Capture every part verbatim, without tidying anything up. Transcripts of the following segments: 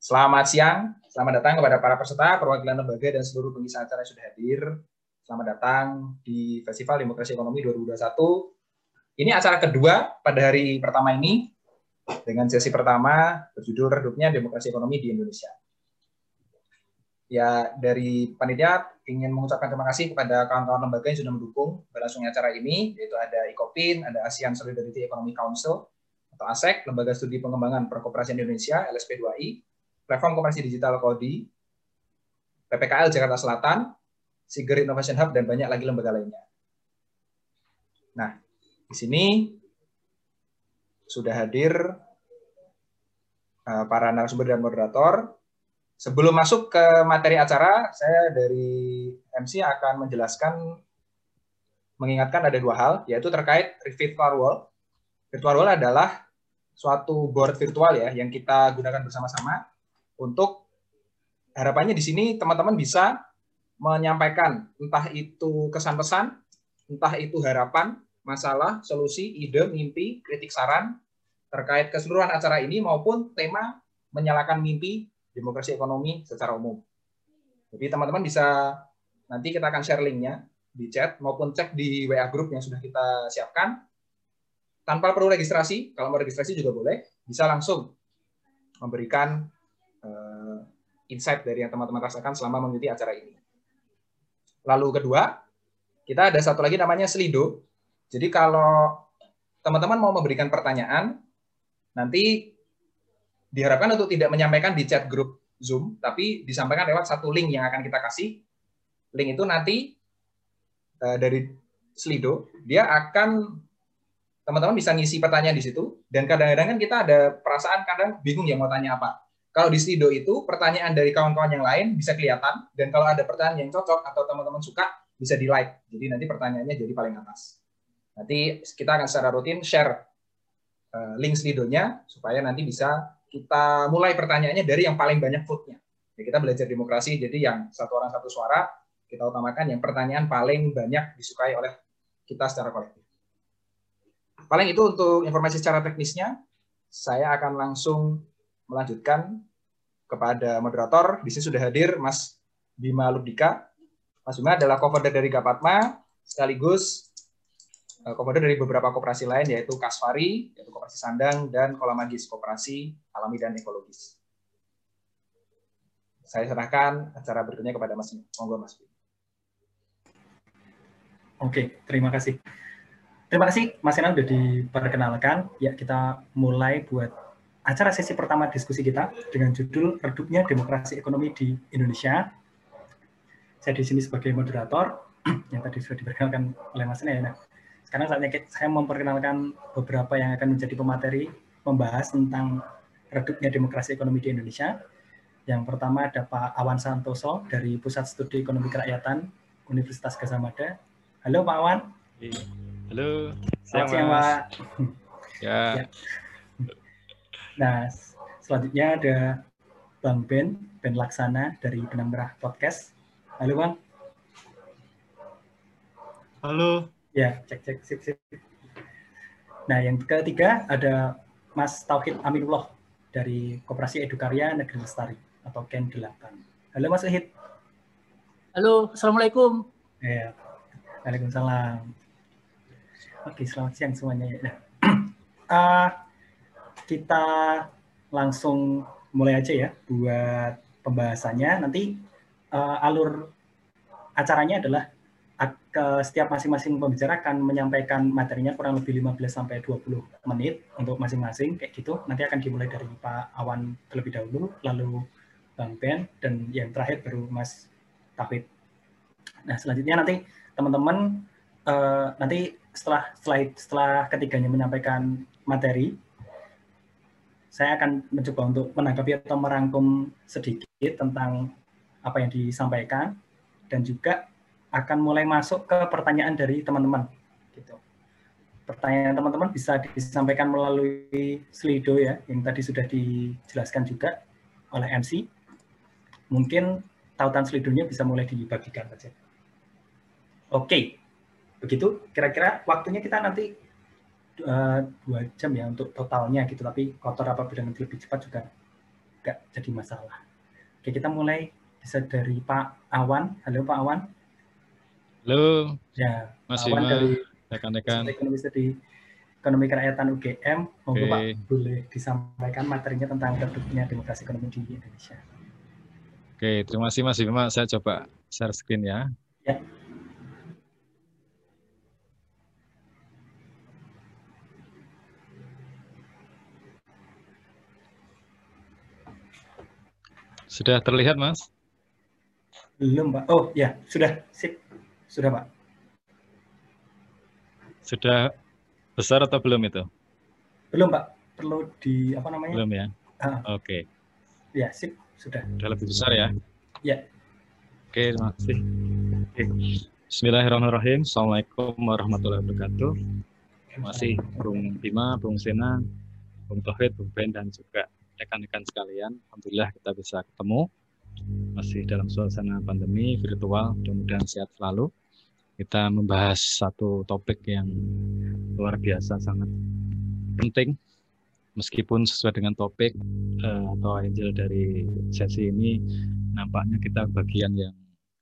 Selamat siang, selamat datang kepada para peserta, perwakilan lembaga, dan seluruh pengisi acara yang sudah hadir. Selamat datang di Festival Demokrasi Ekonomi dua ribu dua puluh satu. Ini acara kedua pada hari pertama ini, dengan sesi pertama berjudul Redupnya Demokrasi Ekonomi di Indonesia. Ya, dari panitia ingin mengucapkan terima kasih kepada kawan-kawan lembaga yang sudah mendukung berlangsungnya acara ini, yaitu ada ICOPIN, ada ASEAN Solidarity Economic Council, atau ASEC, Lembaga Studi Pengembangan Perkoperasian Indonesia, L S P dua I, Platform Koperasi Digital Kodi, P P K L Jakarta Selatan, Siger Innovation Hub, dan banyak lagi lembaga lainnya. Nah, di sini sudah hadir uh, para narasumber dan moderator. Sebelum masuk ke materi acara, saya dari M C akan menjelaskan, mengingatkan ada dua hal, yaitu terkait virtual wall. Virtual wall adalah suatu board virtual ya yang kita gunakan bersama-sama untuk harapannya di sini teman-teman bisa menyampaikan entah itu kesan-pesan, entah itu harapan, masalah, solusi, ide, mimpi, kritik, saran terkait keseluruhan acara ini maupun tema menyalakan mimpi demokrasi ekonomi secara umum. Jadi teman-teman bisa, nanti kita akan share linknya di chat maupun cek di W A group yang sudah kita siapkan. Tanpa perlu registrasi, kalau mau registrasi juga boleh, bisa langsung memberikan uh, insight dari yang teman-teman rasakan selama mengikuti acara ini. Lalu kedua, kita ada satu lagi namanya Slido. Jadi kalau teman-teman mau memberikan pertanyaan, nanti diharapkan untuk tidak menyampaikan di chat grup Zoom, tapi disampaikan lewat satu link yang akan kita kasih. Link itu nanti uh, dari Slido, dia akan, teman-teman bisa ngisi pertanyaan di situ, dan kadang-kadang kan kita ada perasaan kadang bingung ya mau tanya apa. Kalau di Slido itu, pertanyaan dari kawan-kawan yang lain bisa kelihatan, dan kalau ada pertanyaan yang cocok atau teman-teman suka, bisa di-like. Jadi nanti pertanyaannya jadi paling atas. Nanti kita akan secara rutin share link Slido-nya, supaya nanti bisa kita mulai pertanyaannya dari yang paling banyak vote-nya. Ya, kita belajar demokrasi, jadi yang satu orang satu suara, kita utamakan yang pertanyaan paling banyak disukai oleh kita secara kolektif. Paling itu untuk informasi secara teknisnya. Saya akan langsung melanjutkan kepada moderator. Di sini sudah hadir Mas Bima Lubdika. Mas Bima adalah co-founder dari Gapatma, sekaligus co-founder dari beberapa koperasi lain, yaitu Kasvari, yaitu Koperasi Sandang, dan Kolamagis, Koperasi Alami dan Ekologis. Saya serahkan acara berikutnya kepada Mas Bima. Monggo Mas Bima. Oke, terima kasih. Terima kasih Mas Sinan sudah diperkenalkan. Ya, kita mulai buat acara sesi pertama diskusi kita dengan judul Redupnya Demokrasi Ekonomi di Indonesia. Saya di sini sebagai moderator yang tadi sudah diperkenalkan oleh Mas Sinan. Nah, sekarang saatnya saya memperkenalkan beberapa yang akan menjadi pemateri membahas tentang redupnya demokrasi ekonomi di Indonesia. Yang pertama ada Pak Awan Santoso dari Pusat Studi Ekonomi Kerakyatan Universitas Gadjah Mada. Halo Pak Awan. Halo, selamat siang Pak. Ya. Ya. Nah, selanjutnya ada Bang Ben, Ben Laksana dari Benang Merah Podcast. Halo Bang. Halo. Ya, cek cek sip sip. Nah, yang ketiga ada Mas Tauhid Aminullah dari Koperasi Edukarya Negeri Lestari atau K E N delapan. Halo Mas Tauhid. Halo, Assalamualaikum. Ya, Waalaikumsalam. Oke, selamat siang semuanya. Nah, uh, kita langsung mulai aja ya buat pembahasannya. Nanti uh, alur acaranya adalah ke setiap masing-masing pembicara akan menyampaikan materinya kurang lebih lima belas sampai dua puluh menit untuk masing-masing kayak gitu. Nanti akan dimulai dari Pak Awan terlebih dahulu, lalu Bang Ben, dan yang terakhir baru Mas Tauhid. Nah, selanjutnya nanti teman-teman uh, nanti setelah setelah setelah ketiganya menyampaikan materi, saya akan mencoba untuk menanggapi atau merangkum sedikit tentang apa yang disampaikan, dan juga akan mulai masuk ke pertanyaan dari teman-teman. Gitu. Pertanyaan teman-teman bisa disampaikan melalui Slido ya, yang tadi sudah dijelaskan juga oleh M C. Mungkin tautan Slido-nya bisa mulai dibagikan saja. Oke, begitu. Kira-kira waktunya kita nanti uh, dua jam ya untuk totalnya gitu. Tapi kotor apabila nanti lebih cepat juga nggak jadi masalah. Oke, kita mulai bisa dari Pak Awan. Halo Pak Awan. Halo, Ya, Mas Pak Awan Bima, dari rekan-rekan. Pusat Ekonomi Studi Ekonomi Kerakyatan U G M. Monggo Oke. Pak, boleh disampaikan materinya tentang produknya demokrasi ekonomi di Indonesia. Oke, terima kasih Mas Bima. Saya coba share screen ya. Ya. Sudah terlihat, Mas? Belum, Pak. Oh, ya, sudah. Sip. Sudah, Pak. Sudah besar atau belum itu? Belum, Pak. Perlu di apa namanya? Belum ya? Ah, Oke. ya, sip. Sudah. Sudah lebih besar ya? Ya. Oke, terima kasih. Oke. Bismillahirrahmanirrahim. Assalamualaikum warahmatullahi wabarakatuh. Terima kasih Bung Bima, Bung Sena, Bung Tauhid, Bung Ben, dan juga rekan-rekan sekalian. Alhamdulillah kita bisa ketemu. Masih dalam suasana pandemi virtual, mudah-mudahan sehat selalu. Kita membahas satu topik yang luar biasa, sangat penting. Meskipun sesuai dengan topik eh, atau angel dari sesi ini, nampaknya kita bagian yang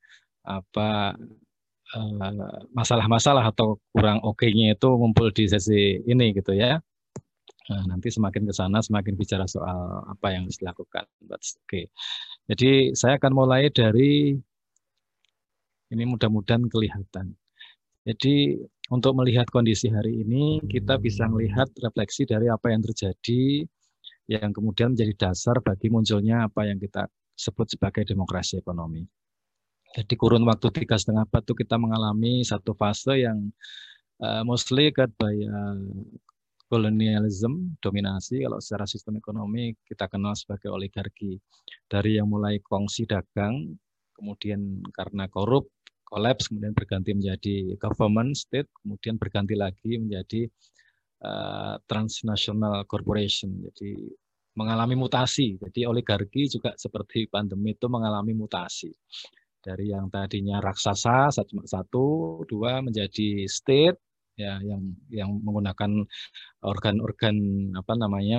apa masalah-masalah atau kurang oke-nya itu ngumpul di sesi ini gitu ya. Nah, nanti semakin ke sana semakin bicara soal apa yang harus dilakukan. Oke. Okay. Jadi saya akan mulai dari ini, mudah-mudahan kelihatan. Jadi untuk melihat kondisi hari ini kita bisa melihat refleksi dari apa yang terjadi yang kemudian menjadi dasar bagi munculnya apa yang kita sebut sebagai demokrasi ekonomi. Jadi kurun waktu tiga setengah abad itu kita mengalami satu fase yang uh, mostly led by uh, kolonialism, dominasi. Kalau secara sistem ekonomi kita kenal sebagai oligarki. Dari yang mulai kongsi dagang, kemudian karena korup, collapse, kemudian berganti menjadi government state, kemudian berganti lagi menjadi uh, transnational corporation. Jadi mengalami mutasi. Jadi oligarki juga seperti pandemi itu mengalami mutasi. Dari yang tadinya raksasa satu, dua menjadi state, ya yang yang menggunakan organ-organ apa namanya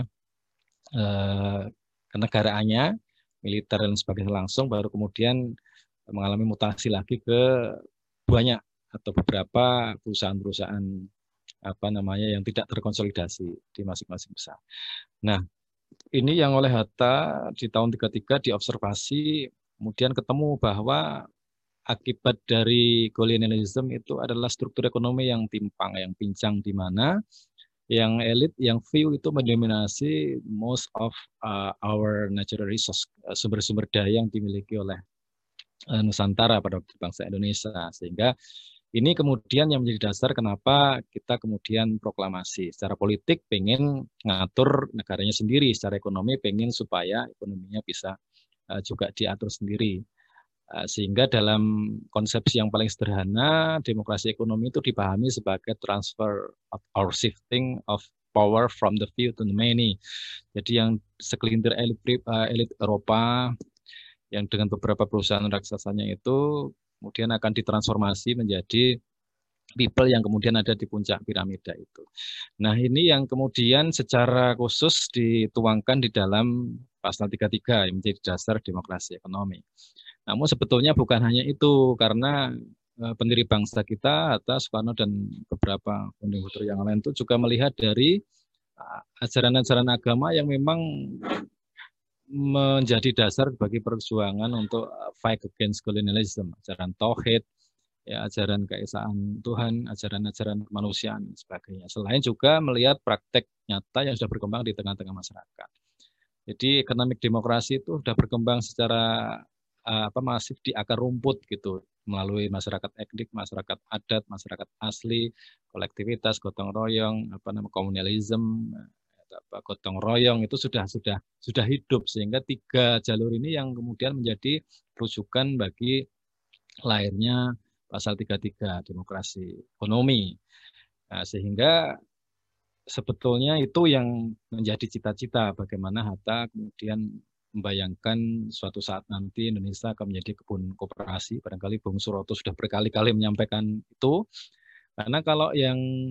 eh, kenegaraannya, militer dan sebagainya langsung, baru kemudian mengalami mutasi lagi ke banyak atau beberapa perusahaan-perusahaan apa namanya yang tidak terkonsolidasi di masing-masing besar. Nah, ini yang oleh Hatta di tahun tiga puluh tiga diobservasi, kemudian ketemu bahwa akibat dari kolonialisme itu adalah struktur ekonomi yang timpang, yang pincang, di mana yang elit, yang few itu mendominasi most of uh, our natural resource, sumber-sumber daya yang dimiliki oleh uh, Nusantara pada waktu bangsa Indonesia. Sehingga ini kemudian yang menjadi dasar kenapa kita kemudian proklamasi. Secara politik pengen ngatur negaranya sendiri, secara ekonomi pengen supaya ekonominya bisa uh, juga diatur sendiri. Sehingga dalam konsepsi yang paling sederhana, demokrasi ekonomi itu dipahami sebagai transfer of or shifting of power from the few to the many. Jadi yang segelintir elit, elit Eropa yang dengan beberapa perusahaan raksasanya itu kemudian akan ditransformasi menjadi people yang kemudian ada di puncak piramida itu. Nah, ini yang kemudian secara khusus dituangkan di dalam pasal tiga puluh tiga yang menjadi dasar demokrasi ekonomi. Namun sebetulnya bukan hanya itu, karena pendiri bangsa kita, Hatta, Soekarno, dan beberapa founding-father yang lain itu juga melihat dari ajaran-ajaran agama yang memang menjadi dasar bagi perjuangan untuk fight against colonialism, ajaran tauhid, ya, ajaran keesaan Tuhan, ajaran-ajaran kemanusiaan, dan sebagainya. Selain juga melihat praktek nyata yang sudah berkembang di tengah-tengah masyarakat. Jadi ekonomik demokrasi itu sudah berkembang secara apa masif di akar rumput gitu, melalui masyarakat etnik, masyarakat adat, masyarakat asli, kolektivitas, gotong royong, apa namanya komunalisme, apa gotong royong itu sudah sudah sudah hidup, sehingga tiga jalur ini yang kemudian menjadi rujukan bagi lahirnya pasal tiga puluh tiga demokrasi ekonomi. Nah, sehingga sebetulnya itu yang menjadi cita-cita bagaimana Hatta kemudian membayangkan suatu saat nanti Indonesia akan menjadi kebun koperasi. Barangkali Bung Suroto sudah berkali-kali menyampaikan itu. Karena kalau yang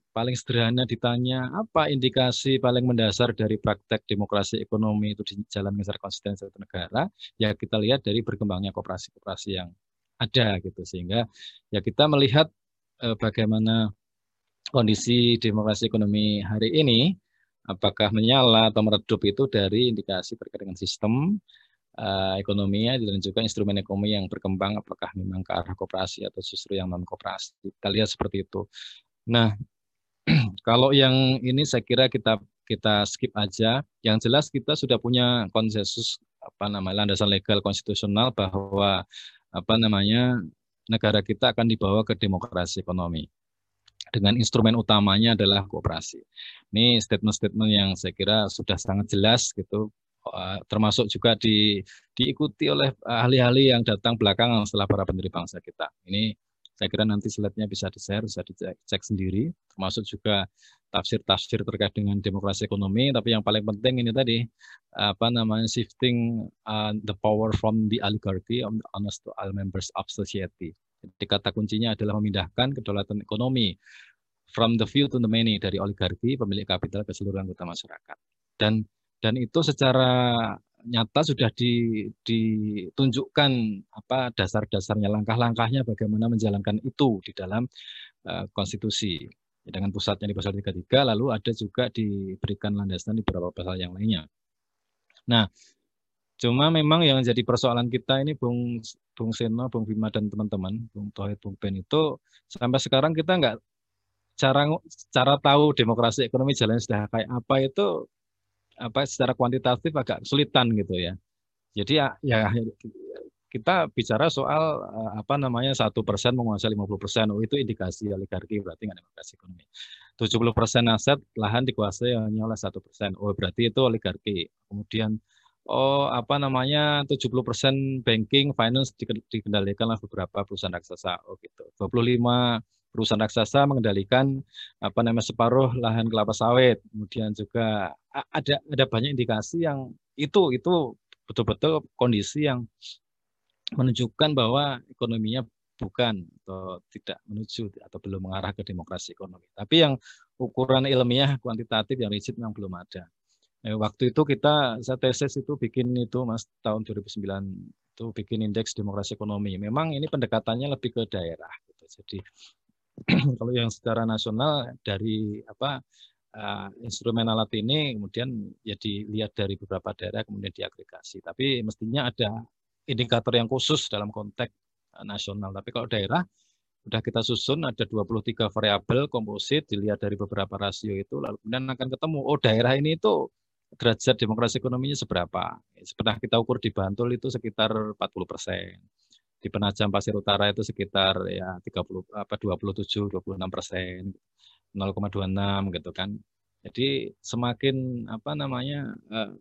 paling sederhana ditanya apa indikasi paling mendasar dari praktek demokrasi ekonomi itu dijalankan secara konsisten satu negara, ya kita lihat dari berkembangnya koperasi-koperasi yang ada gitu, sehingga ya kita melihat eh, bagaimana kondisi demokrasi ekonomi hari ini, apakah menyala atau meredup itu dari indikasi terkait dengan sistem uh, ekonominya dan juga instrumen ekonomi yang berkembang, apakah memang ke arah koperasi atau justru yang non koperasi. Kita lihat seperti itu. Nah, kalau yang ini saya kira kita kita skip aja. Yang jelas kita sudah punya konsensus apa namanya landasan legal konstitusional bahwa apa namanya negara kita akan dibawa ke demokrasi ekonomi dengan instrumen utamanya adalah koperasi. Ini statement-statement yang saya kira sudah sangat jelas gitu, termasuk juga di, diikuti oleh ahli-ahli yang datang belakangan setelah para pendiri bangsa kita. Ini saya kira nanti slide-nya bisa di-share, bisa dicek sendiri, termasuk juga tafsir-tafsir terkait dengan demokrasi ekonomi. Tapi yang paling penting ini tadi, apa namanya, shifting uh, the power from the oligarchy on to all members of society. Jadi kata kuncinya adalah memindahkan kedaulatan ekonomi from the few to the many, dari oligarki pemilik kapital ke seluruh anggota masyarakat. Dan dan itu secara nyata sudah di, ditunjukkan apa dasar-dasarnya, langkah-langkahnya bagaimana menjalankan itu di dalam uh, konstitusi dengan pusatnya di pasal tiga puluh tiga, lalu ada juga diberikan landasan di beberapa pasal yang lainnya. Nah, cuma memang yang jadi persoalan kita ini, Bung Bung Seno, Bung Bima dan teman-teman, Bung Tohid, Bung Ben, itu sampai sekarang kita nggak cara cara tahu demokrasi ekonomi jalan sudah kayak apa itu apa secara kuantitatif agak kesulitan gitu ya. Jadi ya, ya kita bicara soal apa namanya satu persen menguasai lima puluh persen, oh itu indikasi oligarki, berarti nggak demokrasi ekonomi. tujuh puluh persen aset lahan dikuasai hanya oleh satu persen, oh berarti itu oligarki. Kemudian oh apa namanya tujuh puluh persen banking finance dikendalikan oleh beberapa perusahaan raksasa, oh gitu. dua puluh lima perusahaan raksasa mengendalikan apa namanya separuh lahan kelapa sawit. Kemudian juga ada ada banyak indikasi yang itu itu betul-betul kondisi yang menunjukkan bahwa ekonominya bukan atau tidak menuju atau belum mengarah ke demokrasi ekonomi. Tapi yang ukuran ilmiah kuantitatif yang rigid memang belum ada. Eh, waktu itu kita, saya tesis itu bikin itu Mas tahun dua ribu sembilan itu bikin indeks demokrasi ekonomi. Memang ini pendekatannya lebih ke daerah gitu. Jadi kalau yang secara nasional dari apa uh, instrumen alat ini kemudian ya dilihat dari beberapa daerah kemudian diagregasi. Tapi mestinya ada indikator yang khusus dalam konteks uh, nasional. Tapi kalau daerah sudah kita susun ada dua puluh tiga variabel komposit, dilihat dari beberapa rasio itu, lalu kemudian akan ketemu oh daerah ini itu derajat demokrasi ekonominya seberapa. Pernah kita ukur di Bantul itu sekitar empat puluh persen. Di Penajam Pasir Utara itu sekitar ya tiga puluh apa dua puluh tujuh dua puluh enam persen, nol koma dua enam gitu kan. Jadi semakin apa namanya eh,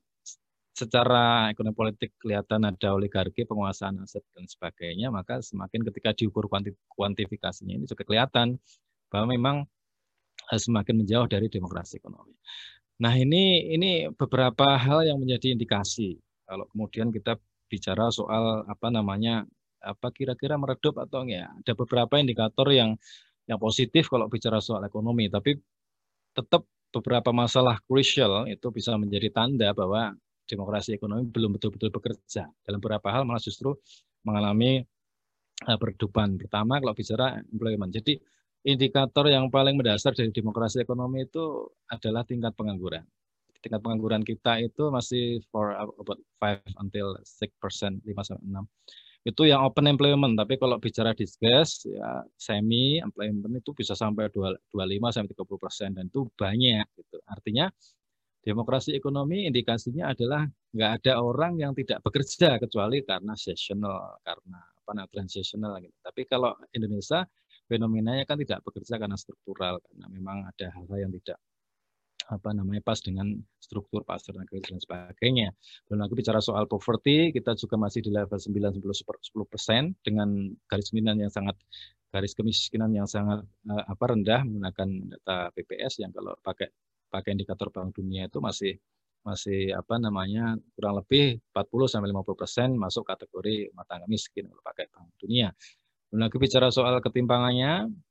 secara ekonomi politik kelihatan ada oligarki, penguasaan aset dan sebagainya, maka semakin ketika diukur kuantifikasinya ini juga kelihatan bahwa memang eh, semakin menjauh dari demokrasi ekonomi. Nah, ini ini beberapa hal yang menjadi indikasi kalau kemudian kita bicara soal apa namanya apa kira-kira meredup atau enggak. Ada beberapa indikator yang yang positif kalau bicara soal ekonomi, tapi tetap beberapa masalah krusial itu bisa menjadi tanda bahwa demokrasi ekonomi belum betul-betul bekerja. Dalam beberapa hal malah justru mengalami uh, peredupan. Pertama kalau bicara employment. Jadi indikator yang paling mendasar dari demokrasi ekonomi itu adalah tingkat pengangguran. Tingkat pengangguran kita itu masih for about five until six persen, lima sampai enam. Itu yang open employment, tapi kalau bicara disgas ya semi employment itu bisa sampai dua puluh lima sampai tiga puluh persen dan itu banyak gitu. Artinya demokrasi ekonomi indikasinya adalah nggak ada orang yang tidak bekerja kecuali karena seasonal, karena apa namanya transitional gitu. Tapi kalau Indonesia fenomenanya kan tidak bekerja karena struktural, karena memang ada hal-hal yang tidak apa namanya pas dengan struktur pasar dan sebagainya. Belum lagi bicara soal poverty, kita juga masih di level sembilan sampai sepuluh persen dengan garis kemiskinan yang sangat garis kemiskinan yang sangat uh, apa rendah menggunakan data B P S yang kalau pakai pakai indikator Bank Dunia itu masih masih apa namanya kurang lebih empat puluh sampai lima puluh persen masuk kategori rumah tangga miskin kalau pakai Bank Dunia. Belum lagi bicara soal ketimpangannya,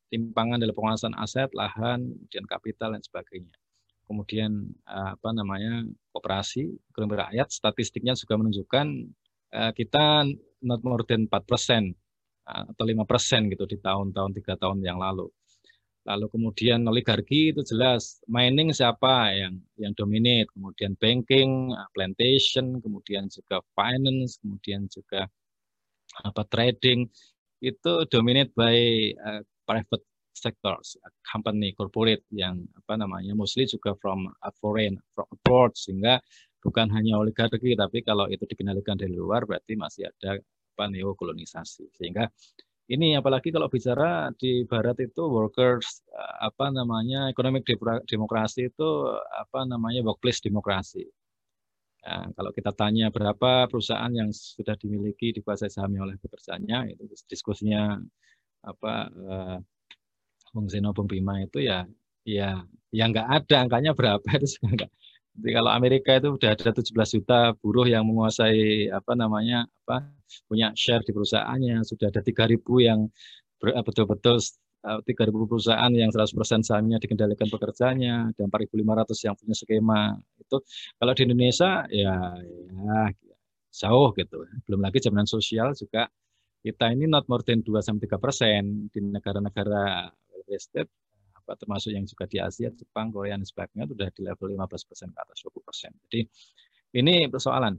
timpangan dalam penguasaan aset, lahan, kemudian kapital dan sebagainya. Kemudian apa namanya koperasi ekonomi rakyat, statistiknya juga menunjukkan uh, kita not more than empat persen atau lima persen gitu di tahun-tahun tiga tahun yang lalu. Lalu kemudian oligarki itu jelas, mining siapa yang yang dominate, kemudian banking, plantation, kemudian juga finance, kemudian juga apa trading itu dominate by uh, private sectors, company, corporate yang apa namanya mostly juga from foreign, from abroad, sehingga bukan hanya oligarki, tapi kalau itu dikendalikan dari luar berarti masih ada apa neokolonisasi. Sehingga ini apalagi kalau bicara di Barat itu workers apa namanya economic demokrasi itu apa namanya workplace demokrasi. Nah, kalau kita tanya berapa perusahaan yang sudah dimiliki dikuasai sahamnya oleh pekerjaannya, itu diskusinya apa eh, Bung Zeno, Bung Bima itu ya, ya, ya nggak ada angkanya berapa itu enggak. Jadi kalau Amerika itu sudah ada tujuh belas juta buruh yang menguasai apa namanya apa punya share di perusahaannya, sudah ada tiga ribu yang betul-betul tiga ribu perusahaan yang seratus persen sahamnya dikendalikan pekerjanya, dan empat ribu lima ratus yang punya skema itu. Kalau di Indonesia ya, ya jauh gitu. Belum lagi jaminan sosial juga kita ini not more than dua sampai tiga persen di negara-negara estate apa termasuk yang juga di Asia, Jepang, Korea dan sebagainya sudah di level lima belas persen ke atas dua puluh persen. Jadi ini persoalan.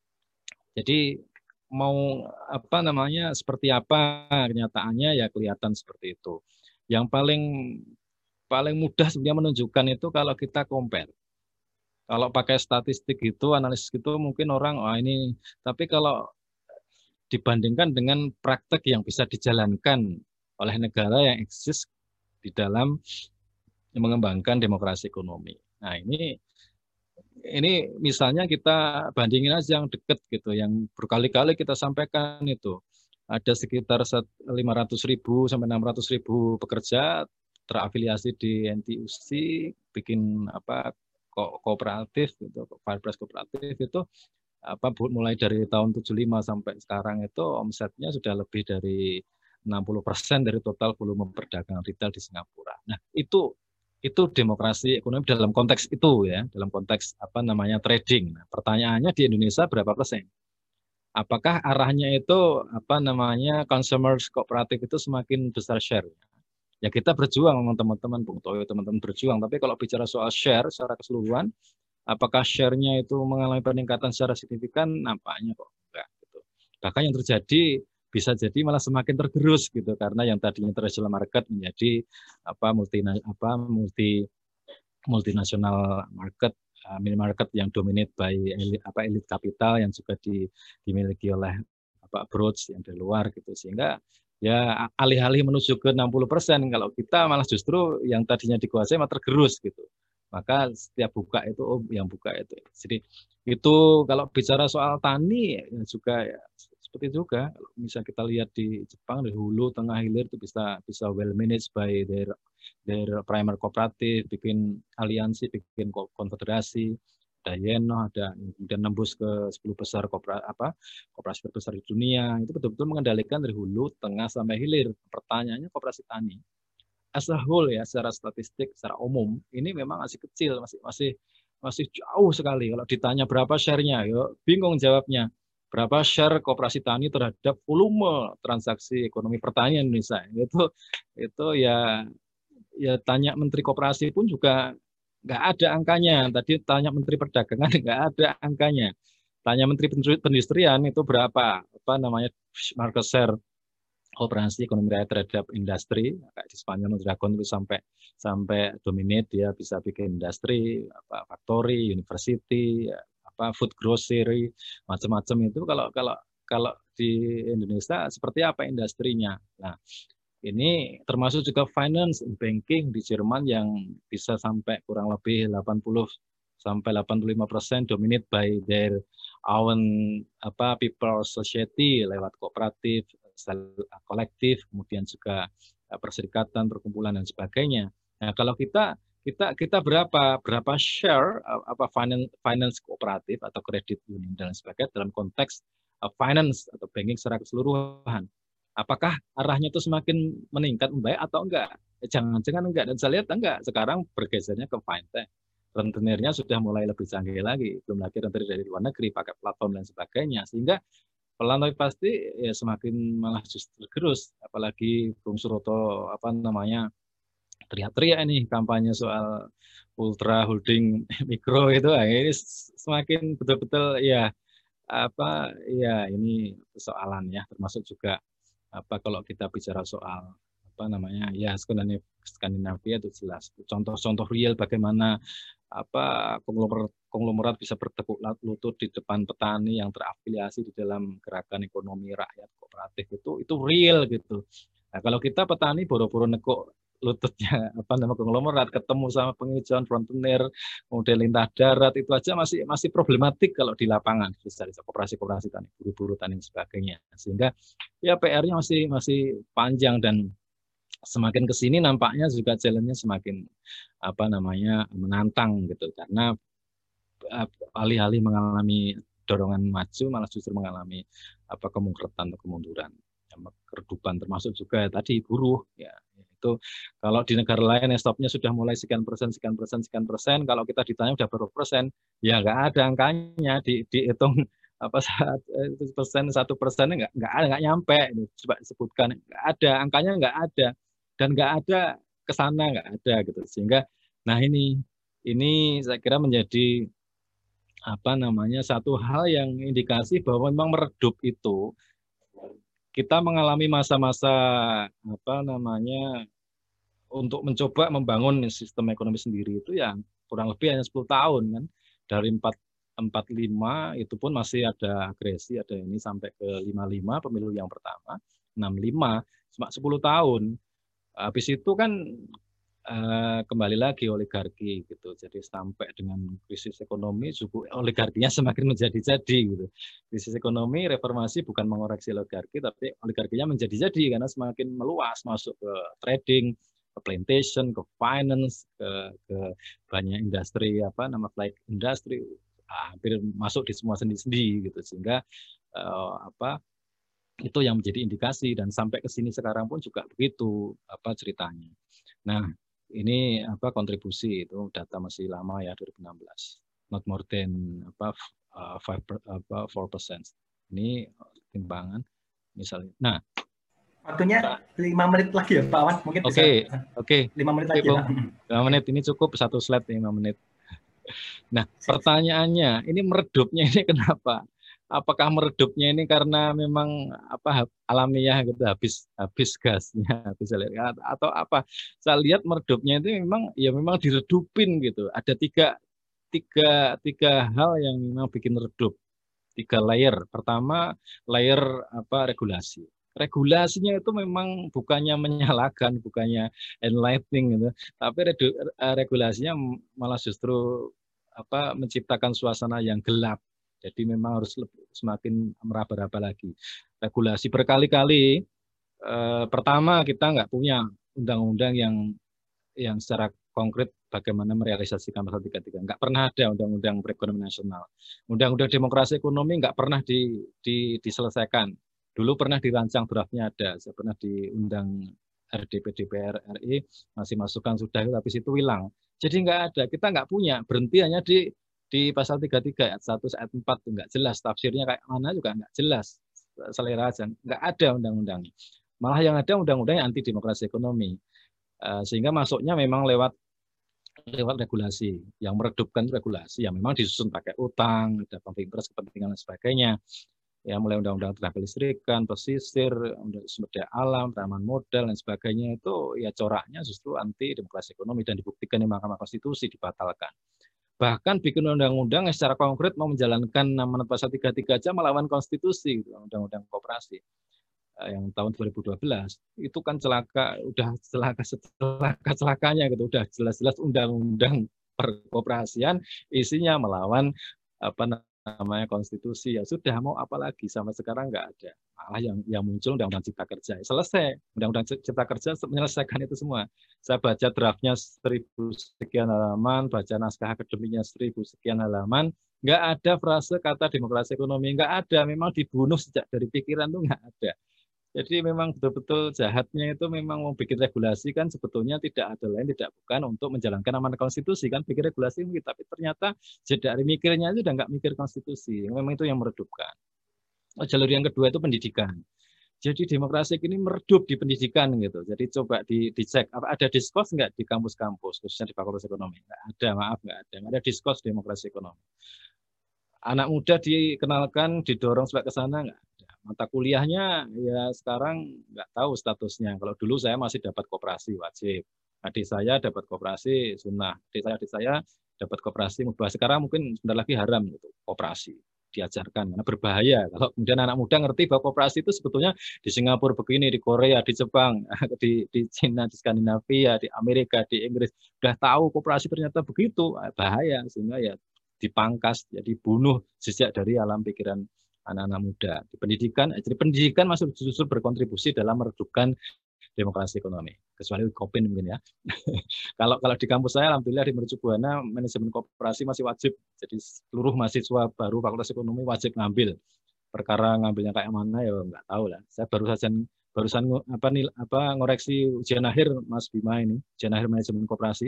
Jadi mau apa namanya seperti apa kenyataannya ya kelihatan seperti itu. Yang paling paling mudah sebenarnya menunjukkan itu kalau kita compare. Kalau pakai statistik itu, analisis itu mungkin orang oh ini, tapi kalau dibandingkan dengan praktek yang bisa dijalankan oleh negara yang eksis di dalam mengembangkan demokrasi ekonomi. Nah ini ini misalnya kita bandingin aja yang dekat gitu, yang berkali-kali kita sampaikan itu ada sekitar lima ratus ribu sampai enam ratus ribu pekerja terafiliasi di N T U C, bikin apa ko kooperatif gitu, Firepress kooperatif itu apa mulai dari tahun tujuh puluh lima sampai sekarang itu omsetnya sudah lebih dari enam puluh persen dari total volume perdagangan retail di Singapura. Nah, itu itu demokrasi ekonomi dalam konteks itu ya, dalam konteks apa namanya trading. Nah, pertanyaannya di Indonesia berapa persen? Apakah arahnya itu apa namanya consumer kooperatif itu semakin besar share? Ya kita berjuang teman-teman, Bung Toyo, teman-teman berjuang. Tapi kalau bicara soal share secara keseluruhan, apakah share-nya itu mengalami peningkatan secara signifikan? Nampaknya kok enggak. Gitu. Bahkan yang terjadi bisa jadi malah semakin tergerus gitu karena yang tadinya traditional market menjadi apa multi apa multi multinasional market, uh, mini market yang dominate by elit, apa elit kapital yang juga di, dimiliki oleh apa abroad yang dari luar gitu, sehingga ya alih-alih menuju ke enam puluh persen kalau kita malah justru yang tadinya dikuasai malah tergerus gitu. Maka setiap buka itu oh yang buka itu. Jadi itu kalau bicara soal tani ya juga ya seperti juga kalau misalnya kita lihat di Jepang di hulu tengah hilir itu bisa bisa well managed by their their primer kooperatif, bikin aliansi, bikin konfederasi, ada Yeno, ada kemudian nembus ke sepuluh besar koopera, apa koperasi terbesar di dunia, itu betul-betul mengendalikan dari hulu tengah sampai hilir. Pertanyaannya koperasi tani as a whole ya secara statistik secara umum ini memang masih kecil, masih masih masih jauh sekali. Kalau ditanya berapa share-nya, yo bingung jawabnya. Berapa share koperasi tani terhadap volume transaksi ekonomi pertanian Indonesia? Itu itu ya ya tanya Menteri Koperasi pun juga nggak ada angkanya. Tadi tanya Menteri Perdagangan nggak ada angkanya. Tanya Menteri Perindustrian itu berapa apa namanya market share koperasi ekonomi rakyat terhadap industri, kayak di Spanyol Dragon itu sampai sampai dominate, dia bisa bikin industri, apa factory, university, apa food grocery, macam-macam itu. Kalau kalau kalau di Indonesia seperti apa industrinya? Nah, ini termasuk juga finance, banking di Jerman yang bisa sampai kurang lebih delapan puluh sampai delapan puluh lima persen dominate by their own apa people society lewat kooperatif, kolektif, kemudian juga perserikatan, perkumpulan dan sebagainya. Nah, kalau kita kita kita berapa berapa share apa finance finance kooperatif atau kredit union dan sebagainya dalam konteks finance atau banking secara keseluruhan. Apakah arahnya itu semakin meningkat membaik atau enggak? Jangan-jangan enggak. Dan saya lihat enggak. Sekarang bergesernya ke fintech. Rentenirnya sudah mulai lebih canggih lagi. Belum lagi rentenir dari luar negeri, pakai platform dan sebagainya. Sehingga pelan tapi pasti ya semakin malah justru gerus. Apalagi Bung Suroto apa namanya teriak-teriak ini kampanye soal ultra holding mikro itu. Ini semakin betul-betul ya apa ya ini persoalan ya, termasuk juga apa kalau kita bicara soal apa namanya ya Skandinavia, Skandinavia itu jelas contoh-contoh real bagaimana apa konglomerat konglomerat bisa bertekuk lutut di depan petani yang terafiliasi di dalam gerakan ekonomi rakyat kooperatif itu itu real gitu. Nah, kalau kita petani boro-boro nekuk lututnya apa nama konglomerat, ketemu sama penghijauan frontenir, model lintah darat itu aja masih masih problematik kalau di lapangan dari koperasi-koperasi tani, buru-buru tani dan sebagainya. Sehingga ya P R-nya masih masih panjang dan semakin ke sini nampaknya juga jalannya semakin apa namanya menantang gitu karena alih-alih mengalami dorongan maju malah justru mengalami apa kemungkretan atau kemunduran, keredupan termasuk juga tadi buruh ya. Itu kalau di negara lain yang stopnya sudah mulai sekian persen, sekian persen, sekian persen, kalau kita ditanya sudah berapa persen, ya nggak ada angkanya, di, dihitung apa satu persen, satu persen nggak nggak ada, nggak nyampe. Coba sebutkan, nggak ada angkanya, nggak ada dan nggak ada kesana, nggak ada gitu. Sehingga, nah ini ini saya kira menjadi apa namanya satu hal yang indikasi bahwa memang meredup itu kita mengalami masa-masa apa namanya untuk mencoba membangun sistem ekonomi sendiri itu yang kurang lebih hanya sepuluh tahun kan. Dari empat empat lima itu pun masih ada agresi, ada ini sampai ke lima lima pemilu yang pertama, enam lima cuma sepuluh tahun. Habis itu kan eh, kembali lagi oligarki gitu. Jadi sampai dengan krisis ekonomi suku oligarkinya semakin menjadi-jadi gitu. Krisis ekonomi reformasi bukan mengoreksi oligarki tapi oligarkinya menjadi-jadi karena semakin meluas masuk ke trading, ke plantation, ke finance, ke, ke banyak industri apa nama flight industry, hampir masuk di semua sendi-sendi gitu sehingga uh, apa itu yang menjadi indikasi dan sampai ke sini sekarang pun juga begitu apa ceritanya. Nah ini apa kontribusi itu data masih lama ya dua ribu enam belas, not more than apa five apa four percent. Ini timbangan misalnya. Nah waktunya lima menit lagi ya Pak Wan, mungkin bisa. Oke, oke. lima menit Oke, lagi. Bung. lima menit ini cukup satu slide lima menit. Nah, pertanyaannya, ini meredupnya ini kenapa? Apakah meredupnya ini karena memang apa alamiah gitu habis habis gasnya, habis atau apa? Saya lihat meredupnya itu memang ya memang diredupin gitu. Ada tiga tiga tiga hal yang memang bikin redup. Tiga layer. Pertama, layer apa regulasi. Regulasinya itu memang bukannya menyalahkan, bukannya enlightening gitu, tapi regulasinya malah justru apa menciptakan suasana yang gelap. Jadi memang harus lebih, semakin meraba-raba lagi. Regulasi berkali-kali eh, pertama kita nggak punya undang-undang yang yang secara konkret bagaimana merealisasikan pasal tiga puluh tiga. Nggak pernah ada undang-undang perekonomian nasional. Undang-undang demokrasi ekonomi nggak pernah di, di, diselesaikan. Dulu pernah dirancang draftnya ada, saya pernah diundang R D P D P R R I, masih masukan sudah, tapi itu hilang. Jadi nggak ada, kita nggak punya, berhenti hanya di di pasal tiga puluh tiga ayat satu ayat empat nggak jelas, tafsirnya kayak mana juga nggak jelas, selera aja, nggak ada undang-undangnya. Malah yang ada undang-undang anti demokrasi ekonomi, sehingga masuknya memang lewat lewat regulasi, yang meredupkan regulasi, yang memang disusun pakai utang, ada konflik interest, kepentingan dan sebagainya. Ya mulai undang-undang tenaga listrikan, pesisir, undang sumber daya alam, tanaman modal dan sebagainya itu ya coraknya justru anti demokrasi ekonomi dan dibuktikan di Mahkamah Konstitusi dibatalkan. Bahkan bikin undang-undang secara konkret mau menjalankan amanat pasal tiga puluh tiga aja melawan konstitusi, undang-undang koperasi yang tahun dua ribu dua belas itu kan celaka, udah celaka celaka celakanya gitu, udah jelas-jelas undang-undang perkoperasian isinya melawan apa namanya konstitusi, ya sudah mau apa lagi, sampai sekarang nggak ada. Malah yang yang muncul undang-undang cipta kerja, selesai undang-undang cipta kerja menyelesaikan itu semua. Saya baca draftnya seribu sekian halaman, baca naskah akademiknya seribu sekian halaman, nggak ada frase kata demokrasi ekonomi, nggak ada, memang dibunuh sejak dari pikiran tuh nggak ada. Jadi memang betul-betul jahatnya itu memang mau bikin regulasi kan sebetulnya tidak ada lain tidak bukan untuk menjalankan amanat konstitusi kan bikin regulasi tapi ternyata dari mikirnya itu udah nggak mikir konstitusi. Memang itu yang meredupkan. Oh, jalur yang kedua itu pendidikan. Jadi demokrasi ini meredup di pendidikan gitu. Jadi coba di, dicek apa ada diskors nggak di kampus-kampus khususnya di Fakultas Ekonomi? Nggak ada, maaf nggak ada. Nggak ada diskors demokrasi ekonomi. Anak muda dikenalkan, didorong supaya ke sana nggak ada. Mata kuliahnya ya sekarang nggak tahu statusnya. Kalau dulu saya masih dapat koperasi wajib. Adik saya dapat koperasi sunnah. Adik saya adik saya dapat koperasi mubah. Sekarang mungkin sebentar lagi haram gitu koperasi diajarkan karena berbahaya. Kalau kemudian anak muda ngerti bahwa koperasi itu sebetulnya di Singapura begini, di Korea, di Jepang, di, di Cina, di Skandinavia, di Amerika, di Inggris udah tahu koperasi ternyata begitu bahaya sehingga ya dipangkas, jadi bunuh sejak dari alam pikiran anak-anak muda. Di pendidikan, jadi pendidikan masih justru berkontribusi dalam meredupkan demokrasi ekonomi. Kecuali Kopin mungkin ya. kalau kalau di kampus saya, alhamdulillah di Mercu Buana manajemen koperasi masih wajib. Jadi seluruh mahasiswa baru Fakultas Ekonomi wajib ngambil. Perkara ngambilnya kayak mana ya nggak tahu lah. Saya baru saja barusan apa nih apa ngoreksi ujian akhir Mas Bima ini, ujian akhir manajemen koperasi.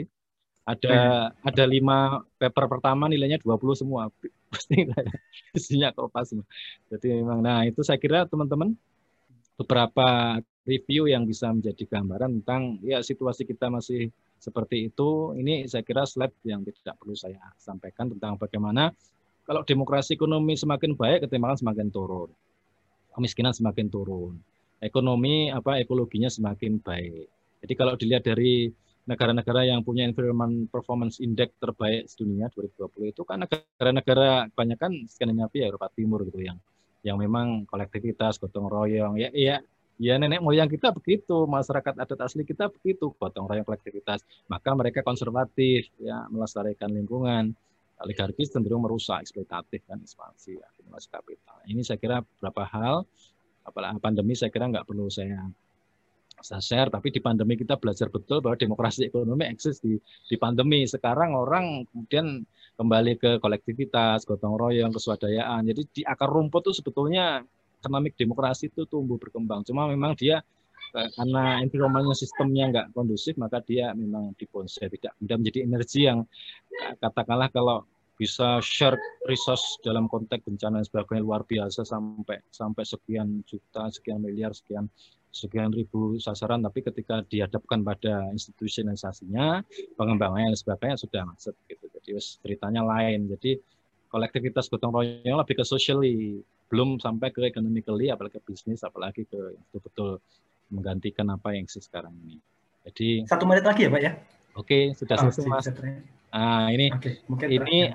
Ada ada lima paper pertama nilainya dua puluh semua. Pasti isinya kopas semua. Jadi memang nah itu saya kira teman-teman beberapa review yang bisa menjadi gambaran tentang ya situasi kita masih seperti itu. Ini saya kira slide yang tidak perlu saya sampaikan tentang bagaimana kalau demokrasi ekonomi semakin baik ketimpangan semakin turun. Kemiskinan semakin turun. Ekonomi apa ekologinya semakin baik. Jadi kalau dilihat dari negara-negara yang punya Environment Performance Index terbaik dunia dua ribu dua puluh itu kan negara-negara kebanyakan Skandinavia, Eropa Timur gitu yang yang memang kolektivitas, gotong royong ya ya ya nenek moyang kita begitu, masyarakat adat asli kita begitu, gotong royong kolektivitas. Maka mereka konservatif ya, melestarikan lingkungan. Oligarkis cenderung merusak, eksploitatif kan, ekspansi, akumulasi kapital. Ini saya kira beberapa hal apalagi pandemi saya kira nggak perlu saya saya share, tapi di pandemi kita belajar betul bahwa demokrasi ekonomi eksis di, di pandemi. Sekarang orang kemudian kembali ke kolektivitas, gotong royong, keswadayaan. Jadi di akar rumput itu sebetulnya ekonomi demokrasi itu tumbuh berkembang. Cuma memang dia karena environment sistemnya nggak kondusif, maka dia memang diponsel, tidak kemudian menjadi energi yang katakanlah kalau bisa share resource dalam konteks bencana dan sebagainya luar biasa sampai sampai sekian juta, sekian miliar, sekian sekian ribu sasaran, tapi ketika dihadapkan pada institusionalisasinya, pengembangannya dan sebagainya sudah macet gitu. Jadi ceritanya lain. Jadi kolektivitas gotong royong lebih ke socially, belum sampai ke economically, apalagi ke bisnis, apalagi ke betul-betul menggantikan apa yang eksis sekarang ini. Jadi satu menit lagi ya Pak ya. Oke, sudah selesai oh, Mas. Nah, ini Oke, mungkin ini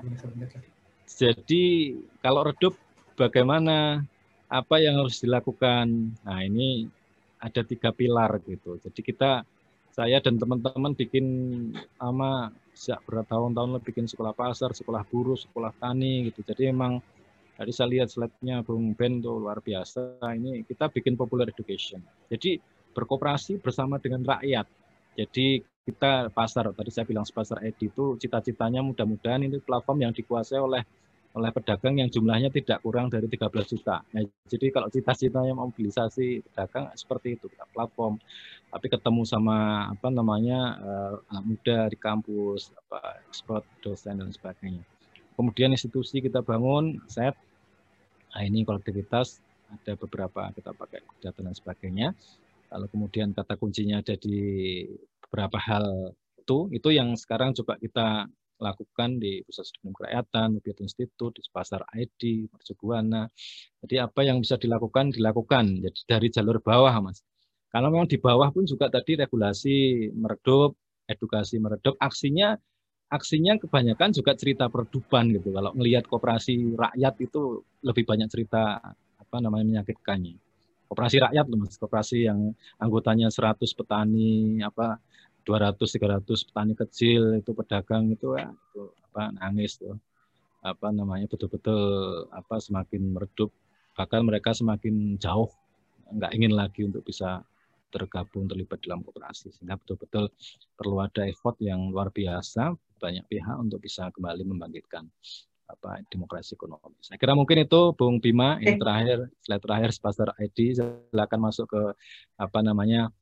jadi kalau redup bagaimana apa yang harus dilakukan. Nah, ini ada tiga pilar gitu. Jadi kita, saya dan teman-teman bikin sama sejak bertahun-tahun lebih bikin sekolah pasar, sekolah buruh, sekolah tani gitu. Jadi memang tadi saya lihat slide-nya Bung Ben tuh luar biasa. Ini kita bikin popular education. Jadi berkooperasi bersama dengan rakyat. Jadi kita pasar, tadi saya bilang pasar I D itu cita-citanya mudah-mudahan ini platform yang dikuasai oleh oleh pedagang yang jumlahnya tidak kurang dari tiga belas juta. Nah, jadi kalau cita-citanya mobilisasi pedagang seperti itu, kita platform. Tapi ketemu sama apa namanya uh, anak muda di kampus, apa ekspor dosen dan sebagainya. Kemudian institusi kita bangun, set. Nah, ini kolektivitas ada beberapa kita pakai data dan sebagainya. Lalu kemudian kata kuncinya ada di beberapa hal itu, itu yang sekarang coba kita lakukan di Pusat Studi Kerakyatan, Mubiat Institute, di Pasar I D, Mercu Buana. Jadi apa yang bisa dilakukan, dilakukan. Jadi dari jalur bawah, Mas. Kalau memang di bawah pun juga tadi regulasi meredup, edukasi meredup, aksinya aksinya kebanyakan juga cerita peredupan gitu. Kalau melihat koperasi rakyat itu lebih banyak cerita apa namanya menyakitkannya. Koperasi rakyat loh, Mas, koperasi yang anggotanya seratus petani apa dua ratus tiga ratus petani kecil itu pedagang itu ya itu apa nangis tuh apa namanya betul-betul apa semakin meredup, bahkan mereka semakin jauh nggak ingin lagi untuk bisa tergabung terlibat dalam koperasi, sehingga betul-betul perlu ada effort yang luar biasa banyak pihak untuk bisa kembali membangkitkan apa demokrasi ekonomi. Saya kira mungkin itu Bung Bima. Ini Eh. terakhir, slide terakhir Spacer I D. Silakan masuk ke apa namanya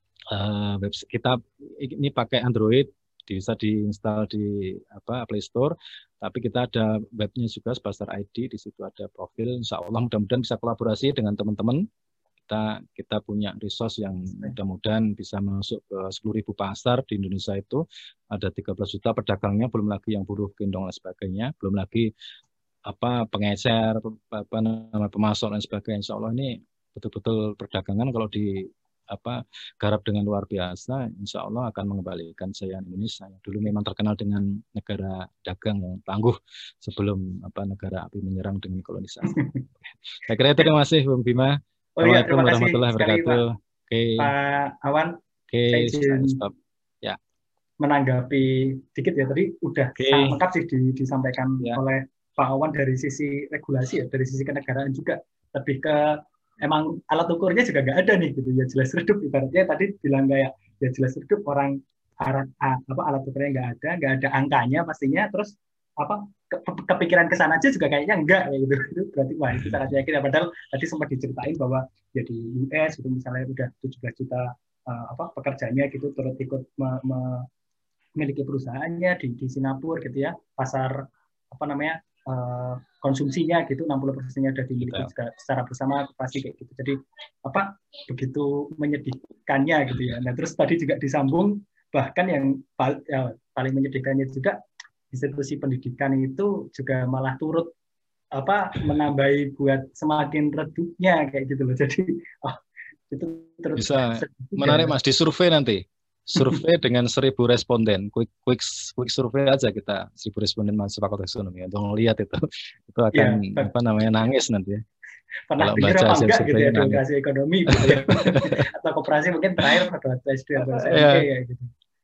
uh, website kita. Ini pakai Android, bisa diinstal di apa Play Store. Tapi kita ada webnya juga Spacer I D. Di situ ada profil. Insya Allah mudah-mudahan bisa kolaborasi dengan teman-teman. Kita kita punya resource yang mudah-mudahan bisa masuk ke sepuluh ribu pasar di Indonesia itu. Ada tiga belas juta pedagangnya, belum lagi yang buruh gendong dan sebagainya, belum lagi apa pengecer, apa nama pemasok dan sebagainya. Insya Allah ini betul-betul perdagangan kalau di apa garap dengan luar biasa, insya Allah akan mengembalikan kejayaan Indonesia. Dulu memang terkenal dengan negara dagang yang tangguh sebelum apa negara api menyerang dengan kolonisasi. Saya kira itu. Terima kasih Bung Bima. Oh iya, Assalamualaikum terima kasih warahmatullahi sekali wabarakatuh. Pak, Oke. Pak Awan. Oke, Saya izin stop. Ya. menanggapi dikit ya, tadi udah Oke. sangat lengkap sih di- disampaikan Ya. oleh Pak Awan dari sisi regulasi ya, dari sisi kenegaraan juga. Lebih ke emang alat ukurnya juga nggak ada nih gitu ya, jelas redup ibaratnya tadi bilang kayak ya jelas redup orang alat apa alat ukurnya nggak ada, nggak ada angkanya pastinya, terus apa ke- kepikiran ke sana aja juga kayaknya enggak ya gitu. Itu berarti wah itu sangat yakin ya, padahal tadi sempat diceritain bahwa ya di U S gitu misalnya udah tujuh belas juta uh, apa pekerjanya gitu turut ikut me- me- memiliki perusahaannya di di Singapura gitu ya, pasar apa namanya uh, konsumsinya gitu enam puluh persennya udah dimiliki Betul. juga secara bersama pasti kayak gitu. Jadi apa begitu menyedihkannya gitu ya. Nah, terus tadi juga disambung bahkan yang pal- ya, paling menyedihkannya juga institusi pendidikan itu juga malah turut apa menambahi buat semakin redupnya kayak gitu loh. Jadi oh, itu terus Bisa sedih juga. menarik Mas di survei nanti. Survei dengan seribu responden, quick quick quick survei aja kita seribu responden mahasiswa Fakultas Ekonomi untuk melihat itu, itu akan Ya, apa namanya nangis nanti. pernah Kalau dengar baca apa hasil enggak gitu survei ya nangis. edukasi ekonomi gitu ya. Atau koperasi mungkin terakhir pada S D atau S M P Iya. ya gitu.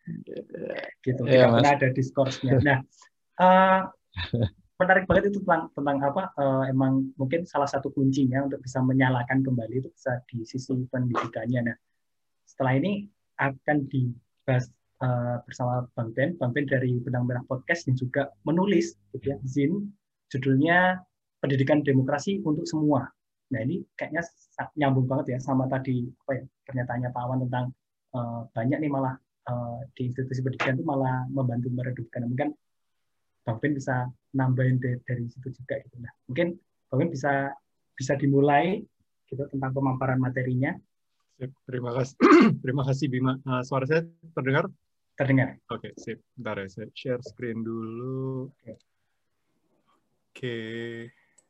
Gitu. Iya, Tidak Mas. pernah ada diskorsnya. Nah, uh, menarik banget itu tentang tentang apa uh, emang mungkin salah satu kuncinya untuk bisa menyalakan kembali itu bisa di sisi pendidikannya. Nah, setelah ini akan dibahas uh, bersama Bang Ben, Bang Ben dari Benang Merah Podcast yang juga menulis gitu ya, Zin, judulnya Pendidikan Demokrasi untuk Semua. Nah, ini kayaknya nyambung banget ya sama tadi apa ya, pernyataannya Pak Awan tentang uh, banyak nih malah uh, di institusi pendidikan itu malah membantu meredupkan. Mungkin Bang Ben bisa nambahin dari, dari situ juga gitu. Nah, mungkin Bang Ben bisa bisa dimulai gitu tentang pemaparan materinya. Sip, terima kasih. Terima kasih Bima. Uh, suara saya terdengar? Terdengar. Oke, sip. Bentar ya, saya share screen dulu. Oke. Okay.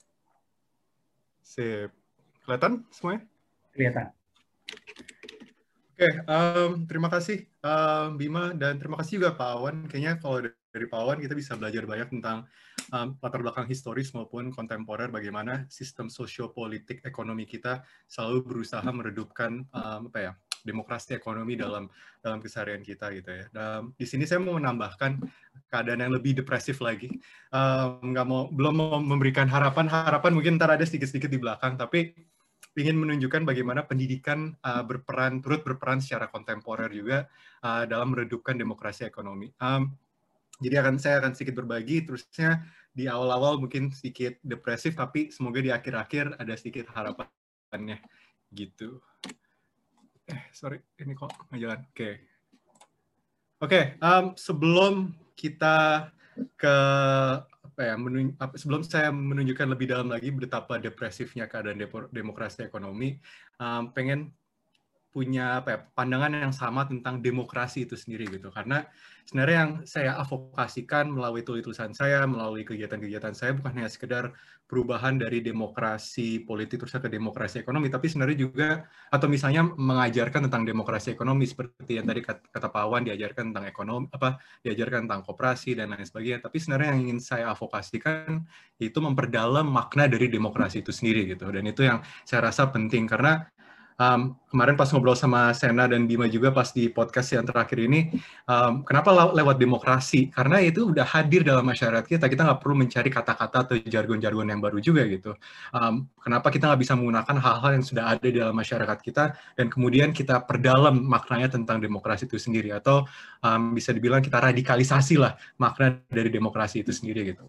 Sip. Kelihatan semuanya? Kelihatan. Oke, okay, um, terima kasih um, Bima, dan terima kasih juga Pak Awan. Kayaknya kalau dari Pak Awan kita bisa belajar banyak tentang um, latar belakang historis maupun kontemporer, bagaimana sistem sosiopolitik ekonomi kita selalu berusaha meredupkan um, apa ya, demokrasi ekonomi dalam dalam keseharian kita gitu ya. Dan di sini saya mau menambahkan keadaan yang lebih depresif lagi. Um, nggak mau belum mau memberikan harapan harapan mungkin ntar ada sedikit-sedikit di belakang, tapi ingin menunjukkan bagaimana pendidikan uh, berperan turut berperan secara kontemporer juga uh, dalam meredupkan demokrasi ekonomi. Um, jadi akan saya akan sedikit berbagi, terusnya di awal-awal mungkin sedikit depresif, tapi semoga di akhir-akhir ada sedikit harapannya gitu. Eh sorry ini kok nggak jalan. Oke, okay. oke. Okay, um, sebelum kita ke apa ya, menun, sebelum saya menunjukkan lebih dalam lagi betapa depresifnya keadaan demokrasi ekonomi, um, pengen punya apa ya, pandangan yang sama tentang demokrasi itu sendiri gitu. Karena sebenarnya yang saya advokasikan melalui tulisan saya, melalui kegiatan-kegiatan saya bukan hanya sekedar perubahan dari demokrasi politik terus ke demokrasi ekonomi, tapi sebenarnya juga atau misalnya mengajarkan tentang demokrasi ekonomi seperti yang tadi kata Pak Awan, diajarkan tentang ekonomi apa diajarkan tentang koperasi dan lain sebagainya. Tapi sebenarnya yang ingin saya advokasikan itu memperdalam makna dari demokrasi itu sendiri gitu. Dan itu yang saya rasa penting karena Um, kemarin pas ngobrol sama Sena dan Bima juga pas di podcast yang terakhir ini, um, kenapa lewat demokrasi? Karena itu udah hadir dalam masyarakat kita, kita nggak perlu mencari kata-kata atau jargon-jargon yang baru juga gitu. Um, kenapa kita nggak bisa menggunakan hal-hal yang sudah ada di dalam masyarakat kita, dan kemudian kita perdalam maknanya tentang demokrasi itu sendiri, atau um, bisa dibilang kita radikalisasi lah makna dari demokrasi itu sendiri gitu.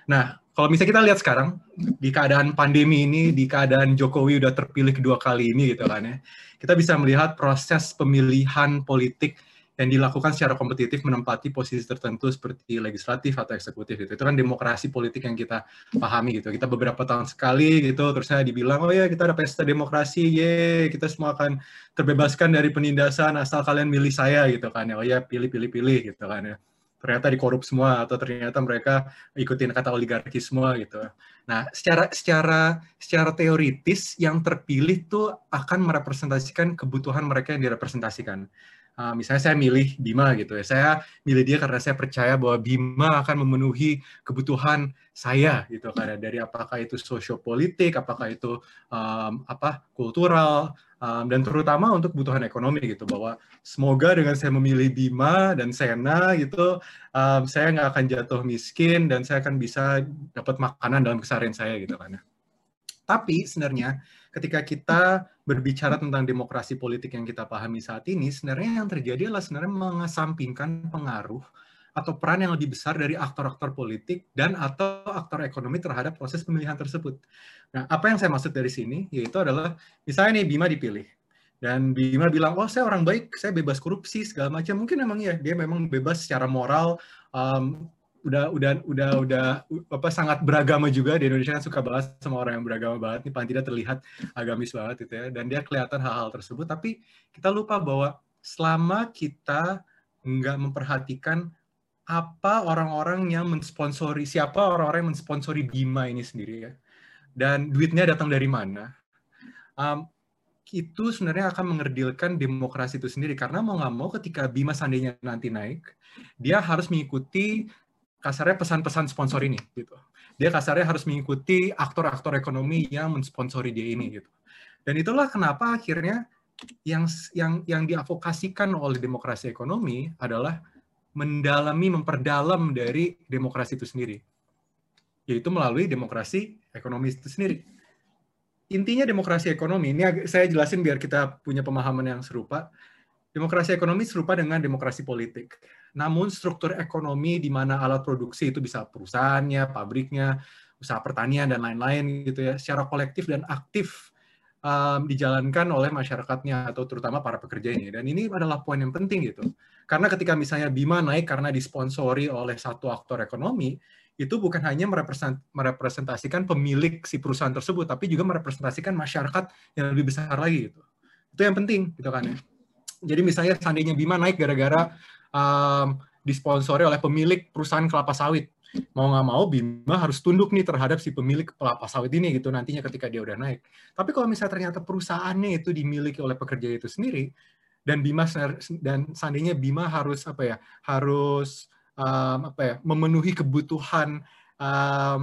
Nah, kalau misalnya kita lihat sekarang, di keadaan pandemi ini, di keadaan Jokowi udah terpilih kedua kali ini gitu kan ya, kita bisa melihat proses pemilihan politik yang dilakukan secara kompetitif menempati posisi tertentu seperti legislatif atau eksekutif gitu. Itu kan demokrasi politik yang kita pahami gitu. Kita beberapa tahun sekali gitu, terusnya dibilang, oh ya kita ada pesta demokrasi, ye, kita semua akan terbebaskan dari penindasan asal kalian milih saya gitu kan ya. Oh ya pilih, pilih, pilih gitu kan ya. Ternyata dikorup semua atau ternyata mereka ikutin kata oligarki semua gitu. Nah, secara secara secara teoritis yang terpilih tuh akan merepresentasikan kebutuhan mereka yang direpresentasikan. Uh, misalnya saya milih Bima gitu ya, saya milih dia karena saya percaya bahwa Bima akan memenuhi kebutuhan saya gitu kan, dari apakah itu sosiopolitik, apakah itu um, apa kultural, um, dan terutama untuk kebutuhan ekonomi gitu, bahwa semoga dengan saya memilih Bima dan Sena gitu, um, saya nggak akan jatuh miskin dan saya akan bisa dapat makanan dalam keseharian saya gitu kan. Tapi sebenarnya ketika kita berbicara tentang demokrasi politik yang kita pahami saat ini, sebenarnya yang terjadi adalah sebenarnya mengesampingkan pengaruh atau peran yang lebih besar dari aktor-aktor politik dan atau aktor ekonomi terhadap proses pemilihan tersebut. Nah, apa yang saya maksud dari sini, yaitu adalah, misalnya nih Bima dipilih, dan Bima bilang, oh saya orang baik, saya bebas korupsi, segala macam. Mungkin emang ya, dia memang bebas secara moral, um, udah udah udah udah apa sangat beragama juga. Di Indonesia kan suka banget sama orang yang beragama banget, ini paling tidak terlihat agamis banget gitu ya, dan dia kelihatan hal-hal tersebut. Tapi kita lupa bahwa selama kita nggak memperhatikan apa orang-orang yang mensponsori, siapa orang-orang yang mensponsori Bima ini sendiri ya, dan duitnya datang dari mana, um, itu sebenarnya akan mengerdilkan demokrasi itu sendiri. Karena mau nggak mau ketika Bima seandainya nanti naik, dia harus mengikuti kasarnya pesan-pesan sponsor ini gitu. Dia kasarnya harus mengikuti aktor-aktor ekonomi yang mensponsori dia ini gitu. Dan itulah kenapa akhirnya yang yang yang diadvokasikan oleh demokrasi ekonomi adalah mendalami, memperdalam dari demokrasi itu sendiri, yaitu melalui demokrasi ekonomi itu sendiri. Intinya demokrasi ekonomi, ini saya jelasin biar kita punya pemahaman yang serupa. Demokrasi ekonomi serupa dengan demokrasi politik. Namun struktur ekonomi di mana alat produksi itu bisa perusahaannya, pabriknya, usaha pertanian, dan lain-lain gitu ya, secara kolektif dan aktif um, dijalankan oleh masyarakatnya atau terutama para pekerja ini. Dan ini adalah poin yang penting gitu. Karena ketika misalnya Bima naik karena disponsori oleh satu aktor ekonomi, itu bukan hanya merepresentasikan pemilik si perusahaan tersebut, tapi juga merepresentasikan masyarakat yang lebih besar lagi gitu. Itu yang penting gitu kan ya. Jadi misalnya seandainya Bima naik gara-gara um, disponsori oleh pemilik perusahaan kelapa sawit, mau nggak mau Bima harus tunduk nih terhadap si pemilik kelapa sawit ini gitu nantinya ketika dia udah naik. Tapi kalau misalnya ternyata perusahaannya itu dimiliki oleh pekerja itu sendiri, dan Bima dan seandainya Bima harus apa ya harus um, apa ya memenuhi kebutuhan um,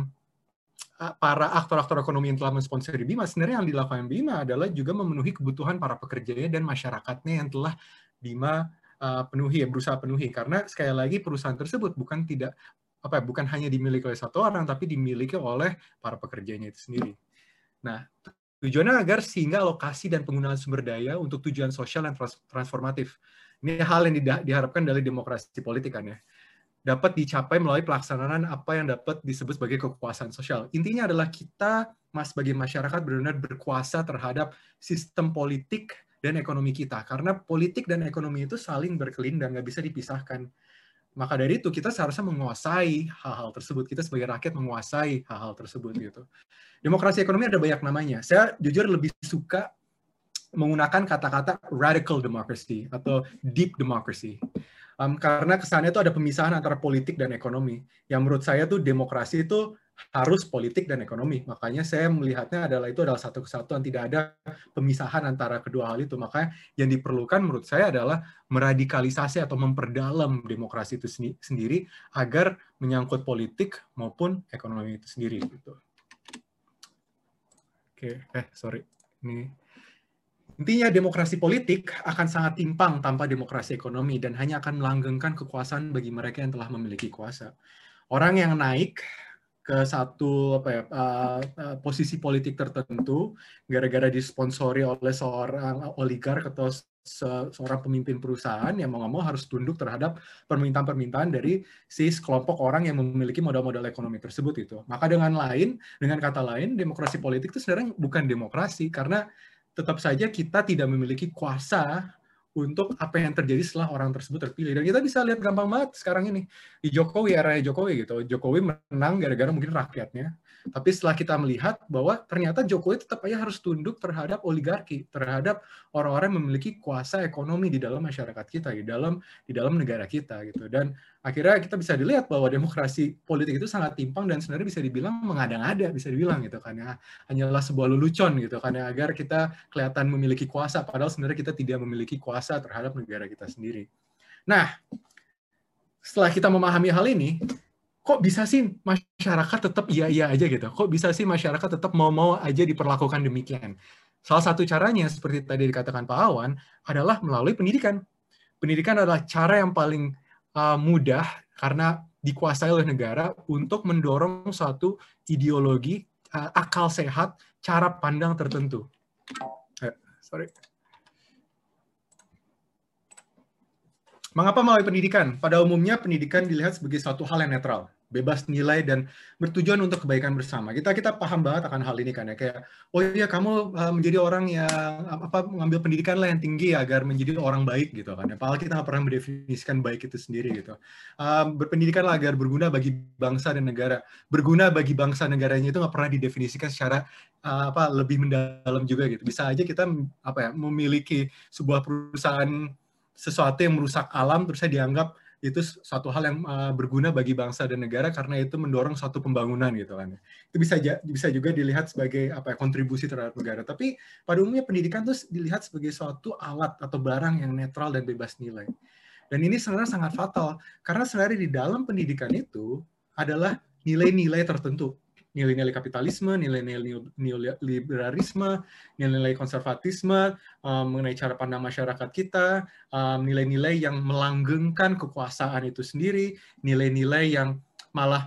para aktor-aktor ekonomi yang telah mensponsori Bima, sebenarnya yang dilakukan Bima adalah juga memenuhi kebutuhan para pekerjanya dan masyarakatnya yang telah Bima uh, penuhi, ya, berusaha penuhi. Karena sekali lagi perusahaan tersebut bukan tidak apa bukan hanya dimiliki oleh satu orang, tapi dimiliki oleh para pekerjanya itu sendiri. Nah, tujuannya agar sehingga alokasi dan penggunaan sumber daya untuk tujuan sosial dan transformatif. Ini hal yang diharapkan dari demokrasi politik kan ya, dapat dicapai melalui pelaksanaan apa yang dapat disebut sebagai kekuasaan sosial. Intinya adalah kita, mas, sebagai masyarakat benar-benar berkuasa terhadap sistem politik dan ekonomi kita. Karena politik dan ekonomi itu saling berkelin dan nggak bisa dipisahkan. Maka dari itu kita seharusnya menguasai hal-hal tersebut. Kita sebagai rakyat menguasai hal-hal tersebut gitu. Demokrasi ekonomi ada banyak namanya. Saya jujur lebih suka menggunakan kata-kata radical democracy atau deep democracy. Um, karena kesannya itu ada pemisahan antara politik dan ekonomi. Yang menurut saya tuh demokrasi itu harus politik dan ekonomi. Makanya saya melihatnya adalah itu adalah satu kesatuan, tidak ada pemisahan antara kedua hal itu. Makanya yang diperlukan menurut saya adalah meradikalisasi atau memperdalam demokrasi itu sendiri agar menyangkut politik maupun ekonomi itu sendiri. Gitu. Oke, eh sorry, ini. Intinya demokrasi politik akan sangat timpang tanpa demokrasi ekonomi dan hanya akan melanggengkan kekuasaan bagi mereka yang telah memiliki kuasa. Orang yang naik ke satu apa ya, uh, uh, posisi politik tertentu gara-gara disponsori oleh seorang oligark atau se seorang pemimpin perusahaan yang mau nggak mau harus tunduk terhadap permintaan-permintaan dari si kelompok orang yang memiliki modal-modal ekonomi tersebut itu. Maka dengan lain, dengan kata lain, demokrasi politik itu sebenarnya bukan demokrasi karena tetap saja kita tidak memiliki kuasa untuk apa yang terjadi setelah orang tersebut terpilih. Dan kita bisa lihat gampang banget sekarang ini. Di Jokowi, era Jokowi gitu. Jokowi menang gara-gara mungkin rakyatnya. Tapi setelah kita melihat bahwa ternyata Jokowi tetap aja harus tunduk terhadap oligarki, terhadap orang-orang yang memiliki kuasa ekonomi di dalam masyarakat kita, di dalam di dalam negara kita gitu. Dan akhirnya kita bisa dilihat bahwa demokrasi politik itu sangat timpang dan sebenarnya bisa dibilang mengada-ngada, bisa dibilang gitu kan ya. Hanyalah sebuah lelucon gitu kan ya, agar kita kelihatan memiliki kuasa padahal sebenarnya kita tidak memiliki kuasa terhadap negara kita sendiri. Nah, setelah kita memahami hal ini, kok bisa sih masyarakat tetap iya-iya aja gitu? Kok bisa sih masyarakat tetap mau-mau aja diperlakukan demikian? Salah satu caranya, seperti tadi dikatakan Pak Awan, adalah melalui pendidikan. Pendidikan adalah cara yang paling uh, mudah karena dikuasai oleh negara untuk mendorong suatu ideologi, uh, akal sehat, cara pandang tertentu. Eh, sorry. Mengapa melalui pendidikan? Pada umumnya pendidikan dilihat sebagai suatu hal yang netral, bebas nilai dan bertujuan untuk kebaikan bersama. Kita kita paham banget akan hal ini kan ya, kayak oh iya kamu uh, menjadi orang yang apa mengambil pendidikan lah yang tinggi agar menjadi orang baik gitu kan. Padahal kita nggak pernah mendefinisikan baik itu sendiri gitu. Uh, berpendidikan lah agar berguna bagi bangsa dan negara. Berguna bagi bangsa negaranya itu nggak pernah didefinisikan secara uh, apa lebih mendalam juga gitu. Bisa aja kita apa ya memiliki sebuah perusahaan sesuatu yang merusak alam terus saya dianggap itu suatu hal yang uh, berguna bagi bangsa dan negara karena itu mendorong suatu pembangunan gitu kan. Itu bisa bisa juga dilihat sebagai apa ya, kontribusi terhadap negara. Tapi pada umumnya pendidikan itu dilihat sebagai suatu alat atau barang yang netral dan bebas nilai. Dan ini sebenarnya sangat fatal karena sebenarnya di dalam pendidikan itu adalah nilai-nilai tertentu. Nilai-nilai kapitalisme, nilai-nilai neoliberalisme, nilai-nilai konservatisme, um, mengenai cara pandang masyarakat kita, nilai-nilai um, yang melanggengkan kekuasaan itu sendiri, nilai-nilai yang malah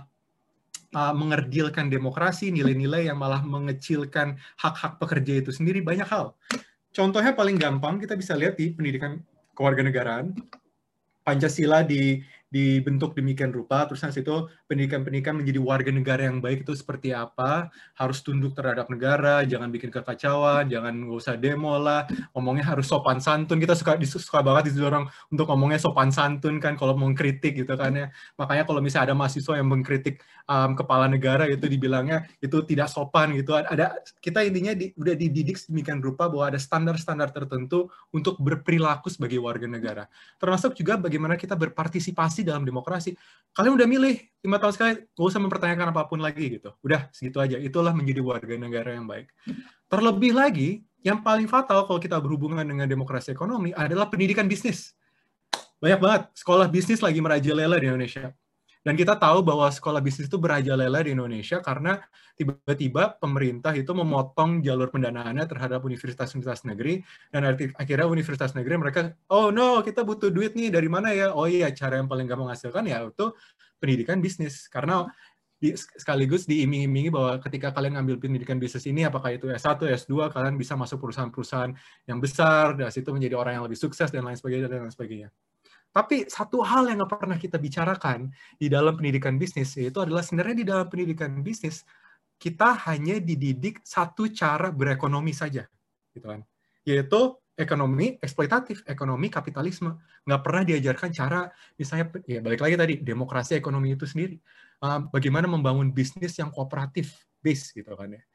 uh, mengerdilkan demokrasi, nilai-nilai yang malah mengecilkan hak-hak pekerja itu sendiri, banyak hal. Contohnya paling gampang kita bisa lihat di pendidikan kewarganegaraan, Pancasila di dibentuk demikian rupa, terus habis itu pendidikan-pendidikan menjadi warga negara yang baik itu seperti apa, harus tunduk terhadap negara, jangan bikin kekacauan, jangan nggak usah demo lah, ngomongnya harus sopan santun, kita suka suka banget didorong untuk ngomongnya sopan santun kan kalau mau kritik gitu kan ya, makanya kalau misalnya ada mahasiswa yang mengkritik um, kepala negara itu dibilangnya itu tidak sopan gitu, ada kita intinya di, udah dididik demikian rupa bahwa ada standar-standar tertentu untuk berperilaku sebagai warga negara, termasuk juga bagaimana kita berpartisipasi dalam demokrasi. Kalian udah milih lima tahun sekali, gak usah mempertanyakan apapun lagi gitu. Udah segitu aja. Itulah menjadi warga negara yang baik. Terlebih lagi, yang paling fatal kalau kita berhubungan dengan demokrasi ekonomi adalah pendidikan bisnis. Banyak banget sekolah bisnis lagi merajalela di Indonesia. Dan kita tahu bahwa sekolah bisnis itu merajalela di Indonesia karena tiba-tiba pemerintah itu memotong jalur pendanaannya terhadap universitas-universitas negeri, dan akhirnya universitas negeri mereka, oh no, kita butuh duit nih, dari mana ya? Oh iya, cara yang paling gampang menghasilkan ya itu pendidikan bisnis. Karena di, sekaligus diiming-imingi bahwa ketika kalian ngambil pendidikan bisnis ini, apakah itu S satu, S dua, kalian bisa masuk perusahaan-perusahaan yang besar, dan situ menjadi orang yang lebih sukses, dan lain sebagainya, dan lain sebagainya. Tapi satu hal yang nggak pernah kita bicarakan di dalam pendidikan bisnis, yaitu adalah sebenarnya di dalam pendidikan bisnis, kita hanya dididik satu cara berekonomi saja. Gitu kan? Yaitu ekonomi eksploitatif, ekonomi kapitalisme. Nggak pernah diajarkan cara, misalnya, ya balik lagi tadi, demokrasi ekonomi itu sendiri. Bagaimana membangun bisnis yang kooperatif, base, gitu kan ya.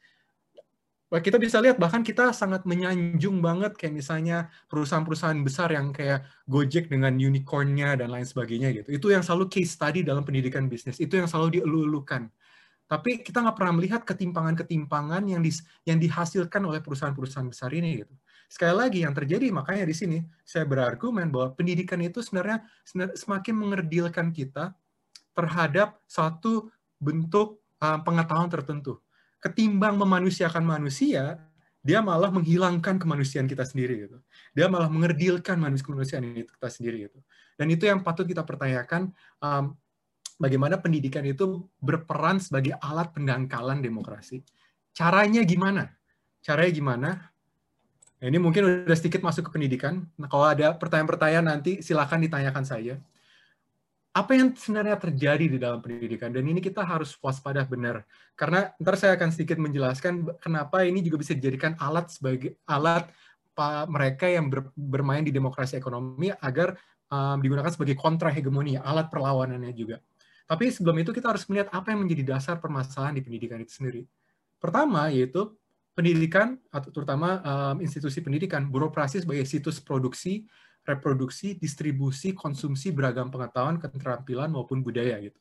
Kita bisa lihat bahkan kita sangat menyanjung banget kayak misalnya perusahaan-perusahaan besar yang kayak Gojek dengan unicorn-nya dan lain sebagainya gitu. Itu yang selalu case study dalam pendidikan bisnis. Itu yang selalu dielu-elukan. Tapi kita nggak pernah melihat ketimpangan-ketimpangan yang di, yang dihasilkan oleh perusahaan-perusahaan besar ini gitu. Sekali lagi yang terjadi makanya di sini saya berargumen bahwa pendidikan itu sebenarnya, sebenarnya semakin mengerdilkan kita terhadap satu bentuk uh, pengetahuan tertentu. Ketimbang memanusiakan manusia, dia malah menghilangkan kemanusiaan kita sendiri gitu. Dia malah mengerdilkan manusia-kemanusiaan kita sendiri gitu. Dan itu yang patut kita pertanyakan, um, bagaimana pendidikan itu berperan sebagai alat pendangkalan demokrasi. Caranya gimana? Caranya gimana? Nah, ini mungkin udah sedikit masuk ke pendidikan. Nah, kalau ada pertanyaan-pertanyaan nanti silakan ditanyakan saya. Apa yang sebenarnya terjadi di dalam pendidikan? Dan ini kita harus waspada benar. Karena ntar saya akan sedikit menjelaskan kenapa ini juga bisa dijadikan alat sebagai alat pa, mereka yang ber, bermain di demokrasi ekonomi agar um, digunakan sebagai kontra hegemoni, alat perlawanannya juga. Tapi sebelum itu kita harus melihat apa yang menjadi dasar permasalahan di pendidikan itu sendiri. Pertama yaitu pendidikan, atau terutama um, institusi pendidikan, beroperasi sebagai situs produksi, reproduksi, distribusi, konsumsi beragam pengetahuan, keterampilan, maupun budaya. Gitu.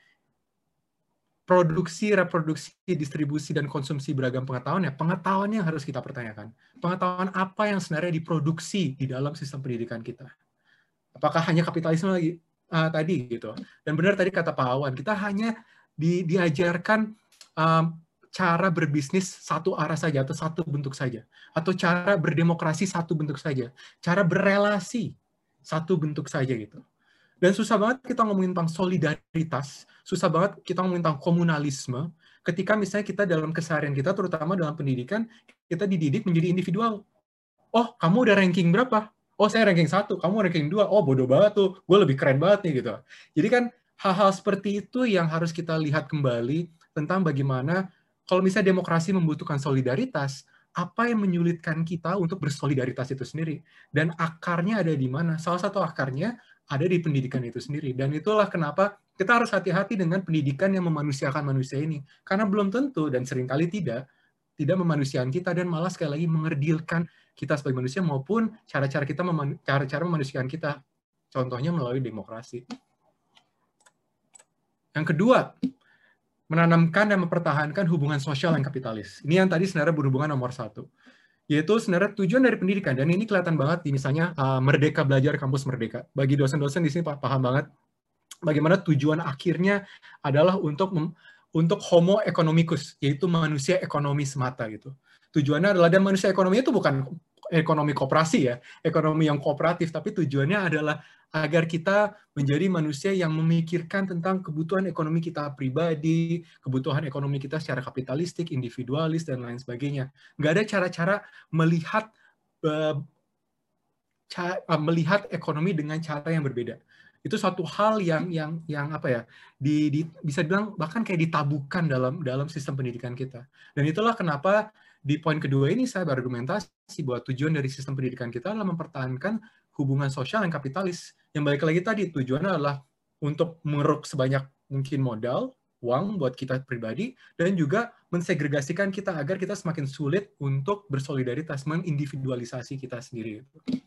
Produksi, reproduksi, distribusi, dan konsumsi beragam pengetahuan, ya pengetahuan yang harus kita pertanyakan. Pengetahuan apa yang sebenarnya diproduksi di dalam sistem pendidikan kita? Apakah hanya kapitalisme lagi uh, tadi? Gitu. Dan benar tadi kata Pak Awan, kita hanya di, diajarkan um, cara berbisnis satu arah saja atau satu bentuk saja, atau cara berdemokrasi satu bentuk saja, cara berelasi satu bentuk saja gitu. Dan susah banget kita ngomongin tentang solidaritas, susah banget kita ngomongin tentang komunalisme ketika misalnya kita dalam keseharian kita, terutama dalam pendidikan, kita dididik menjadi individual. Oh, kamu udah ranking berapa? Oh, saya ranking satu, kamu ranking dua. Oh, bodoh banget tuh, gue lebih keren banget nih gitu. Jadi kan hal-hal seperti itu yang harus kita lihat kembali tentang bagaimana kalau misalnya demokrasi membutuhkan solidaritas, apa yang menyulitkan kita untuk bersolidaritas itu sendiri? Dan akarnya ada di mana? Salah satu akarnya ada di pendidikan itu sendiri. Dan itulah kenapa kita harus hati-hati dengan pendidikan yang memanusiakan manusia ini. Karena belum tentu, dan seringkali tidak, tidak memanusiakan kita, dan malah sekali lagi mengerdilkan kita sebagai manusia, maupun cara-cara kita cara-cara memanusiakan kita. Contohnya melalui demokrasi. Yang kedua, menanamkan dan mempertahankan hubungan sosial yang kapitalis. Ini yang tadi sebenarnya berhubungan nomor satu. Yaitu sebenarnya tujuan dari pendidikan, dan ini kelihatan banget di misalnya uh, Merdeka Belajar Kampus Merdeka. Bagi dosen-dosen di sini paham banget bagaimana tujuan akhirnya adalah untuk mem, untuk homo economicus, yaitu manusia ekonomi semata gitu. Tujuannya adalah, dan manusia ekonomi itu bukan ekonomi koperasi ya, ekonomi yang kooperatif, tapi tujuannya adalah agar kita menjadi manusia yang memikirkan tentang kebutuhan ekonomi kita pribadi, kebutuhan ekonomi kita secara kapitalistik, individualis, dan lain sebagainya. Nggak ada cara-cara melihat uh, ca melihat ekonomi dengan cara yang berbeda. Itu suatu hal yang yang yang apa ya, di, di, bisa dibilang bahkan kayak ditabukan dalam dalam sistem pendidikan kita. Dan itulah kenapa di poin kedua ini saya berargumentasi bahwa tujuan dari sistem pendidikan kita adalah mempertahankan hubungan sosial yang kapitalis. Yang balik lagi tadi, tujuannya adalah untuk mengeruk sebanyak mungkin modal, uang buat kita pribadi, dan juga mensegregasikan kita agar kita semakin sulit untuk bersolidaritas, mengindividualisasi kita sendiri.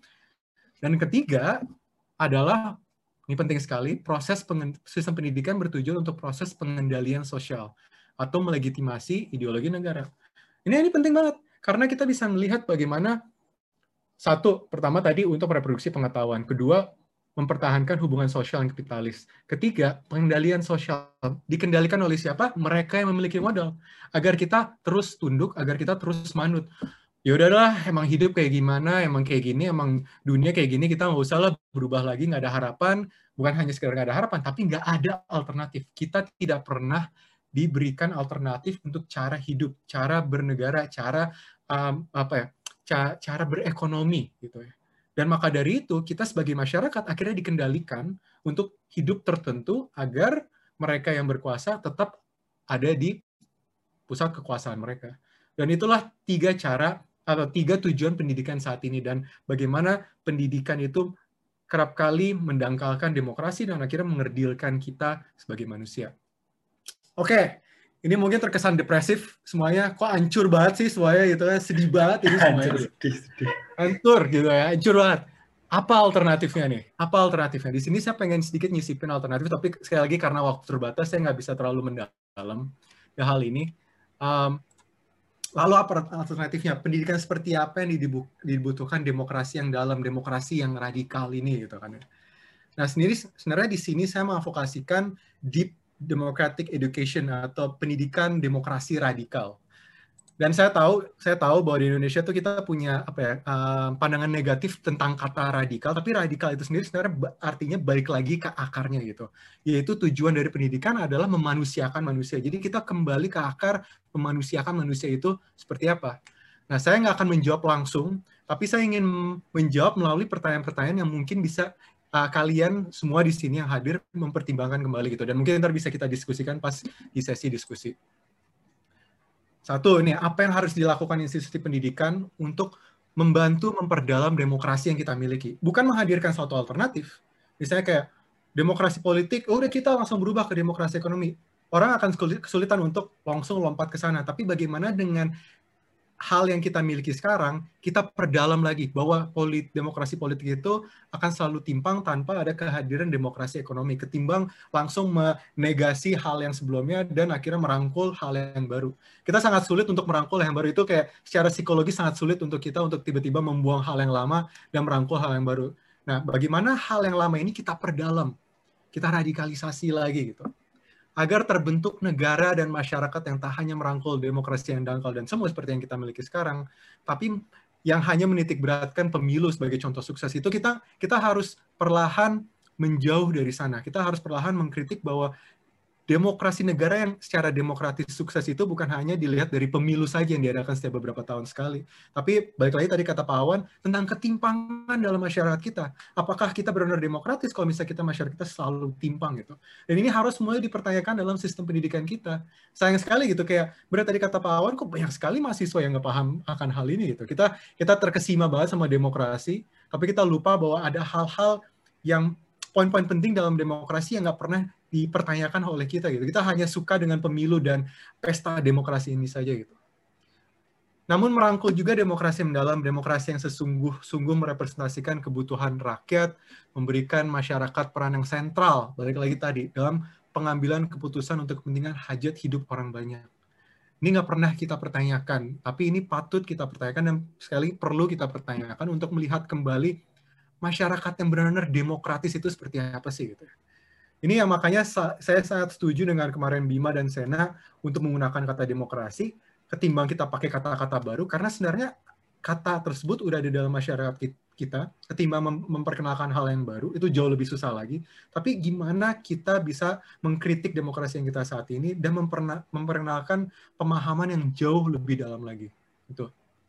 Dan ketiga adalah, ini penting sekali, proses sistem pendidikan bertujuan untuk proses pengendalian sosial atau melegitimasi ideologi negara. Ini ini penting banget, karena kita bisa melihat bagaimana satu, pertama tadi untuk reproduksi pengetahuan. Kedua, mempertahankan hubungan sosial yang kapitalis. Ketiga, pengendalian sosial. Dikendalikan oleh siapa? Mereka yang memiliki modal. Agar kita terus tunduk, agar kita terus manut. Ya udahlah, emang hidup kayak gimana, emang kayak gini, emang dunia kayak gini, kita nggak usah lah berubah lagi, nggak ada harapan. Bukan hanya sekedar nggak ada harapan, tapi nggak ada alternatif. Kita tidak pernah diberikan alternatif untuk cara hidup, cara bernegara, cara um, apa ya? cara berekonomi gitu ya. Dan maka dari itu kita sebagai masyarakat akhirnya dikendalikan untuk hidup tertentu agar mereka yang berkuasa tetap ada di pusat kekuasaan mereka. Dan itulah tiga cara atau tiga tujuan pendidikan saat ini, dan bagaimana pendidikan itu kerap kali mendangkalkan demokrasi dan akhirnya mengerdilkan kita sebagai manusia. Oke. Ini mungkin terkesan depresif semuanya, kok hancur banget sih semuanya gitu ya, sedih banget ini semuanya. Hancur, sedih, sedih. Hancur gitu ya, hancur banget. Apa alternatifnya nih? Apa alternatifnya? Di sini saya pengen sedikit nyisipin alternatif, tapi sekali lagi karena waktu terbatas saya nggak bisa terlalu mendalam ya hal ini. Um, lalu apa alternatifnya? Pendidikan seperti apa yang dibutuhkan demokrasi yang dalam, demokrasi yang radikal ini gitu kan? Nah sendiri sebenarnya di sini saya mengadvokasikan deep democratic education atau pendidikan demokrasi radikal. Dan saya tahu, saya tahu bahwa di Indonesia tuh kita punya apa ya, uh, pandangan negatif tentang kata radikal, tapi radikal itu sendiri sebenarnya artinya balik lagi ke akarnya gitu. Yaitu tujuan dari pendidikan adalah memanusiakan manusia. Jadi kita kembali ke akar memanusiakan manusia itu seperti apa. Nah, saya nggak akan menjawab langsung Tapi saya ingin menjawab melalui pertanyaan-pertanyaan yang mungkin bisa uh, kalian semua di sini yang hadir mempertimbangkan kembali gitu. Dan mungkin ntar bisa kita diskusikan pas di sesi diskusi. Satu, ini apa yang harus dilakukan institusi pendidikan untuk membantu memperdalam demokrasi yang kita miliki. Bukan menghadirkan suatu alternatif. Misalnya kayak demokrasi politik, oh udah kita langsung berubah ke demokrasi ekonomi. Orang akan kesulitan untuk langsung lompat ke sana. Tapi bagaimana dengan hal yang kita miliki sekarang, kita perdalam lagi bahwa polit, demokrasi politik itu akan selalu timpang tanpa ada kehadiran demokrasi ekonomi, ketimbang langsung menegasi hal yang sebelumnya dan akhirnya merangkul hal yang baru. Kita sangat sulit untuk merangkul yang baru, itu kayak secara psikologis sangat sulit untuk kita untuk tiba-tiba membuang hal yang lama dan merangkul hal yang baru. Nah, bagaimana hal yang lama ini kita perdalam, kita radikalisasi lagi gitu, agar terbentuk negara dan masyarakat yang tak hanya merangkul demokrasi yang dangkal dan semua seperti yang kita miliki sekarang, tapi yang hanya menitik beratkan pemilu sebagai contoh sukses. Itu kita kita harus perlahan menjauh dari sana. Kita harus perlahan mengkritik bahwa demokrasi negara yang secara demokratis sukses itu bukan hanya dilihat dari pemilu saja yang diadakan setiap beberapa tahun sekali. Tapi balik lagi tadi kata Pak Awan, tentang ketimpangan dalam masyarakat kita. Apakah kita benar-benar demokratis kalau misalnya kita masyarakat kita selalu timpang gitu. Dan ini harus mulai dipertanyakan dalam sistem pendidikan kita. Sayang sekali gitu, kayak benar tadi kata Pak Awan, kok banyak sekali mahasiswa yang nggak paham akan hal ini gitu. Kita kita terkesima banget sama demokrasi, tapi kita lupa bahwa ada hal-hal yang poin-poin penting dalam demokrasi yang nggak pernah dipertanyakan oleh kita gitu. Kita hanya suka dengan pemilu dan pesta demokrasi ini saja gitu. Namun merangkul juga demokrasi mendalam, demokrasi yang sesungguh-sungguh merepresentasikan kebutuhan rakyat, memberikan masyarakat peran yang sentral, balik lagi tadi, dalam pengambilan keputusan untuk kepentingan hajat hidup orang banyak. Ini nggak pernah kita pertanyakan, tapi ini patut kita pertanyakan dan sekali perlu kita pertanyakan untuk melihat kembali masyarakat yang benar-benar demokratis itu seperti apa sih gitu. Ini yang makanya saya sangat setuju dengan kemarin Bima dan Sena untuk menggunakan kata demokrasi ketimbang kita pakai kata-kata baru, karena sebenarnya kata tersebut udah ada dalam masyarakat kita, ketimbang memperkenalkan hal yang baru, itu jauh lebih susah lagi. Tapi gimana kita bisa mengkritik demokrasi yang kita saat ini dan memperkenalkan pemahaman yang jauh lebih dalam lagi. Itu.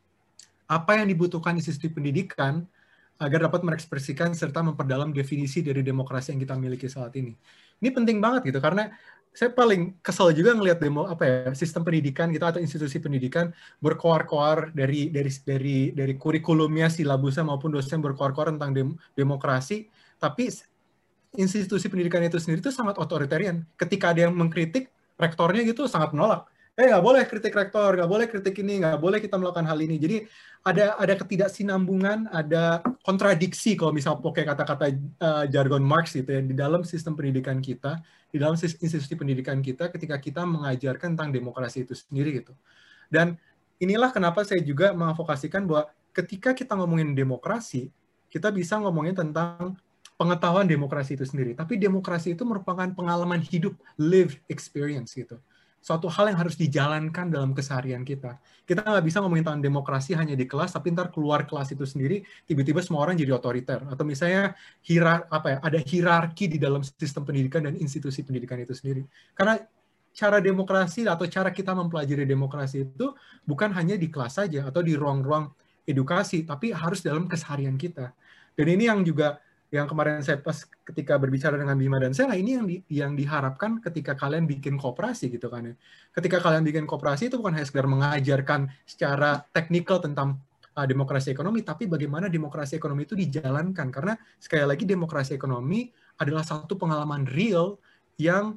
Apa yang dibutuhkan institusi pendidikan agar dapat mengekspresikan serta memperdalam definisi dari demokrasi yang kita miliki saat ini. Ini penting banget gitu, karena saya paling kesel juga ngelihat demo apa ya sistem pendidikan kita atau institusi pendidikan berkoar-koar dari dari dari dari kurikulumnya, silabusnya maupun dosen berkoar-koar tentang dem, demokrasi, tapi institusi pendidikan itu sendiri itu sangat otoritarian. Ketika ada yang mengkritik, rektornya gitu sangat menolak. Eh nggak boleh kritik rektor, nggak boleh kritik ini, nggak boleh kita melakukan hal ini. Jadi ada ada ketidaksinambungan, ada kontradiksi kalau misal pakai kata-kata uh, jargon Marx gitu ya di dalam sistem pendidikan kita, di dalam institusi pendidikan kita ketika kita mengajarkan tentang demokrasi itu sendiri gitu. Dan inilah kenapa saya juga mengadvokasikan bahwa ketika kita ngomongin demokrasi, kita bisa ngomongin tentang pengetahuan demokrasi itu sendiri. Tapi demokrasi itu merupakan pengalaman hidup, lived experience gitu. Suatu hal yang harus dijalankan dalam keseharian kita. Kita nggak bisa ngomongin tentang demokrasi hanya di kelas, tapi ntar keluar kelas itu sendiri, tiba-tiba semua orang jadi otoriter. Atau misalnya hierar, apa ya, ada hierarki di dalam sistem pendidikan dan institusi pendidikan itu sendiri. Karena cara demokrasi atau cara kita mempelajari demokrasi itu bukan hanya di kelas saja atau di ruang-ruang edukasi, tapi harus dalam keseharian kita. Dan ini yang juga yang kemarin saya pas ketika berbicara dengan Bima dan Sena, ini yang di, yang diharapkan ketika kalian bikin koperasi gitu kan ya. Ketika kalian bikin koperasi itu bukan hanya sekedar mengajarkan secara teknikal tentang uh, demokrasi ekonomi, tapi bagaimana demokrasi ekonomi itu dijalankan. Karena sekali lagi demokrasi ekonomi adalah satu pengalaman real yang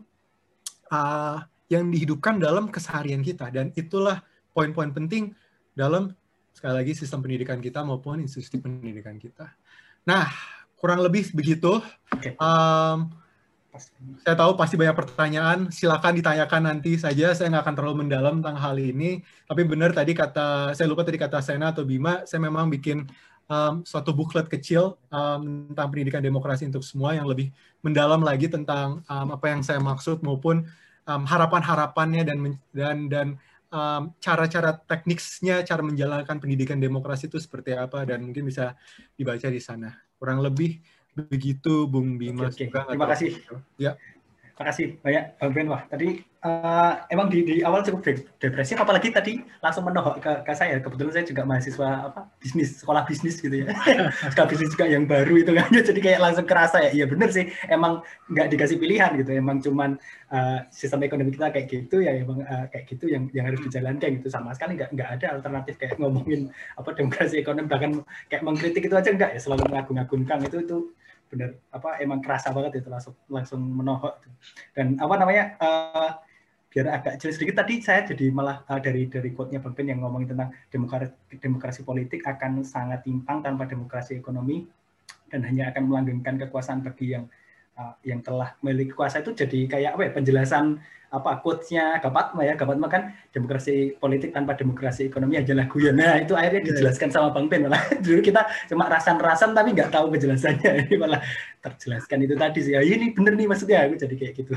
uh, yang dihidupkan dalam keseharian kita, dan itulah poin-poin penting dalam sekali lagi sistem pendidikan kita maupun institusi pendidikan kita. Nah, kurang lebih begitu. Okay. Um, saya tahu pasti banyak pertanyaan, silakan ditanyakan nanti saja. Saya nggak akan terlalu mendalam tentang hal ini. Tapi benar tadi kata, saya lupa tadi kata Sena atau Bima, saya memang bikin um, suatu booklet kecil um, tentang pendidikan demokrasi untuk semua yang lebih mendalam lagi tentang um, apa yang saya maksud maupun um, harapan-harapannya dan dan dan um, cara-cara teknisnya, cara menjalankan pendidikan demokrasi itu seperti apa, dan mungkin bisa dibaca di sana. Kurang lebih begitu, Bung Bima. Oke, oke. Terima kasih. Ya. Terima kasih banyak, Bang Ben. Wah, tadi uh, emang di, di awal cukup depresif, apalagi tadi langsung menohok ke, ke saya. Kebetulan saya juga mahasiswa apa bisnis, sekolah bisnis gitu ya. Sekolah bisnis juga yang baru itu kan. Jadi kayak langsung kerasa ya, iya bener sih, emang nggak dikasih pilihan gitu. Emang cuman uh, sistem ekonomi kita kayak gitu ya, emang uh, kayak gitu yang yang harus dijalankan gitu. Sama sekali nggak nggak ada alternatif kayak ngomongin apa demokrasi ekonomi, bahkan kayak mengkritik itu aja enggak ya, selalu mengagung-agungkan itu itu benar apa emang kerasa banget itu, langsung langsung menohok. Dan apa namanya uh, biar agak jelas sedikit, tadi saya jadi malah uh, dari dari quote-nya Bang Ben yang ngomongin tentang demokrasi, demokrasi politik akan sangat timpang tanpa demokrasi ekonomi dan hanya akan melanggengkan kekuasaan bagi yang uh, yang telah memiliki kuasa. Itu jadi kayak apa ya, penjelasan apa quote-nya Gapatma ya. Gapatma kan demokrasi politik tanpa demokrasi ekonomi adalah guyon. Nah, itu akhirnya dijelaskan sama Bang Ben malah. Dulu kita cuma rasan-rasan tapi nggak tahu penjelasannya. Ini malah terjelaskan itu tadi sih. Ya, ini bener nih maksudnya, aku jadi kayak gitu.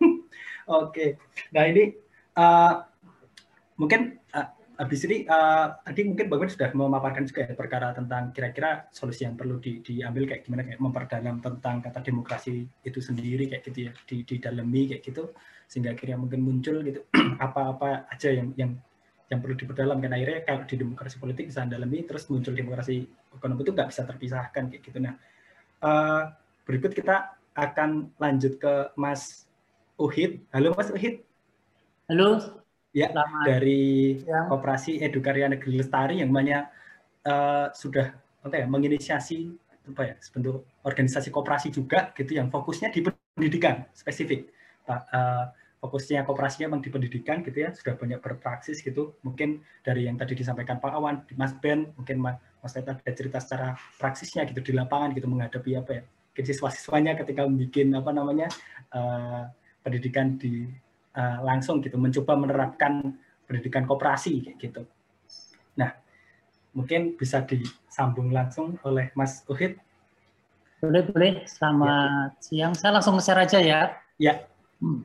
Oke, nah ini uh, mungkin uh, habis ini uh, tadi mungkin Bang Ben sudah memaparkan juga ya perkara tentang kira-kira solusi yang perlu di, diambil kayak gimana, kayak memperdalam tentang kata demokrasi itu sendiri kayak gitu ya, di, didalami kayak gitu sehingga akhirnya mungkin muncul gitu apa-apa aja yang yang yang perlu diperdalam, kan akhirnya kalau di demokrasi politik bisa dalami terus muncul demokrasi ekonomi itu nggak bisa terpisahkan kayak gitu. Nah uh, berikut kita akan lanjut ke Mas Uhid. Halo Mas Uhid. Halo. Ya, selamat dari siang. Koperasi Edukarya Negeri Lestari yang banyak uh, sudah apa ya, menginisiasi apa ya, sebentuk organisasi koperasi juga gitu yang fokusnya di pendidikan spesifik. Uh, fokusnya koperasinya memang di pendidikan gitu ya, sudah banyak berpraksis gitu. Mungkin dari yang tadi disampaikan Pak Awan, Mas Ben, mungkin Mas Teta ada cerita secara praksisnya gitu di lapangan gitu menghadapi apa ya, mungkin siswa-siswanya ketika membuat apa namanya uh, pendidikan di uh, langsung gitu, mencoba menerapkan pendidikan koperasi kayak gitu. Nah, mungkin bisa disambung langsung oleh Mas Uhid. Boleh, boleh. Selamat ya. Siang. Saya langsung nge-share aja ya. Ya. Hmm.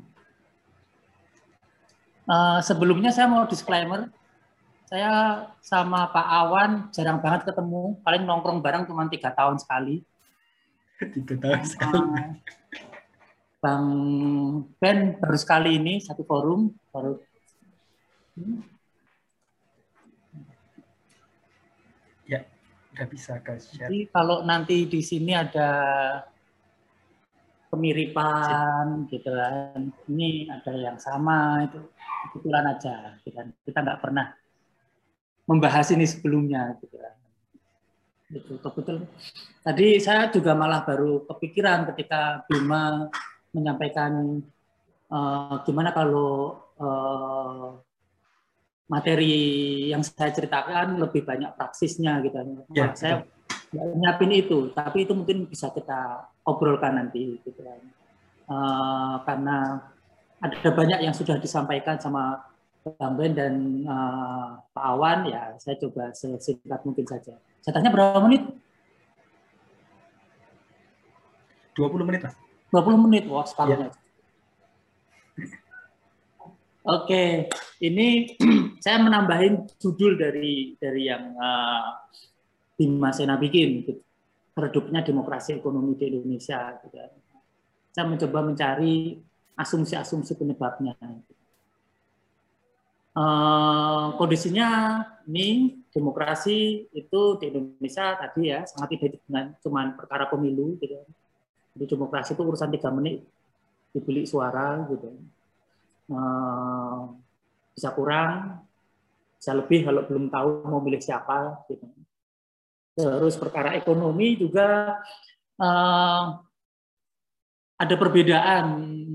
Uh, sebelumnya saya mau disclaimer, saya sama Pak Awan jarang banget ketemu, paling nongkrong bareng cuma tiga tahun sekali. Tiga tahun uh, sekali. Bang Ben baru sekali ini satu forum baru. Hmm. Ya, udah bisa guys. Jadi kalau nanti di sini ada kemiripan gitu kan, ini ada yang sama, itu kebetulan aja, kita nggak pernah membahas ini sebelumnya gitu kan. Itu kebetulan. Tadi saya juga malah baru kepikiran ketika Bima menyampaikan uh, gimana kalau uh, materi yang saya ceritakan lebih banyak praksisnya gitu. Ya, saya nggak nyiapin itu, tapi itu mungkin bisa kita obrolkan nanti gitu kan. Uh, karena ada banyak yang sudah disampaikan sama Bang Ben dan uh, Pak Awan, ya saya coba sesingkat mungkin saja. Jatahnya berapa menit? dua puluh menit, Mas. dua puluh menit, wah separuhnya. Ya. Oke, ini saya menambahin judul dari dari yang uh, Bima Sena bikin, gitu. Redupnya demokrasi ekonomi di Indonesia. Gitu. Saya mencoba mencari asumsi-asumsi penyebabnya. Uh, kondisinya ini demokrasi itu di Indonesia tadi ya sangat identik dengan cuman perkara pemilu. Gitu. Jadi demokrasi itu urusan tiga menit dibeli suara, gitu. Uh, bisa kurang, bisa lebih kalau belum tahu mau milih siapa. Gitu. Terus perkara ekonomi juga uh, ada perbedaan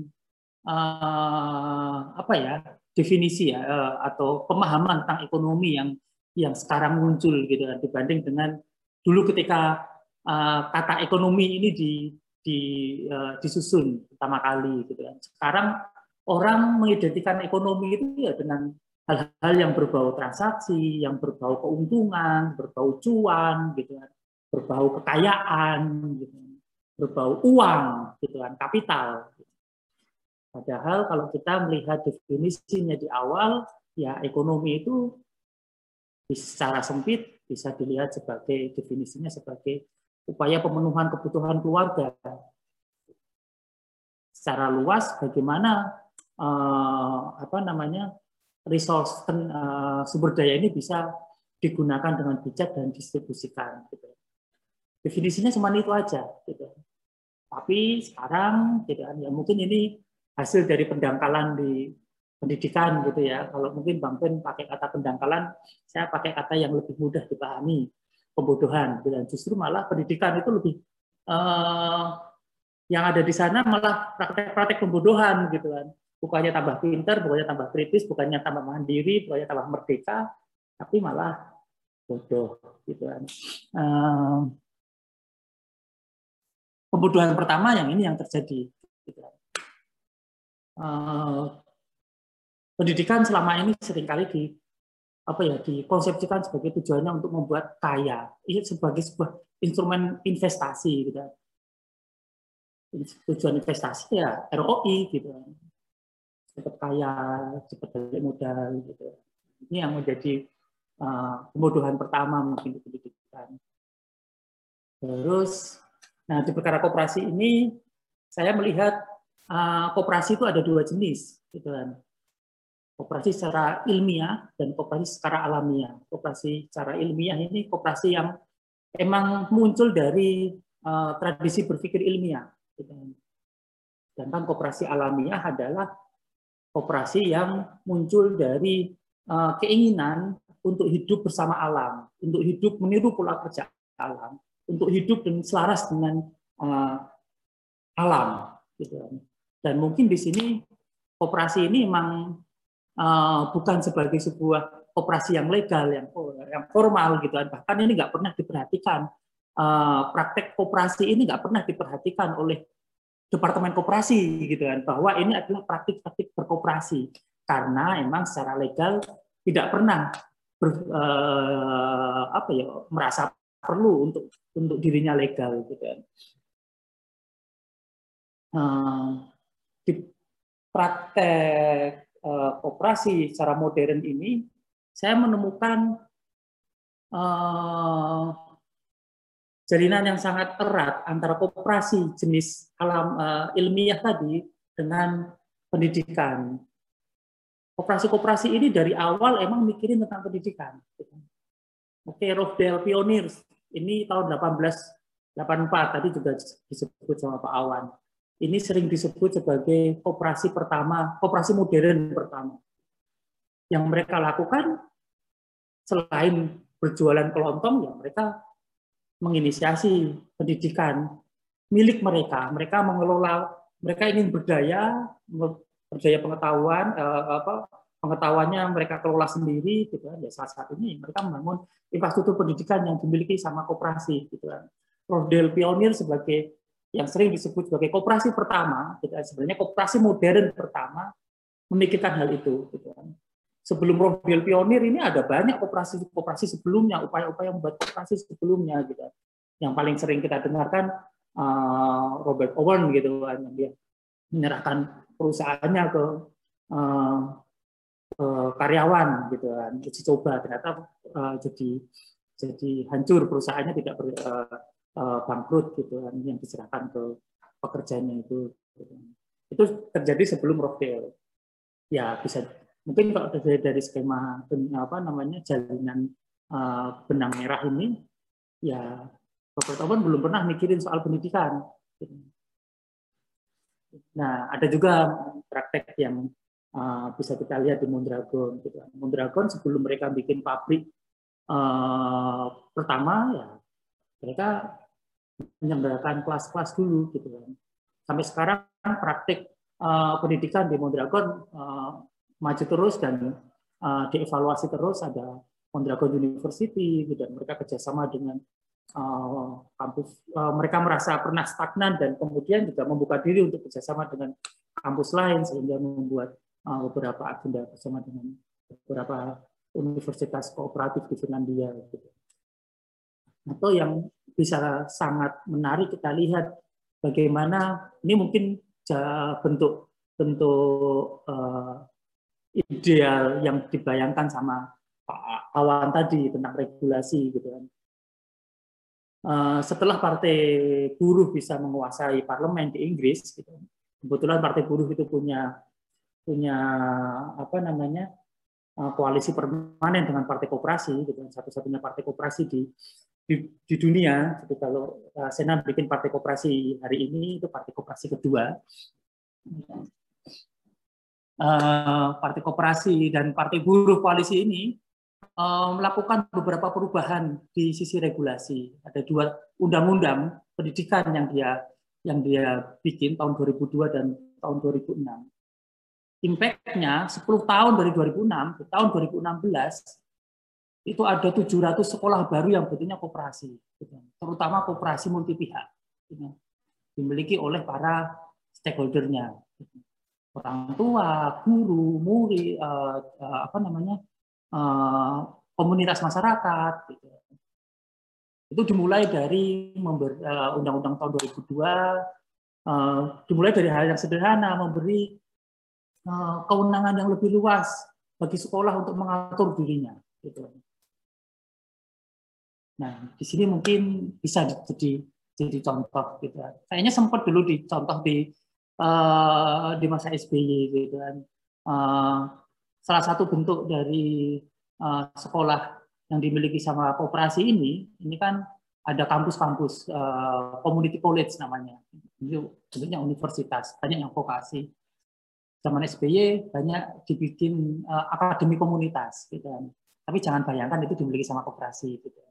uh, apa ya definisi ya uh, atau pemahaman tentang ekonomi yang yang sekarang muncul gitu dibanding dengan dulu ketika uh, kata ekonomi ini di, di uh, disusun pertama kali gitu kan. Sekarang orang mengidentikan ekonomi itu ya dengan hal-hal yang berbau transaksi, yang berbau keuntungan, berbau cuan, gitu kan, berbau kekayaan, gitu, berbau uang, gitu kan, kapital. Padahal kalau kita melihat definisinya di awal, ya ekonomi itu secara sempit bisa dilihat sebagai definisinya sebagai upaya pemenuhan kebutuhan keluarga. Secara luas, bagaimana uh, apa namanya resource uh, sumber daya ini bisa digunakan dengan bijak dan distribusikan. Gitu. Definisinya cuma itu aja. Gitu. Tapi sekarang, gitu kan, ya mungkin ini hasil dari pendangkalan di pendidikan gitu ya. Kalau mungkin Bang Ben pakai kata pendangkalan, saya pakai kata yang lebih mudah dipahami, pembodohan. Dan justru malah pendidikan itu lebih eh, yang ada di sana malah praktek-praktek pembodohan gitu kan. Bukannya tambah pinter, bukannya tambah kritis, bukannya tambah mandiri, bukannya tambah merdeka, tapi malah bodoh gitu kan. Eh, pembodohan pertama yang ini yang terjadi. Gitu kan. Eh, pendidikan selama ini seringkali di apa ya dikonsepsikan sebagai tujuannya untuk membuat kaya, ini sebagai sebuah instrumen investasi gitu. Tujuan investasi ya R O I gitu, cepat kaya, cepat balik modal gitu. Ini yang menjadi uh, pembodohan pertama mungkin di pendidikan. Terus, nah di perkara koperasi ini saya melihat uh, koperasi itu ada dua jenis, gitu kan. Koperasi secara ilmiah dan koperasi secara alamiah. Koperasi secara ilmiah ini koperasi yang emang muncul dari uh, tradisi berpikir ilmiah. Sedangkan koperasi alamiah adalah koperasi yang muncul dari uh, keinginan untuk hidup bersama alam, untuk hidup meniru pola kerja alam, untuk hidup dan selaras dengan uh, alam. Gitu. Dan mungkin di sini koperasi ini memang Uh, bukan sebagai sebuah koperasi yang legal, yang, yang formal gitu. Bahkan ini nggak pernah diperhatikan. Uh, praktek koperasi ini nggak pernah diperhatikan oleh Departemen Koperasi gitu kan, bahwa ini adalah praktik-praktik berkoperasi karena emang secara legal tidak pernah ber, uh, apa ya merasa perlu untuk untuk dirinya legal gitu kan. Uh, di praktek koperasi secara modern ini, saya menemukan uh, jalinan yang sangat erat antara koperasi jenis alam uh, ilmiah tadi dengan pendidikan. Koperasi-koperasi ini dari awal emang mikirin tentang pendidikan. Oke, Rochdale Pioneers ini tahun delapan belas delapan puluh empat tadi juga disebut sama Pak Awan. Ini sering disebut sebagai koperasi pertama, koperasi modern pertama. Yang mereka lakukan selain berjualan kelontong, ya mereka menginisiasi pendidikan milik mereka. Mereka mengelola, mereka ingin berdaya, berdaya pengetahuan, eh, apa, pengetahuannya mereka kelola sendiri, gitu kan. Ya salah satunya mereka membangun infrastruktur pendidikan yang dimiliki sama koperasi, gitu kan. Rochdale Pioneer sebagai yang sering disebut sebagai koperasi pertama, gitu, sebenarnya koperasi modern pertama memikirkan hal itu. Gitu. Sebelum Rochdale Pioneer ini ada banyak koperasi-koperasi sebelumnya, upaya-upaya membuat koperasi sebelumnya. Gitu. Yang paling sering kita dengarkan uh, Robert Owen, gitu, yang dia menyerahkan perusahaannya ke, uh, ke karyawan, gitu, uji coba ternyata uh, jadi jadi hancur perusahaannya, tidak ber, uh, bangkrut gitu kan, yang diserahkan ke pekerjanya itu gitu. Itu terjadi sebelum Rochdale. Ya bisa mungkin kalau dari, dari skema apa namanya jalinan uh, benang merah ini, ya Robert Owen belum pernah mikirin soal pendidikan. Gitu. Nah ada juga praktek yang uh, bisa kita lihat di Mondragon. Gitu. Mondragon sebelum mereka bikin pabrik uh, pertama, ya mereka menyelenggarakan kelas-kelas dulu gitu kan. Sampai sekarang praktik uh, pendidikan di Mondragon uh, maju terus dan uh, dievaluasi terus. Ada Mondragon University gitu, dan mereka kerjasama dengan uh, kampus. Uh, mereka merasa pernah stagnan dan kemudian juga membuka diri untuk kerjasama dengan kampus lain sehingga membuat uh, beberapa agenda bersama dengan beberapa universitas kooperatif di Finlandia. Gitu. Atau yang bisa sangat menarik kita lihat bagaimana ini mungkin bentuk bentuk uh, ideal yang dibayangkan sama Pak Awan tadi tentang regulasi gitu kan. Uh, setelah Partai Buruh bisa menguasai parlemen di Inggris, gitu, kebetulan Partai Buruh itu punya punya apa namanya koalisi permanen dengan partai koperasi, gitu. Satu-satunya partai koperasi di, di di dunia. Jadi kalau Sena bikin partai koperasi hari ini, itu partai koperasi kedua. Partai koperasi dan partai buruh koalisi ini melakukan beberapa perubahan di sisi regulasi. Ada dua undang-undang pendidikan yang dia yang dia bikin tahun dua ribu dua dan tahun dua ribu enam. Impact-nya sepuluh tahun dari dua ribu enam ke tahun dua ribu enam belas itu ada tujuh ratus sekolah baru yang bentuknya koperasi, terutama koperasi multi pihak, dimiliki oleh para stakeholder-nya, orang tua, guru, murid, apa namanya, komunitas masyarakat. Itu dimulai dari undang-undang tahun dua ribu dua, dimulai dari hal yang sederhana, memberi kewenangan yang lebih luas bagi sekolah untuk mengatur dirinya. Gitu. Nah, di sini mungkin bisa jadi jadi contoh. Gitu. Kayaknya sempat dulu dicontoh di uh, di masa S B Y. Gitu kan. Uh, salah satu bentuk dari uh, sekolah yang dimiliki sama koperasi ini, ini kan ada kampus-kampus uh, community college namanya. Itu bentuknya universitas, banyak yang vokasi. Zaman S B Y banyak dibikin uh, akademi komunitas, gitu kan. Tapi jangan bayangkan itu dimiliki sama koperasi. Gitu.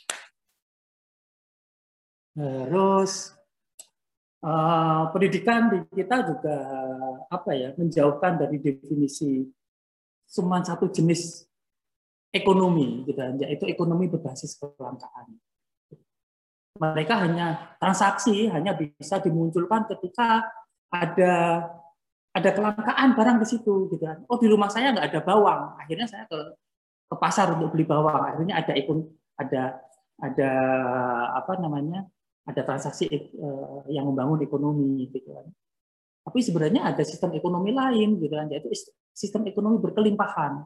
Terus uh, pendidikan di kita juga apa ya menjauhkan dari definisi cuma satu jenis ekonomi, gitu kan, yaitu ekonomi berbasis kelangkaan. Mereka hanya transaksi hanya bisa dimunculkan ketika ada ada kelangkaan barang di situ, gitu kan. Oh, di rumah saya nggak ada bawang, akhirnya saya ke ke pasar untuk beli bawang. Akhirnya ada ekon, ada ada apa namanya, ada transaksi uh, yang membangun ekonomi, gitu kan. Tapi sebenarnya ada sistem ekonomi lain, gitu kan, yaitu sistem ekonomi berkelimpahan.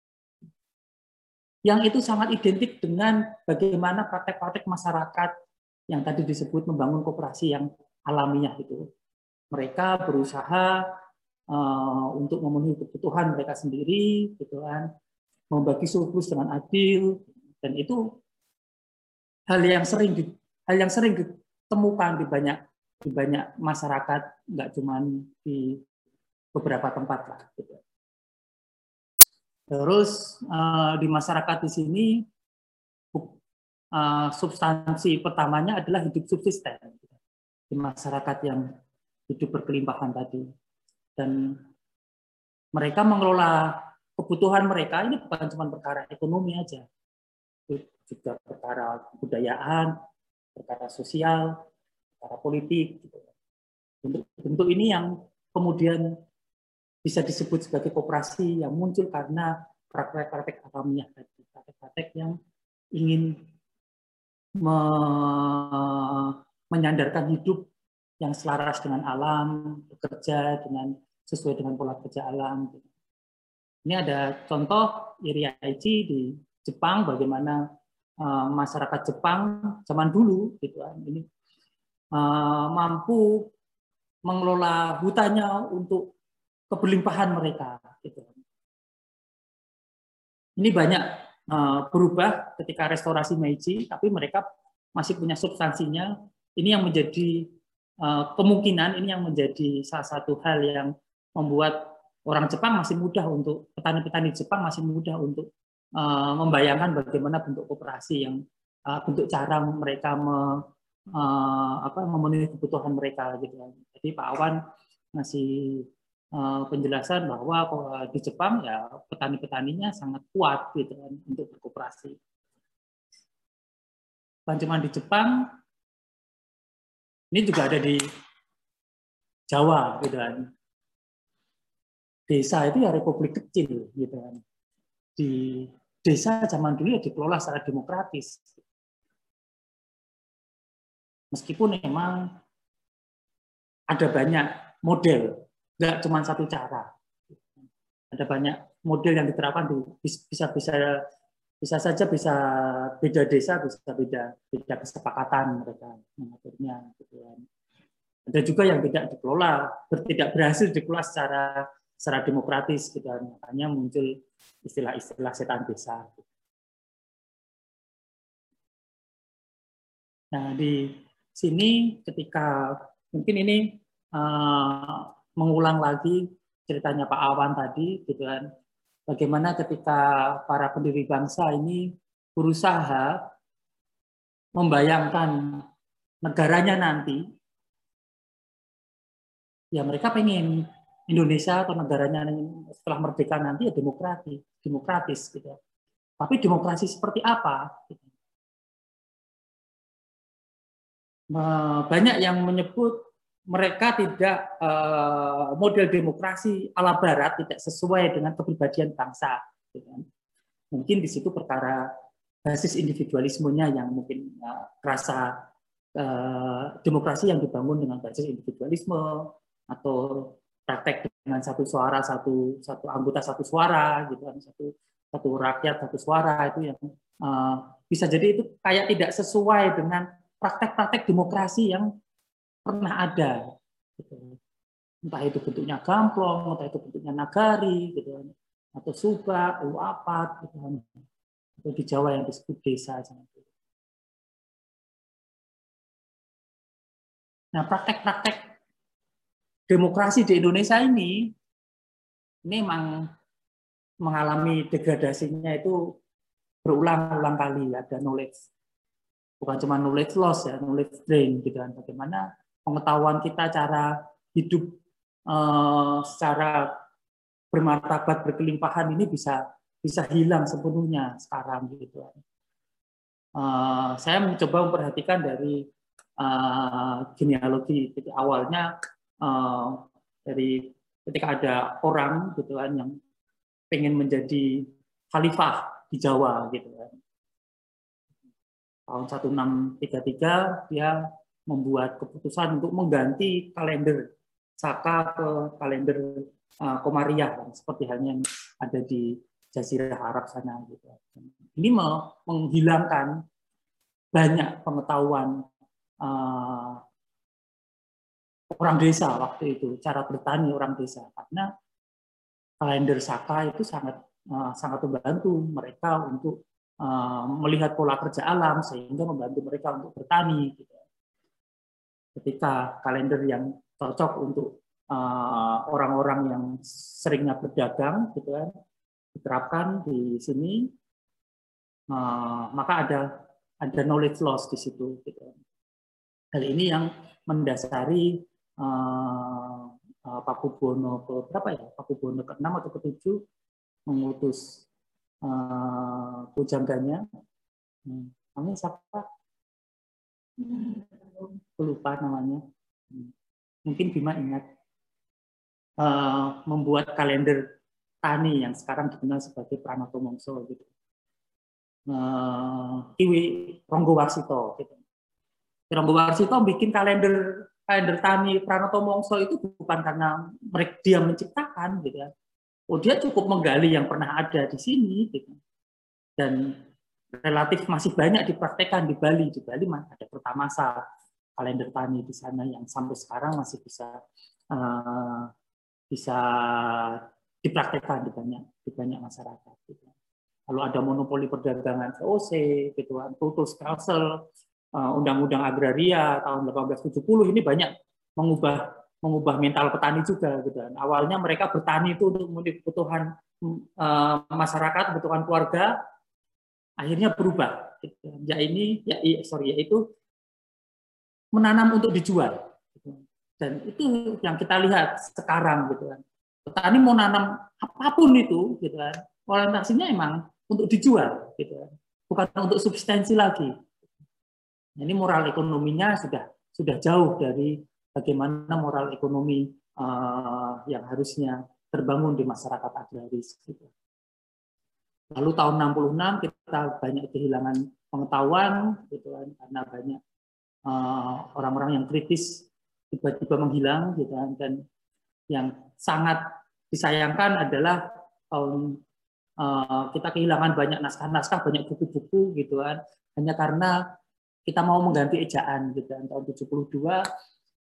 Yang itu sangat identik dengan bagaimana praktek-praktek masyarakat yang tadi disebut membangun koperasi yang alamiah itu. Mereka berusaha Uh, untuk memenuhi kebutuhan mereka sendiri, gitu kan, membagi surplus dengan adil, dan itu hal yang sering di, hal yang sering ditemukan di banyak di banyak masyarakat, nggak cuma di beberapa tempat lah. Gitu. Terus uh, di masyarakat di sini uh, substansi pertamanya adalah hidup subsisten, gitu. Di masyarakat yang hidup berkelimpahan tadi. Dan mereka mengelola kebutuhan mereka ini bukan cuma perkara ekonomi aja, itu juga perkara kebudayaan, perkara sosial, perkara politik. Bentuk-bentuk ini yang kemudian bisa disebut sebagai koperasi yang muncul karena praktek-praktek alamiah tadi, praktek-praktek yang ingin me menyandarkan hidup yang selaras dengan alam, bekerja dengan sesuai dengan pola kerja alam. Ini ada contoh Iriaichi di Jepang, bagaimana uh, masyarakat Jepang zaman dulu, gitu, ini uh, mampu mengelola hutannya untuk keberlimpahan mereka. Gitu. Ini banyak uh, berubah ketika restorasi Meiji, tapi mereka masih punya substansinya. Ini yang menjadi uh, kemungkinan, ini yang menjadi salah satu hal yang membuat orang Jepang masih mudah untuk, petani-petani Jepang masih mudah untuk uh, membayangkan bagaimana bentuk koperasi yang uh, bentuk cara mereka me, uh, apa, memenuhi kebutuhan mereka, gitu. Jadi Pak Awan ngasih uh, penjelasan bahwa uh, di Jepang ya petani-petaninya sangat kuat, gitu kan, untuk berkoperasi. Bukan cuma di Jepang, ini juga ada di Jawa, gitu kan. Desa itu ya republik kecil, gitu kan. Di desa zaman dulu ya dikelola secara demokratis. Meskipun memang ada banyak model, nggak cuma satu cara. Ada banyak model yang diterapkan, bisa bisa bisa saja bisa beda desa, bisa beda beda kesepakatan mereka mengaturnya, gitu kan. Ada juga yang tidak dikelola, tidak berhasil dikelola secara secara demokratis gitu kan. Makanya muncul istilah-istilah setan desa. Nah, di sini ketika mungkin ini uh, mengulang lagi ceritanya Pak Awan tadi gitu kan. Bagaimana ketika para pendiri bangsa ini berusaha membayangkan negaranya nanti, ya mereka pengen Indonesia atau negaranya setelah merdeka nanti ya demokratis, demokratis gitu. Tapi demokrasi seperti apa? Banyak yang menyebut mereka tidak model demokrasi ala Barat tidak sesuai dengan kepribadian bangsa. Mungkin di situ perkara basis individualismenya yang mungkin kerasa demokrasi yang dibangun dengan basis individualisme atau praktek dengan satu suara satu satu anggota satu suara gitu kan, satu satu rakyat satu suara itu yang uh, bisa jadi itu kayak tidak sesuai dengan praktek-praktek demokrasi yang pernah ada gitu. Entah itu bentuknya gamplong, entah itu bentuknya nagari gitu kan, atau subak, uapat gitu kan. Atau di Jawa yang disebut desa. Nah, praktek-praktek demokrasi di Indonesia ini ini memang mengalami degradasinya itu berulang-ulang kali. Ada knowledge, bukan cuma knowledge loss ya, knowledge drain gitu kan. Bagaimana pengetahuan kita cara hidup eh, secara bermartabat berkelimpahan ini bisa bisa hilang sepenuhnya sekarang gitu kan. Uh, saya mencoba memperhatikan dari uh, genealogi. Jadi awalnya uh, dari ketika ada orang gitu kan yang pengen menjadi khalifah di Jawa gitu kan. Tahun seribu enam ratus tiga puluh tiga dia membuat keputusan untuk mengganti kalender Saka ke kalender uh, Komariah kan, seperti halnya yang ada di Jazirah Arab sana gitu. Ini menghilangkan banyak pengetahuan uh, orang desa waktu itu, cara bertani orang desa, karena kalender Saka itu sangat uh, sangat membantu mereka untuk uh, melihat pola kerja alam sehingga membantu mereka untuk bertani. Gitu. Ketika kalender yang cocok untuk orang-orang uh, yang seringnya berdagang, gitu kan, diterapkan di sini, uh, maka ada ada knowledge loss di situ. Gitu. Hal ini yang mendasari uh, uh, Pakubuwono ke berapa ya? Pakubuwono ke enam atau ke tujuh mengutus uh, pujangganya. Hmm. Namanya siapa? Lupa namanya. Hmm. Mungkin Bima ingat. Uh, membuat kalender tani yang sekarang dikenal sebagai Pranoto Mongso gitu. Uh, Kiwi Ronggo Warsito gitu. Ronggo Warsito bikin kalender kalender tani Pranoto Mongso itu bukan karena mereka dia menciptakan gitu ya. Oh, dia cukup menggali yang pernah ada di sini gitu. Dan relatif masih banyak dipraktekkan di Bali. Di Bali ada Pertamasa kalender tani di sana yang sampai sekarang masih bisa uh, bisa dipraktekkan di banyak di banyak masyarakat. Gitu. Lalu ada monopoli perdagangan V O C, gitu, Tutus Kalsel, Undang-Undang Agraria tahun seribu delapan ratus tujuh puluh ini banyak mengubah mengubah mental petani juga. Gitu. Awalnya mereka bertani itu untuk memenuhi kebutuhan uh, masyarakat, kebutuhan keluarga, akhirnya berubah. Gitu. Ya ini, ya sorry, yaitu menanam untuk dijual. Gitu. Dan itu yang kita lihat sekarang gitu kan. Petani mau nanam apapun itu gitu kan. Orientasinya emang untuk dijual gitu kan. Bukan untuk substansi lagi. Ini moral ekonominya sudah sudah jauh dari bagaimana moral ekonomi uh, yang harusnya terbangun di masyarakat agraris gitu. Lalu tahun enam puluh enam kita banyak kehilangan pengetahuan gitu kan, karena banyak uh, orang-orang yang kritis tiba-tiba menghilang gitu kan. Dan yang sangat disayangkan adalah tahun uh, kita kehilangan banyak naskah-naskah, banyak buku-buku gitu kan, hanya karena kita mau mengganti ejaan gitu kan. Tahun tujuh puluh dua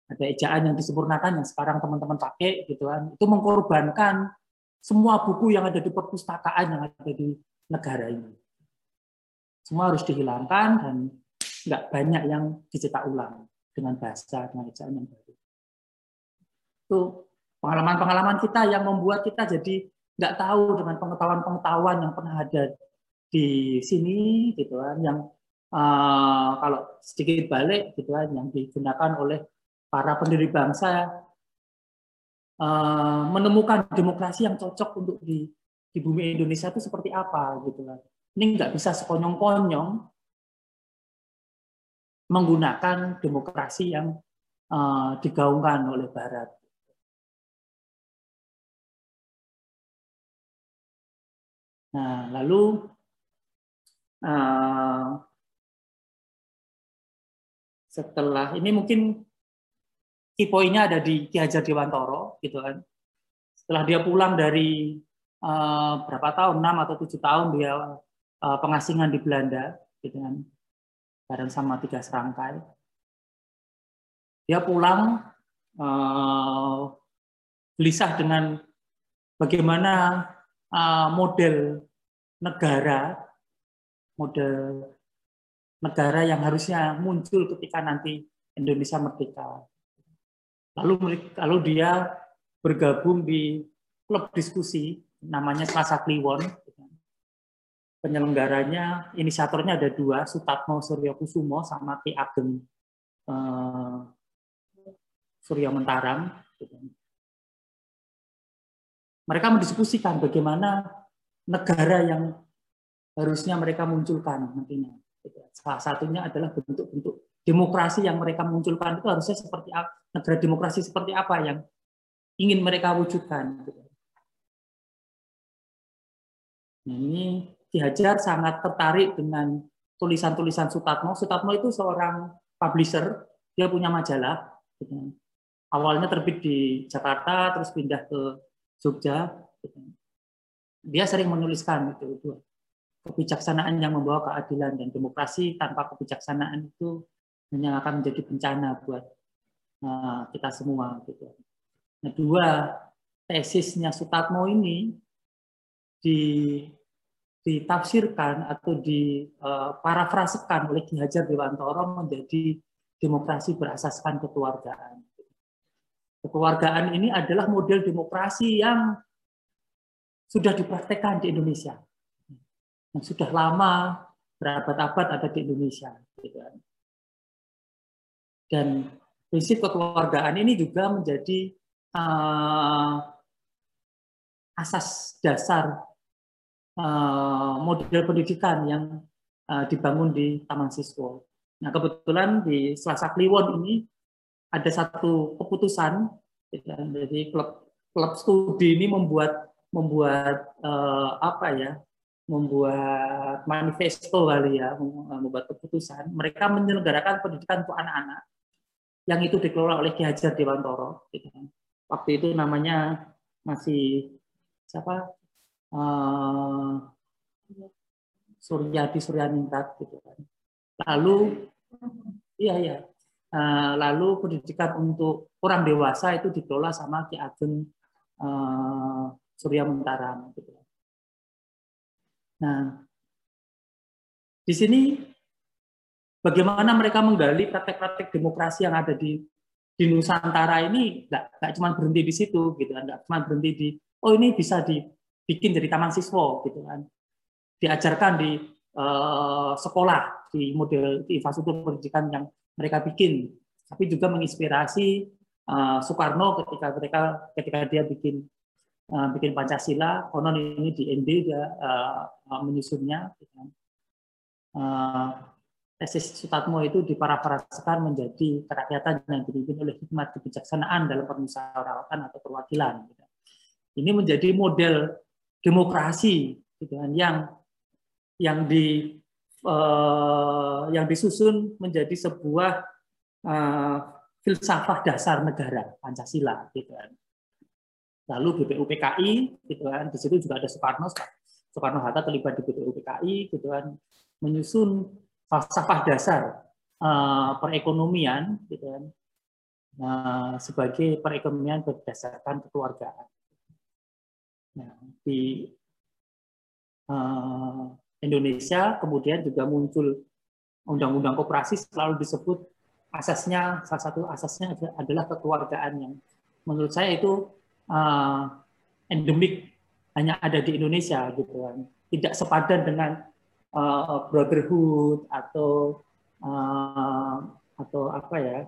ada ejaan yang disempurnakan yang sekarang teman-teman pakai gitu kan, itu mengorbankan semua buku yang ada di perpustakaan yang ada di negara ini. Semua harus dihilangkan dan nggak banyak yang dicetak ulang dengan bahasa, dengan ejaan yang baru. Itu pengalaman-pengalaman kita yang membuat kita jadi nggak tahu dengan pengetahuan-pengetahuan yang pernah ada di sini, gitu kan, yang uh, kalau sedikit balik, gitu kan, yang digunakan oleh para pendiri bangsa uh, menemukan demokrasi yang cocok untuk di, di bumi Indonesia itu seperti apa, gitu kan. Ini nggak bisa sekonyong-konyong menggunakan demokrasi yang uh, digaungkan oleh Barat. Nah, lalu uh, setelah ini mungkin key point-nya ada di Ki Hajar Dewantoro, gitu kan. Setelah dia pulang dari uh, berapa tahun, enam atau tujuh tahun dia uh, pengasingan di Belanda, gitu kan, bareng sama tiga serangkai. Dia pulang uh, gelisah dengan bagaimana uh, model negara, model negara yang harusnya muncul ketika nanti Indonesia merdeka. Lalu, lalu dia bergabung di klub diskusi namanya Selasa Kliwon. Penyelenggaranya, inisiatornya ada dua, Sutatmo Suryokusumo sama Ki Ageng eh, Surya Mentaram. Mereka mendiskusikan bagaimana negara yang harusnya mereka munculkan nantinya. Salah satunya adalah bentuk-bentuk demokrasi yang mereka munculkan itu harusnya seperti apa, negara demokrasi seperti apa yang ingin mereka wujudkan. Nah, ini Ki Hajar sangat tertarik dengan tulisan-tulisan Sutatmo. Sutatmo itu seorang publisher, dia punya majalah. Awalnya terbit di Jakarta, terus pindah ke Jogja. Dia sering menuliskan itu, kebijaksanaan yang membawa keadilan dan demokrasi tanpa kebijaksanaan itu hanya akan menjadi bencana buat uh, kita semua. Gitu. Nah, dua tesisnya Sutatmo ini di, ditafsirkan atau diparafrasekan uh, oleh Ki Hajar Dewantoro menjadi demokrasi berasaskan kekeluargaan. Kekeluargaan ini adalah model demokrasi yang sudah dipraktekkan di Indonesia, yang sudah lama berabad-abad ada di Indonesia. Dan prinsip kekeluargaan ini juga menjadi uh, asas dasar uh, model pendidikan yang uh, dibangun di Taman Siswa. Nah, kebetulan di Selasa Kliwon ini ada satu keputusan, jadi klub klub studi ini membuat membuat uh, apa ya, membuat manifesto kali ya, membuat keputusan. Mereka menyelenggarakan pendidikan untuk anak-anak yang itu dikelola oleh Ki Hajar Dewantoro. Gitu. Waktu itu namanya masih siapa? Uh, Suryadi Suryaningrat gitu kan. Lalu, iya ya, uh, lalu pendidikan untuk orang dewasa itu dikelola sama Ki Ageng uh, Surya Mentaram. Gitu. Nah, di sini bagaimana mereka menggali praktek-praktek demokrasi yang ada di, di Nusantara ini nggak nggak cuma berhenti di situ, gitu kan? Nggak cuma berhenti di oh ini bisa dibikin jadi taman siswa, gitu kan? Diajarkan di uh, sekolah di model di infrastruktur pendidikan yang mereka bikin, tapi juga menginspirasi uh, Soekarno ketika mereka ketika dia bikin Uh, bikin Pancasila, konon ini di N D dia uh, uh, menyusunnya. Uh, tesis Sutatmo itu diparafrasekan menjadi kerakyatan yang dipimpin oleh hikmat kebijaksanaan dalam permusyawaratan atau perwakilan. Ini menjadi model demokrasi, gitu kan, yang yang di uh, yang disusun menjadi sebuah uh, filsafah dasar negara Pancasila, gitu kan. Lalu B P U P K I, gitu kan, di situ juga ada Soekarno, Soekarno Hatta terlibat di B P U P K I, gitu kan, menyusun falsafah dasar uh, perekonomian, gitu kan, uh, sebagai perekonomian berdasarkan kekeluargaan. Nah, di uh, Indonesia kemudian juga muncul undang-undang koperasi, selalu disebut asasnya, salah satu asasnya adalah kekeluargaan, yang menurut saya itu uh, endemik, hanya ada di Indonesia gitu kan. Tidak sepadan dengan uh, brotherhood atau uh, atau apa ya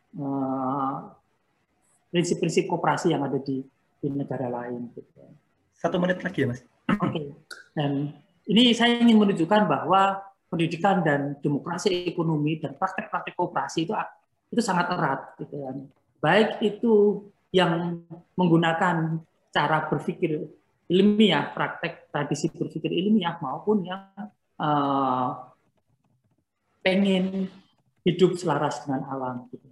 prinsip-prinsip uh, koperasi yang ada di, di negara lain gitu. Satu menit lagi ya, Mas. Oke. Okay. Dan ini saya ingin menunjukkan bahwa pendidikan dan demokrasi ekonomi dan praktek-praktek koperasi itu itu sangat erat gitu kan. Baik itu yang menggunakan cara berpikir ilmiah, praktek tradisi berpikir ilmiah, maupun yang uh, pengen hidup selaras dengan alam. Gitu.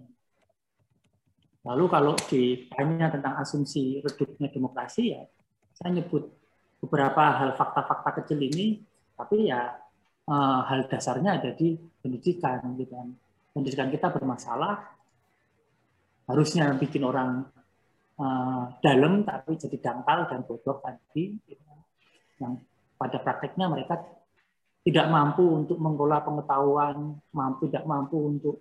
Lalu kalau ditanya tentang asumsi redupnya demokrasi, ya saya nyebut beberapa hal fakta-fakta kecil ini, tapi ya uh, hal dasarnya ada di pendidikan. Gitu kan. Pendidikan kita bermasalah, harusnya bikin orang Uh, dalam tapi jadi dangkal dan bodoh tadi, yang pada prakteknya mereka tidak mampu untuk mengelola pengetahuan, mampu tidak mampu untuk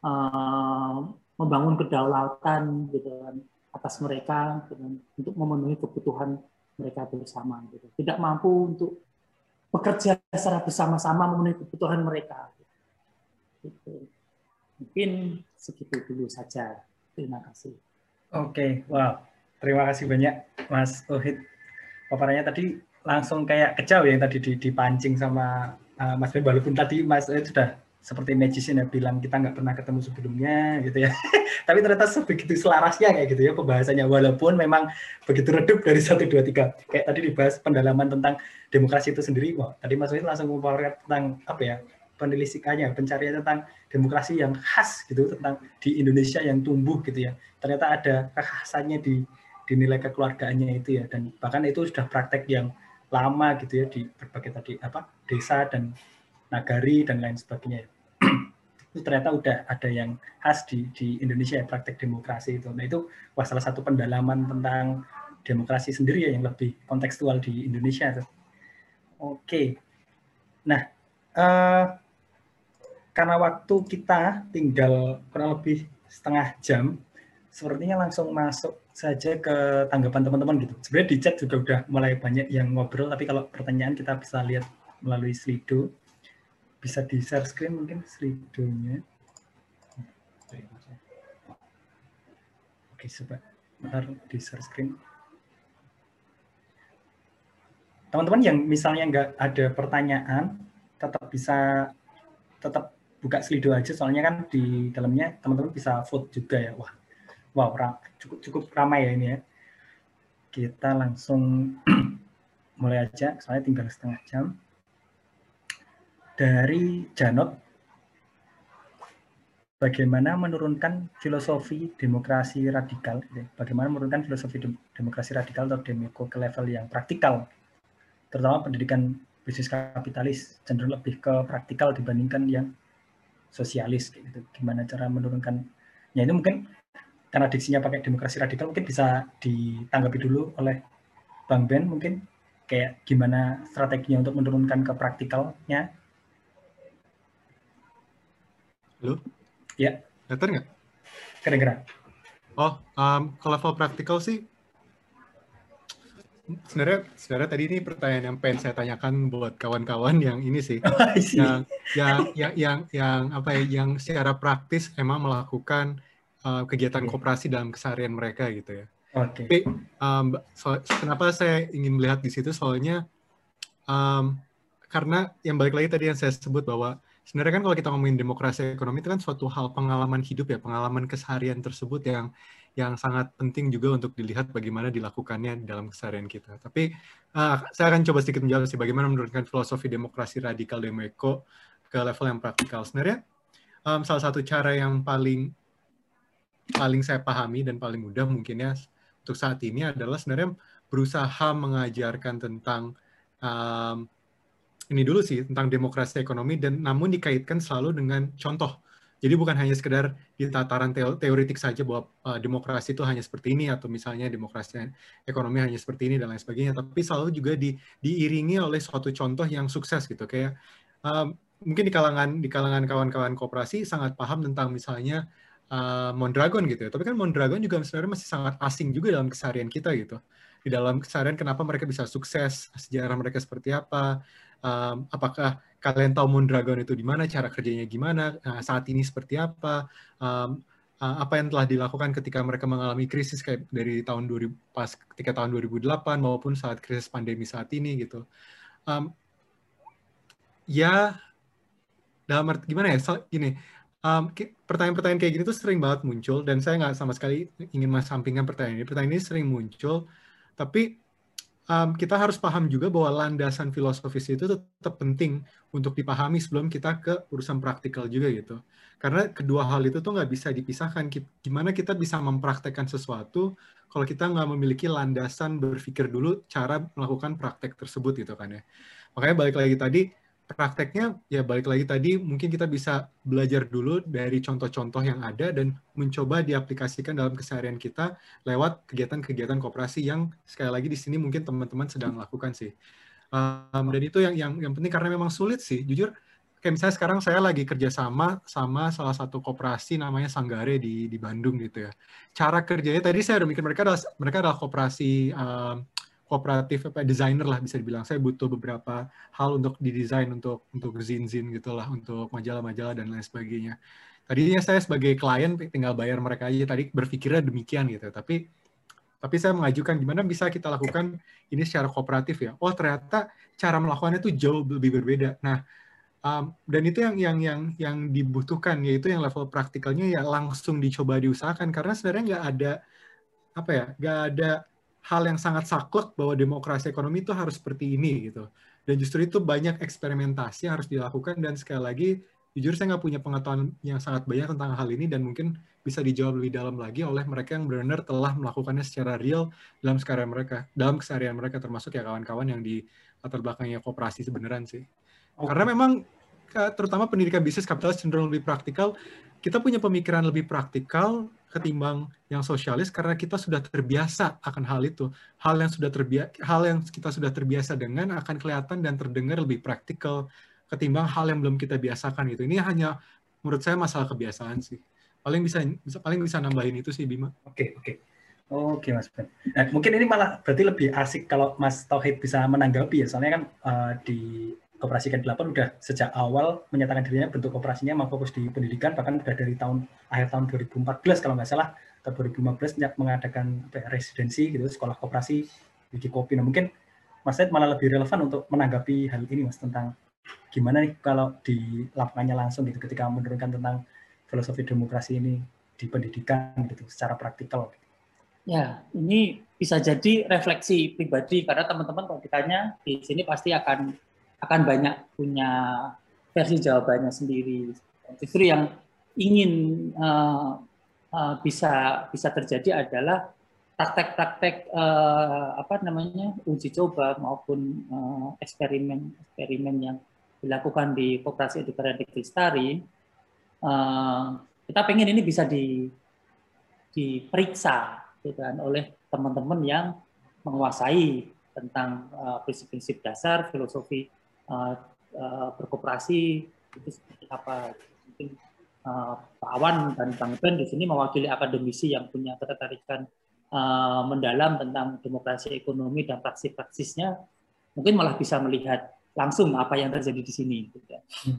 uh, membangun kedaulatan gitu kan, atas mereka gitu, untuk memenuhi kebutuhan mereka bersama, gitu. Tidak mampu untuk bekerja secara bersama-sama memenuhi kebutuhan mereka. Gitu. Mungkin segitu dulu saja. Terima kasih. Oke, okay. Wow. Terima kasih banyak Mas Ohid. Paparannya tadi langsung kayak kejauh ya, yang tadi dipancing sama uh, Mas Ben, walaupun tadi Mas Ohid sudah seperti magician ya, bilang kita nggak pernah ketemu sebelumnya gitu ya. Tapi ternyata sebegitu selarasnya kayak gitu ya pembahasannya, walaupun memang begitu redup dari satu, dua, tiga. Kayak tadi dibahas pendalaman tentang demokrasi itu sendiri. Wah, tadi Mas Ohid langsung memaparkan tentang apa ya, penelitikannya, pencarian tentang demokrasi yang khas gitu, tentang di Indonesia yang tumbuh gitu ya. Ternyata ada kekhasannya di, di nilai kekeluargaannya itu ya, dan bahkan itu sudah praktek yang lama gitu ya di berbagai tadi apa desa dan nagari dan lain sebagainya. Itu ternyata udah ada yang khas di, di Indonesia ya, praktek demokrasi itu. Nah itu wah, salah satu pendalaman tentang demokrasi sendiri ya yang lebih kontekstual di Indonesia. Oke, nah uh, karena waktu kita tinggal kurang lebih setengah jam, sepertinya langsung masuk saja ke tanggapan teman-teman gitu. Sebenarnya di chat juga udah mulai banyak yang ngobrol, tapi kalau pertanyaan kita bisa lihat melalui Slido. Bisa di share screen mungkin Slido-nya. Oke, coba bentar di share screen. Teman-teman yang misalnya nggak ada pertanyaan, tetap bisa tetap buka Slido aja, soalnya kan di dalamnya teman-teman bisa vote juga ya. Wah, wow, cukup cukup ramai ya ini ya. Kita langsung mulai aja, soalnya tinggal setengah jam. Dari Janot, bagaimana menurunkan filosofi demokrasi radikal, bagaimana menurunkan filosofi demokrasi radikal atau demiko ke level yang praktikal, terutama pendidikan bisnis kapitalis, cenderung lebih ke praktikal dibandingkan yang sosialis, gitu. Gimana cara menurunkan? Ya ini mungkin karena diksinya pakai demokrasi radikal, mungkin bisa ditanggapi dulu oleh Bang Ben, mungkin kayak gimana strateginya untuk menurunkan ke praktikalnya. Halo? Ya. Kelihatan nggak? Kedengeran. Oh, um, ke level praktikal sih, sebenarnya sebenarnya tadi ini pertanyaan yang pengen saya tanyakan buat kawan-kawan yang ini sih, yang, yang yang yang yang apa ya, yang secara praktis emang melakukan uh, kegiatan okay. koperasi dalam keseharian mereka gitu ya. Oke. Okay. Tapi um, so, kenapa saya ingin melihat di situ, soalnya um, karena yang balik lagi tadi yang saya sebut bahwa sebenarnya kan kalau kita ngomongin demokrasi ekonomi itu kan suatu hal pengalaman hidup ya, pengalaman keseharian tersebut yang yang sangat penting juga untuk dilihat bagaimana dilakukannya dalam keseharian kita. Tapi uh, saya akan coba sedikit menjawab sih bagaimana menurunkan filosofi demokrasi radikal demeko ke level yang praktikal. Sebenarnya um, salah satu cara yang paling paling saya pahami dan paling mudah mungkin ya untuk saat ini adalah sebenarnya berusaha mengajarkan tentang um, ini dulu sih, tentang demokrasi ekonomi, dan namun dikaitkan selalu dengan contoh. Jadi bukan hanya sekedar di tataran teoritik saja bahwa uh, demokrasi itu hanya seperti ini, atau misalnya demokrasi ekonomi hanya seperti ini dan lain sebagainya, tapi selalu juga di, diiringi oleh suatu contoh yang sukses gitu. Kayak um, mungkin di kalangan di kalangan kawan-kawan koperasi sangat paham tentang misalnya uh, Mondragon gitu ya. Tapi kan Mondragon juga sebenarnya masih sangat asing juga dalam keseharian kita gitu. Di dalam keseharian kenapa mereka bisa sukses, sejarah mereka seperti apa, um, apakah kalian tahu Mondragon itu di mana, cara kerjanya gimana, uh, saat ini seperti apa, um, uh, apa yang telah dilakukan ketika mereka mengalami krisis kayak dari tahun dua ribu pas ketika tahun dua ribu delapan maupun saat krisis pandemi saat ini gitu. Um, ya dalam arti gimana ya? So, gini, um, pertanyaan-pertanyaan kayak gini tuh sering banget muncul dan saya nggak sama sekali ingin mensampingkan pertanyaan ini. Pertanyaan ini sering muncul, tapi Um, kita harus paham juga bahwa landasan filosofis itu tetap penting untuk dipahami sebelum kita ke urusan praktikal juga gitu. Karena kedua hal itu tuh nggak bisa dipisahkan. Gimana kita bisa mempraktekkan sesuatu kalau kita nggak memiliki landasan berpikir dulu cara melakukan praktek tersebut gitu kan ya. Makanya balik lagi tadi, prakteknya ya balik lagi tadi mungkin kita bisa belajar dulu dari contoh-contoh yang ada dan mencoba diaplikasikan dalam keseharian kita lewat kegiatan-kegiatan koperasi yang sekali lagi di sini mungkin teman-teman sedang lakukan sih. Um, dan itu yang yang yang penting karena memang sulit sih. Jujur kayak misalnya sekarang saya lagi kerjasama sama salah satu koperasi namanya Sanggare di di Bandung gitu ya. Cara kerjanya tadi saya udah mikir mereka adalah mereka adalah koperasi um, kooperatif apa desainer lah bisa dibilang. Saya butuh beberapa hal untuk didesain untuk untuk zin-zin gitulah, untuk majalah-majalah dan lain sebagainya. Tadinya saya sebagai klien tinggal bayar mereka aja, tadi berpikirnya demikian gitu. Tapi tapi saya mengajukan gimana bisa kita lakukan ini secara kooperatif ya. Oh, ternyata cara melakukannya itu jauh lebih berbeda. Nah, um, dan itu yang yang yang yang dibutuhkan, yaitu yang level praktikalnya ya langsung dicoba diusahakan karena sebenarnya nggak ada apa ya, nggak ada hal yang sangat saklek bahwa demokrasi ekonomi itu harus seperti ini gitu. Dan justru itu banyak eksperimentasi yang harus dilakukan dan sekali lagi jujur saya nggak punya pengetahuan yang sangat banyak tentang hal ini dan mungkin bisa dijawab lebih dalam lagi oleh mereka yang benar-benar telah melakukannya secara real dalam keseharian mereka, dalam keseharian mereka termasuk ya kawan-kawan yang di latar belakangnya koperasi sebenarnya sih. Okay. Karena memang terutama pendidikan bisnis kapitalis cenderung lebih praktikal, kita punya pemikiran lebih praktikal ketimbang yang sosialis karena kita sudah terbiasa akan hal itu. Hal yang sudah terbiasa, hal yang kita sudah terbiasa dengan akan kelihatan dan terdengar lebih praktikal ketimbang hal yang belum kita biasakan itu. Ini hanya menurut saya masalah kebiasaan sih. Paling bisa, bisa paling bisa nambahin itu sih Bima. Oke, oke. Oke Mas Ben. Nah, mungkin ini malah berarti lebih asik kalau Mas Tauhid bisa menanggapi ya. Soalnya kan uh, di Koperasi K delapan udah sejak awal menyatakan dirinya bentuk koperasinya mau fokus di pendidikan, bahkan udah dari tahun akhir tahun dua ribu empat belas kalau nggak salah atau dua ribu lima belas mengadakan residensi gitu sekolah koperasi di Kopi. Nah mungkin Mas Said malah lebih relevan untuk menanggapi hal ini Mas tentang gimana nih kalau di lapangannya langsung gitu ketika menurunkan tentang filosofi demokrasi ini di pendidikan gitu secara praktikal. Ya, ini bisa jadi refleksi pribadi karena teman-teman kalau ditanya di sini pasti akan akan banyak punya versi jawabannya sendiri. Justru yang ingin uh, uh, bisa bisa terjadi adalah praktek-praktek uh, apa namanya uji coba maupun uh, eksperimen-eksperimen yang dilakukan di Koperasi Educator Lestari. Uh, kita pengen ini bisa di, diperiksa gitu kan, oleh teman-teman yang menguasai tentang uh, prinsip-prinsip dasar filosofi Uh, uh, berkoperasi itu seperti apa. Mungkin uh, Pak Awan dan Bang Ben di sini mewakili akademisi yang punya ketertarikan uh, mendalam tentang demokrasi ekonomi dan praksi-praksisnya, mungkin malah bisa melihat langsung apa yang terjadi di sini gitu.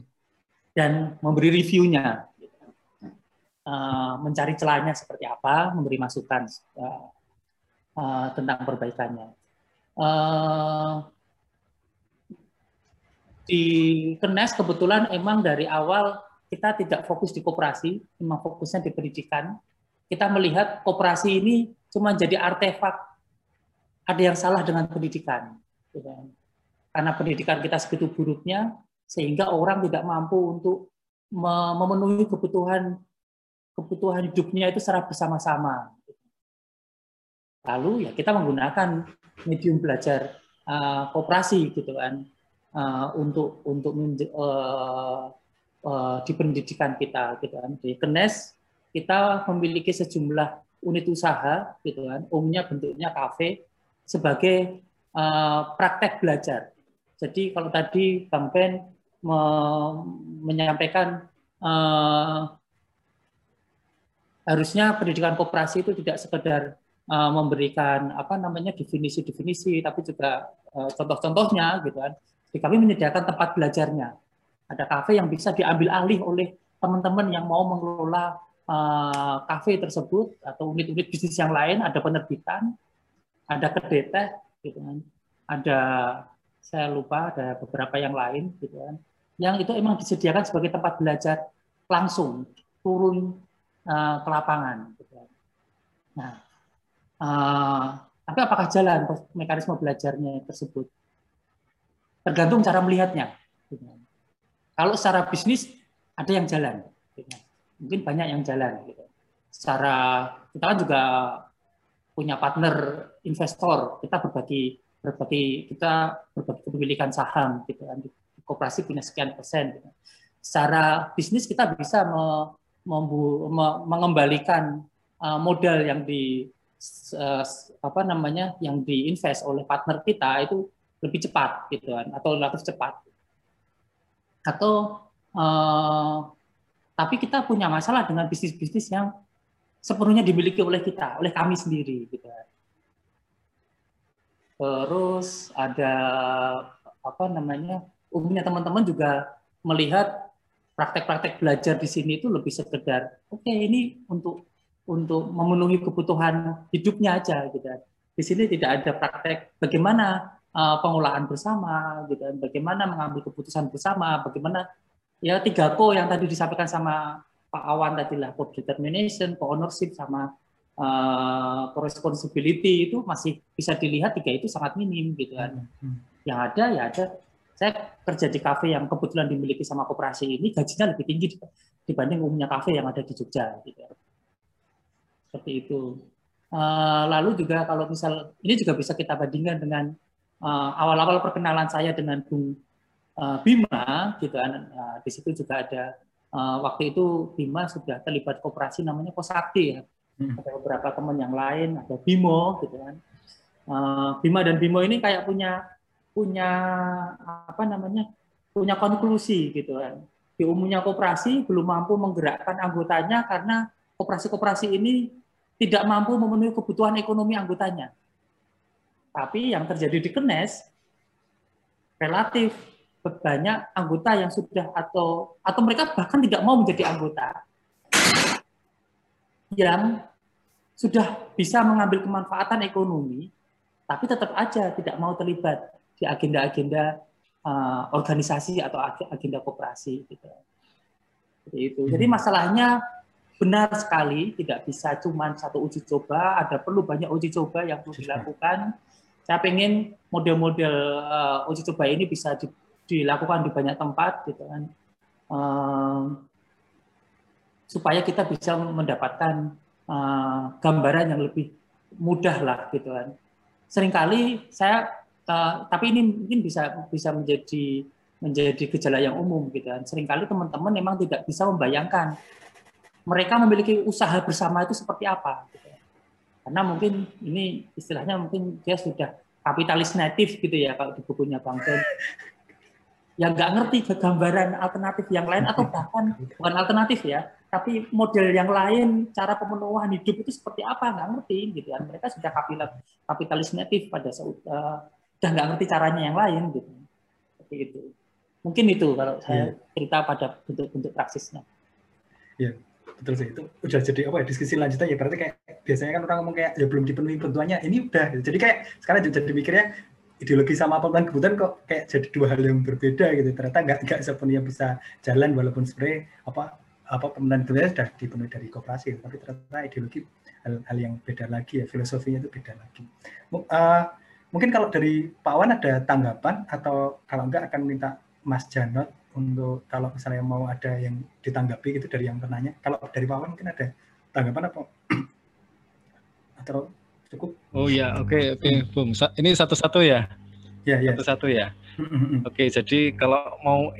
Dan memberi reviewnya, gitu. uh, mencari celahnya seperti apa, memberi masukan uh, uh, tentang perbaikannya. Uh, Di Kenes kebetulan emang dari awal kita tidak fokus di koperasi, memang fokusnya di pendidikan. Kita melihat koperasi ini cuma jadi artefak, ada yang salah dengan pendidikan. Karena pendidikan kita segitu buruknya, sehingga orang tidak mampu untuk memenuhi kebutuhan kebutuhan hidupnya itu secara bersama-sama. Lalu ya kita menggunakan medium belajar uh, koperasi gitu kan. Uh, untuk untuk uh, uh, di pendidikan kita, gitu kan. Di Kenes kita memiliki sejumlah unit usaha, gitu kan. Umumnya bentuknya kafe sebagai uh, praktek belajar. Jadi kalau tadi Bang Ben me menyampaikan uh, harusnya pendidikan koperasi itu tidak sekedar uh, memberikan apa namanya definisi-definisi, tapi juga uh, contoh-contohnya, gitu kan. Jadi kami menyediakan tempat belajarnya. Ada kafe yang bisa diambil alih oleh teman-teman yang mau mengelola uh, kafe tersebut atau unit-unit bisnis yang lain. Ada penerbitan, ada kedai teh, gitu kan. Ada saya lupa ada beberapa yang lain, gitu kan. Yang itu emang disediakan sebagai tempat belajar langsung turun uh, ke lapangan. Gitu kan. Nah, uh, tapi apakah jalan mekanisme belajarnya tersebut? Tergantung cara melihatnya. Gitu kan. Kalau secara bisnis ada yang jalan, gitu kan. Mungkin banyak yang jalan. Gitu. Secara kita kan juga punya partner investor, kita berbagi berbagi kita berbagi kepemilikan saham, gitu kan. Koperasi punya sekian persen. Gitu. Secara bisnis kita bisa me, membu, me, mengembalikan uh, modal yang di uh, apa namanya yang diinvest oleh partner kita itu lebih cepat, gitu kan, atau relatif cepat. Atau uh, tapi kita punya masalah dengan bisnis-bisnis yang sepenuhnya dimiliki oleh kita, oleh kami sendiri, gitu kan. Terus ada apa namanya? Umumnya teman-teman juga melihat praktek-praktek belajar di sini itu lebih sekedar, oke okay, ini untuk untuk memenuhi kebutuhan hidupnya aja, gitu. Di sini tidak ada praktek bagaimana uh, pengolahan bersama, gitu. Bagaimana mengambil keputusan bersama, bagaimana ya tiga ko yang tadi disampaikan sama Pak Awan tadi lah, co-determination, co-ownership, sama Uh, responsibility itu masih bisa dilihat tiga itu sangat minim, gitu kan. Hmm. Yang ada ya ada. Saya kerja di kafe yang kebetulan dimiliki sama koperasi ini gajinya lebih tinggi dibanding umumnya kafe yang ada di Jogja, gitu. Seperti itu. Uh, lalu juga kalau misal ini juga bisa kita bandingkan dengan awal-awal uh, perkenalan saya dengan Bung uh, Bima, gitu kan. Uh, di situ juga ada uh, waktu itu Bima sudah terlibat koperasi namanya Kosakti, ya. Ada beberapa teman yang lain, ada Bimo, gitu kan. Uh, Bima dan Bimo ini kayak punya punya apa namanya punya konklusi, gitu kan. Di umumnya koperasi belum mampu menggerakkan anggotanya karena koperasi-koperasi ini tidak mampu memenuhi kebutuhan ekonomi anggotanya. Tapi yang terjadi di Kenes relatif banyak anggota yang sudah atau atau mereka bahkan tidak mau menjadi anggota, yang sudah bisa mengambil kemanfaatan ekonomi, tapi tetap aja tidak mau terlibat di agenda-agenda uh, organisasi atau agenda koperasi. Gitu. Seperti itu. Jadi masalahnya benar sekali, tidak bisa cuma satu uji coba, ada perlu banyak uji coba yang perlu dilakukan. Saya ingin model-model uh, uji coba ini bisa di, dilakukan di banyak tempat, gitu kan, uh, supaya kita bisa mendapatkan Uh, gambaran yang lebih mudah lah, gitu kan. Seringkali saya, uh, tapi ini mungkin bisa bisa menjadi menjadi gejala yang umum, gitu kan. Seringkali teman-teman memang tidak bisa membayangkan mereka memiliki usaha bersama itu seperti apa, gitu. Karena mungkin ini istilahnya mungkin dia sudah kapitalis natif, gitu ya kalau di bukunya Bang Ben. Yang nggak ngerti gambaran alternatif yang lain, atau bahkan bukan alternatif ya, tapi model yang lain, cara pemenuhan hidup itu seperti apa, nggak ngerti, gitu kan. Mereka sudah kapitalis natif pada saat uh, sudah nggak ngerti caranya yang lain, gitu. Seperti itu. Mungkin itu kalau saya cerita pada bentuk-bentuk praksisnya. Iya, betul sih. Itu udah jadi apa ya, diskusi lanjutan ya. Berarti kayak biasanya kan orang ngomong kayak ya belum dipenuhi kebutuhannya, ini udah. Jadi kayak sekarang jadi mikirnya ideologi sama pemenuhan kebutuhan kok kayak jadi dua hal yang berbeda, gitu. Ternyata nggak nggak sepenuhnya bisa jalan, walaupun sebenarnya apa apa pemenuhan kebutuhan sudah dipenuhi dari koperasi, tapi ternyata ideologi hal, hal yang beda lagi ya, filosofinya itu beda lagi. Uh, mungkin kalau dari Pak Wan ada tanggapan, atau kalau enggak akan minta Mas Janot untuk kalau misalnya mau ada yang ditanggapi gitu dari yang penanya. Kalau dari Pak Wan mungkin ada tanggapan apa? Atau cukup? Oh ya, oke okay, oke, okay, Bung. Ini satu-satu ya? Ya, ya. Satu-satu ya. Oke, okay, jadi kalau mau lihat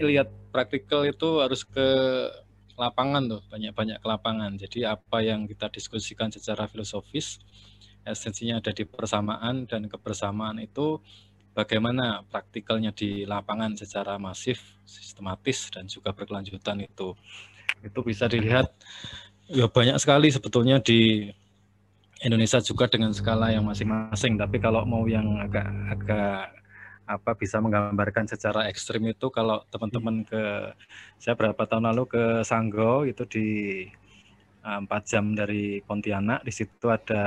praktikal itu harus ke lapangan tuh, banyak-banyak ke lapangan. Jadi apa yang kita diskusikan secara filosofis, esensinya ada di persamaan, dan kebersamaan itu bagaimana praktikalnya di lapangan secara masif, sistematis, dan juga berkelanjutan itu. Itu bisa dilihat ya banyak sekali sebetulnya di Indonesia juga dengan skala yang masing-masing. Tapi kalau mau yang agak agak apa bisa menggambarkan secara ekstrim itu kalau teman-teman ke saya berapa tahun lalu ke Sanggau itu di empat jam dari Pontianak, di situ ada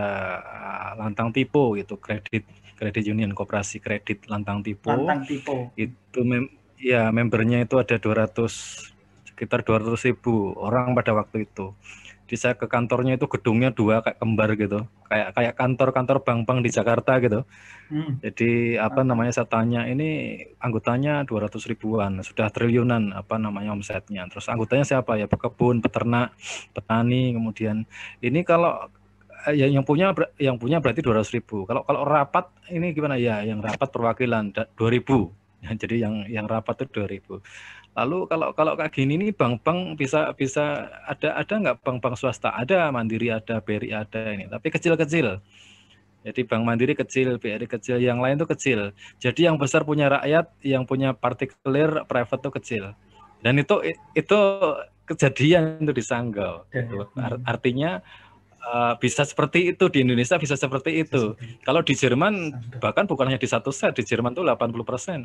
Lantang Tipo gitu, kredit kredit union, koperasi kredit Lantang Tipo. Lantang Tipo. Itu mem, ya membernya itu ada dua ratus sekitar dua ratus ribu orang pada waktu itu. Di saya ke kantornya itu gedungnya dua kayak kembar gitu, kayak kayak kantor-kantor bank-bank di Jakarta gitu. Hmm. Jadi apa namanya saya tanya ini anggotanya dua ratus ribuan, sudah triliunan apa namanya omsetnya. Terus anggotanya siapa ya? Pekebun, peternak, petani, kemudian ini kalau ya, yang punya yang punya berarti dua ratus ribu. Kalau kalau rapat ini gimana ya? Yang rapat perwakilan dua ribu. Jadi yang yang rapat itu dua ribu. Lalu kalau kalau kayak gini nih bank-bank bisa bisa ada ada nggak bank-bank swasta? Ada, Mandiri ada, B R I ada ini, tapi kecil-kecil. Jadi Bank Mandiri kecil, B R I kecil, yang lain tuh kecil. Jadi yang besar punya rakyat, yang punya partikular private tuh kecil. Dan itu itu kejadian itu di Sanggau. Gitu. Artinya uh, bisa seperti itu di Indonesia, bisa seperti itu. Kalau di Jerman bahkan bukan hanya di satu set, di Jerman tuh delapan puluh persen.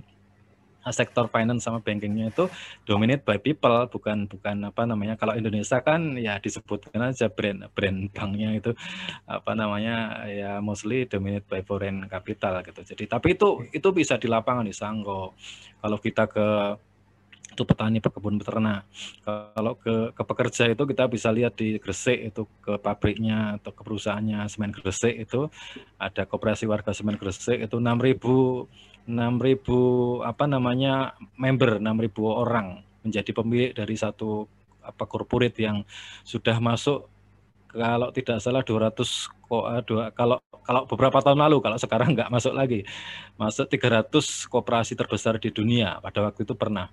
Sektor finance sama bankingnya itu dominate by people, bukan bukan apa namanya. Kalau Indonesia kan ya disebutkan aja brand brand banknya itu apa namanya ya mostly dominate by foreign capital gitu. Jadi tapi itu itu bisa di lapangan di Sanggau. Kalau kita ke itu petani, pekebun, peternak. Kalau ke ke pekerja itu kita bisa lihat di Gresik itu ke pabriknya atau ke perusahaannya semen Gresik itu ada koperasi warga semen Gresik itu enam ribu enam ribu apa namanya member, enam ribu orang menjadi pemilik dari satu apa corporate yang sudah masuk kalau tidak salah dua ratus kalau kalau beberapa tahun lalu, kalau sekarang nggak masuk lagi, masuk tiga ratus koperasi terbesar di dunia pada waktu itu pernah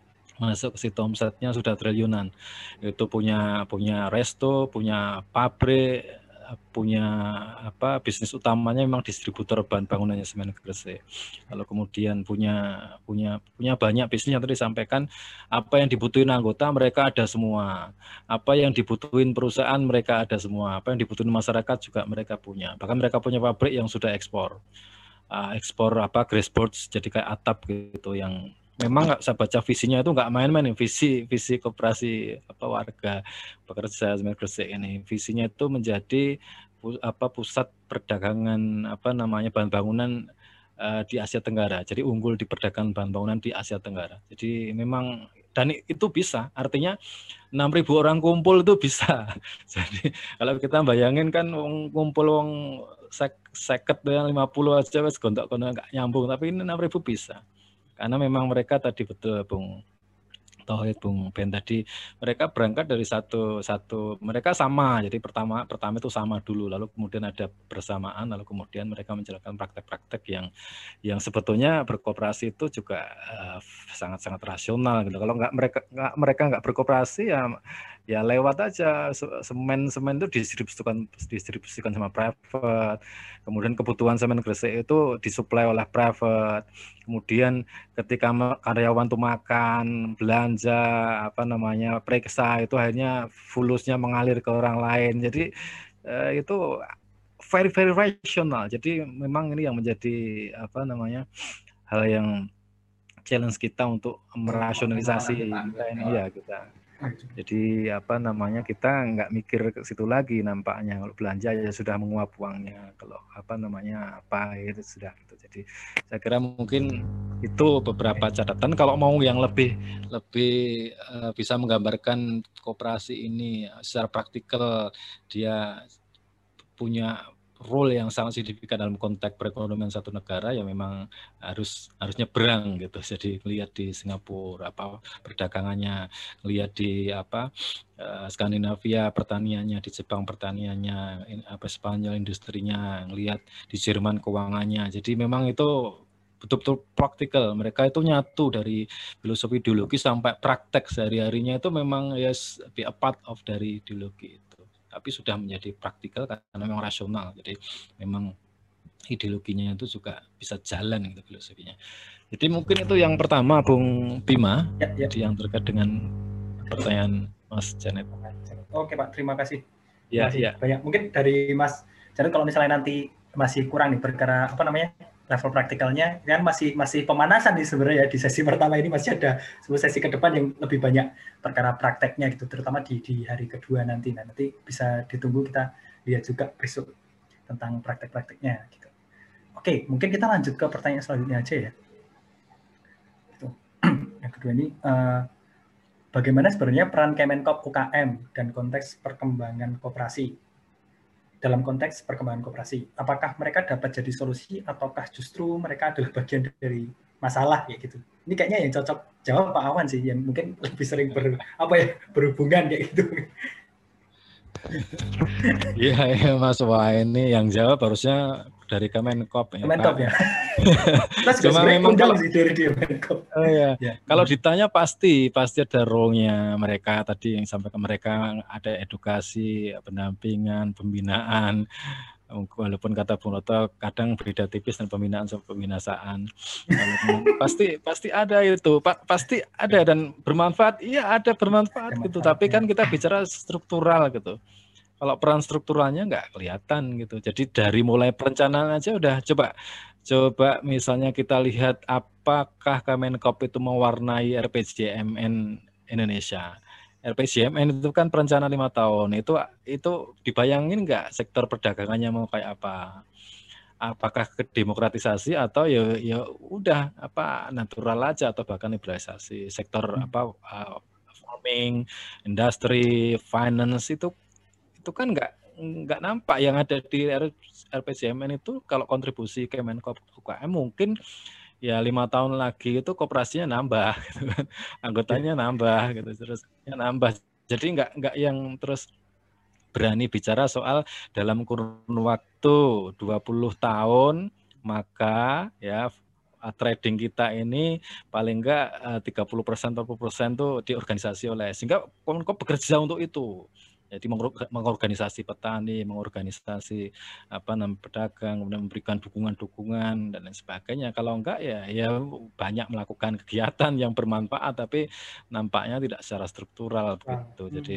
masuk ke situ, omsetnya sudah triliunan. Itu punya punya resto, punya pabrik, punya apa bisnis utamanya memang distributor bahan bangunannya semen Gresik. Lalu kemudian punya punya punya banyak bisnis yang tadi disampaikan, apa yang dibutuhin anggota mereka ada semua. Apa yang dibutuhin perusahaan mereka ada semua. Apa yang dibutuhin masyarakat juga mereka punya. Bahkan mereka punya pabrik yang sudah ekspor. Uh, ekspor apa graceboards jadi kayak atap gitu yang memang nggak saya baca visinya itu nggak main-main, visi visi koperasi apa warga pekerja semen Gresik ini visinya itu menjadi apa pusat perdagangan apa namanya bahan bangunan uh, di Asia Tenggara. Jadi unggul di perdagangan bahan bangunan di Asia Tenggara. Jadi memang dan itu bisa, artinya enam ribu orang kumpul itu bisa. Jadi kalau kita bayangin kan kumpul wong sek, seket yang lima puluh aja wes gontok-gontok nggak nyambung, tapi ini enam ribu bisa. Karena memang mereka tadi betul Bung Tauhid, Bung Ben tadi mereka berangkat dari satu satu mereka sama. Jadi pertama pertama itu sama dulu, lalu kemudian ada bersamaan, lalu kemudian mereka menjalankan praktek-praktek yang yang sebetulnya berkooperasi itu juga uh, sangat-sangat rasional gitu. Kalau nggak mereka nggak mereka nggak berkooperasi ya ya lewat aja semen semen itu didistribusikan didistribusikan sama private. Kemudian kebutuhan semen Gresik itu disuplai oleh private. Kemudian ketika karyawan tuh makan, belanja, apa namanya, periksa itu akhirnya fulusnya mengalir ke orang lain. Jadi eh, itu very very rational. Jadi memang ini yang menjadi apa namanya hal yang challenge kita untuk merasionalisasi kita ini ya kita. Jadi apa namanya kita nggak mikir ke situ lagi nampaknya. Kalau belanja ya sudah menguap uangnya. Kalau apa namanya apa itu sudah gitu. Jadi saya kira mungkin itu beberapa catatan. Kalau mau yang lebih lebih uh, bisa menggambarkan koperasi ini secara praktikal, dia punya role yang sangat signifikan dalam konteks perekonomian satu negara ya memang harus harus nyebrang gitu. Jadi lihat di Singapura apa perdagangannya, lihat di apa uh, Skandinavia pertaniannya, di Jepang pertaniannya, apa Spanyol industrinya, lihat di Jerman keuangannya. Jadi memang itu betul-betul praktikal. Mereka itu nyatu dari filosofi ideologi sampai praktek sehari-harinya itu memang ya yes, be a part of dari ideologi itu. Tapi sudah menjadi praktikal karena memang rasional. Jadi memang ideologinya itu juga bisa jalan gitu filosofinya. Jadi mungkin itu yang pertama Bung Bima, ya, ya. Jadi yang terkait dengan pertanyaan Mas Janet. Oke Pak, terima kasih. Ya, masih ya. banyak. Mungkin dari Mas Janet kalau misalnya nanti masih kurang nih perkara apa namanya level praktikalnya, kan masih masih pemanasan nih sebenarnya ya di sesi pertama ini masih ada sebuah sesi ke depan yang lebih banyak perkara prakteknya gitu, terutama di di hari kedua nanti. Nah, nanti bisa ditunggu kita lihat juga besok tentang praktek-prakteknya gitu. Oke, mungkin kita lanjut ke pertanyaan selanjutnya aja ya. Gitu. Yang kedua ini, uh, bagaimana sebenarnya peran Kemenkop U K M dan konteks perkembangan koperasi? Dalam konteks perkembangan koperasi, apakah mereka dapat jadi solusi ataukah justru mereka adalah bagian dari masalah kayak gitu? Ini kayaknya yang cocok jawab Pak Awan sih, yang mungkin lebih sering ber, apa ya berhubungan kayak gitu. Iya, ya, Mas Wah, ini yang jawab harusnya dari Kemenkop ya. Kemenkop ya. Cuma memang kalau sih dari Kemenkop. Oh ya. ya. Kalau ditanya pasti pasti ada role-nya mereka tadi yang sampai ke mereka ada edukasi, pendampingan, pembinaan. Walaupun kata Bung Roto kadang beda tipis dan pembinaan sama pembinasaan. pasti pasti ada itu, Pak, pasti ada dan bermanfaat. Iya, ada bermanfaat, bermanfaat gitu. Tapi kan kita bicara struktural gitu. Kalau peran strukturalnya nggak kelihatan gitu. Jadi dari mulai perencanaan aja udah coba coba misalnya kita lihat apakah Kemenkop itu mewarnai R P J M N Indonesia. R P J M N itu kan perencanaan lima tahun. Itu itu dibayangin nggak sektor perdagangannya mau kayak apa? Apakah ke demokratisasi atau ya ya udah apa natural aja atau bahkan liberalisasi sektor hmm. apa uh, farming, industri, finance itu itu kan nggak nggak nampak yang ada di R P J M N itu. Kalau kontribusi Kemenkop U K M mungkin ya lima tahun lagi itu koperasinya nambah, gitu kan. Anggotanya nambah, gitu terus ya nambah. Jadi nggak nggak yang terus berani bicara soal dalam kurun waktu dua puluh tahun maka ya trading kita ini paling enggak tiga puluh persen atau empat puluh persen tuh diorganisasi oleh sehingga Kemenkop bekerja untuk itu. Jadi mengorganisasi petani, mengorganisasi apa namanya pedagang, kemudian memberikan dukungan-dukungan dan lain sebagainya. Kalau enggak ya ya banyak melakukan kegiatan yang bermanfaat tapi nampaknya tidak secara struktural begitu. Jadi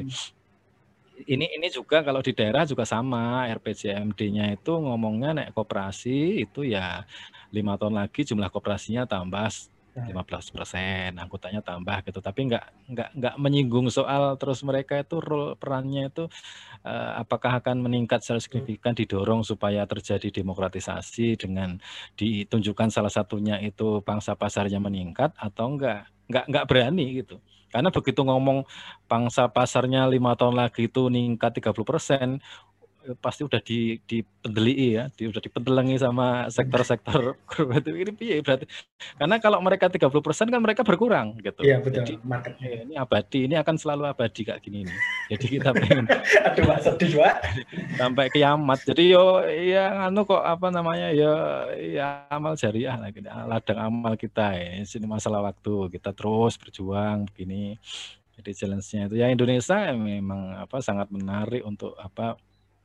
ini ini juga kalau di daerah juga sama, R P J M D-nya itu ngomongnya naik koperasi itu ya lima tahun lagi jumlah koperasinya tambah lima belas persen, anggotanya tambah gitu, tapi nggak nggak nggak menyinggung soal terus mereka itu role perannya itu uh, apakah akan meningkat secara signifikan didorong supaya terjadi demokratisasi dengan ditunjukkan salah satunya itu pangsa pasarnya meningkat atau enggak nggak nggak berani gitu. Karena begitu ngomong pangsa pasarnya lima tahun lagi itu meningkat tiga puluh persen, pasti udah di dipendeli ya, di, udah dipendelengi sama sektor-sektor itu ini piye berarti. Karena kalau mereka tiga puluh persen kan mereka berkurang gitu. Iya, betul. Jadi ya, ini abadi, ini akan selalu abadi kayak gini nih. Jadi kita pengen aduh Pak sedih Pak. Sampai kiamat. Jadi yo ya anu kok apa namanya ya ya amal jariah lah gitu. Ladang amal kita ya. Ini masalah waktu. Kita terus berjuang begini. Jadi challenge-nya itu ya Indonesia memang apa sangat menarik untuk apa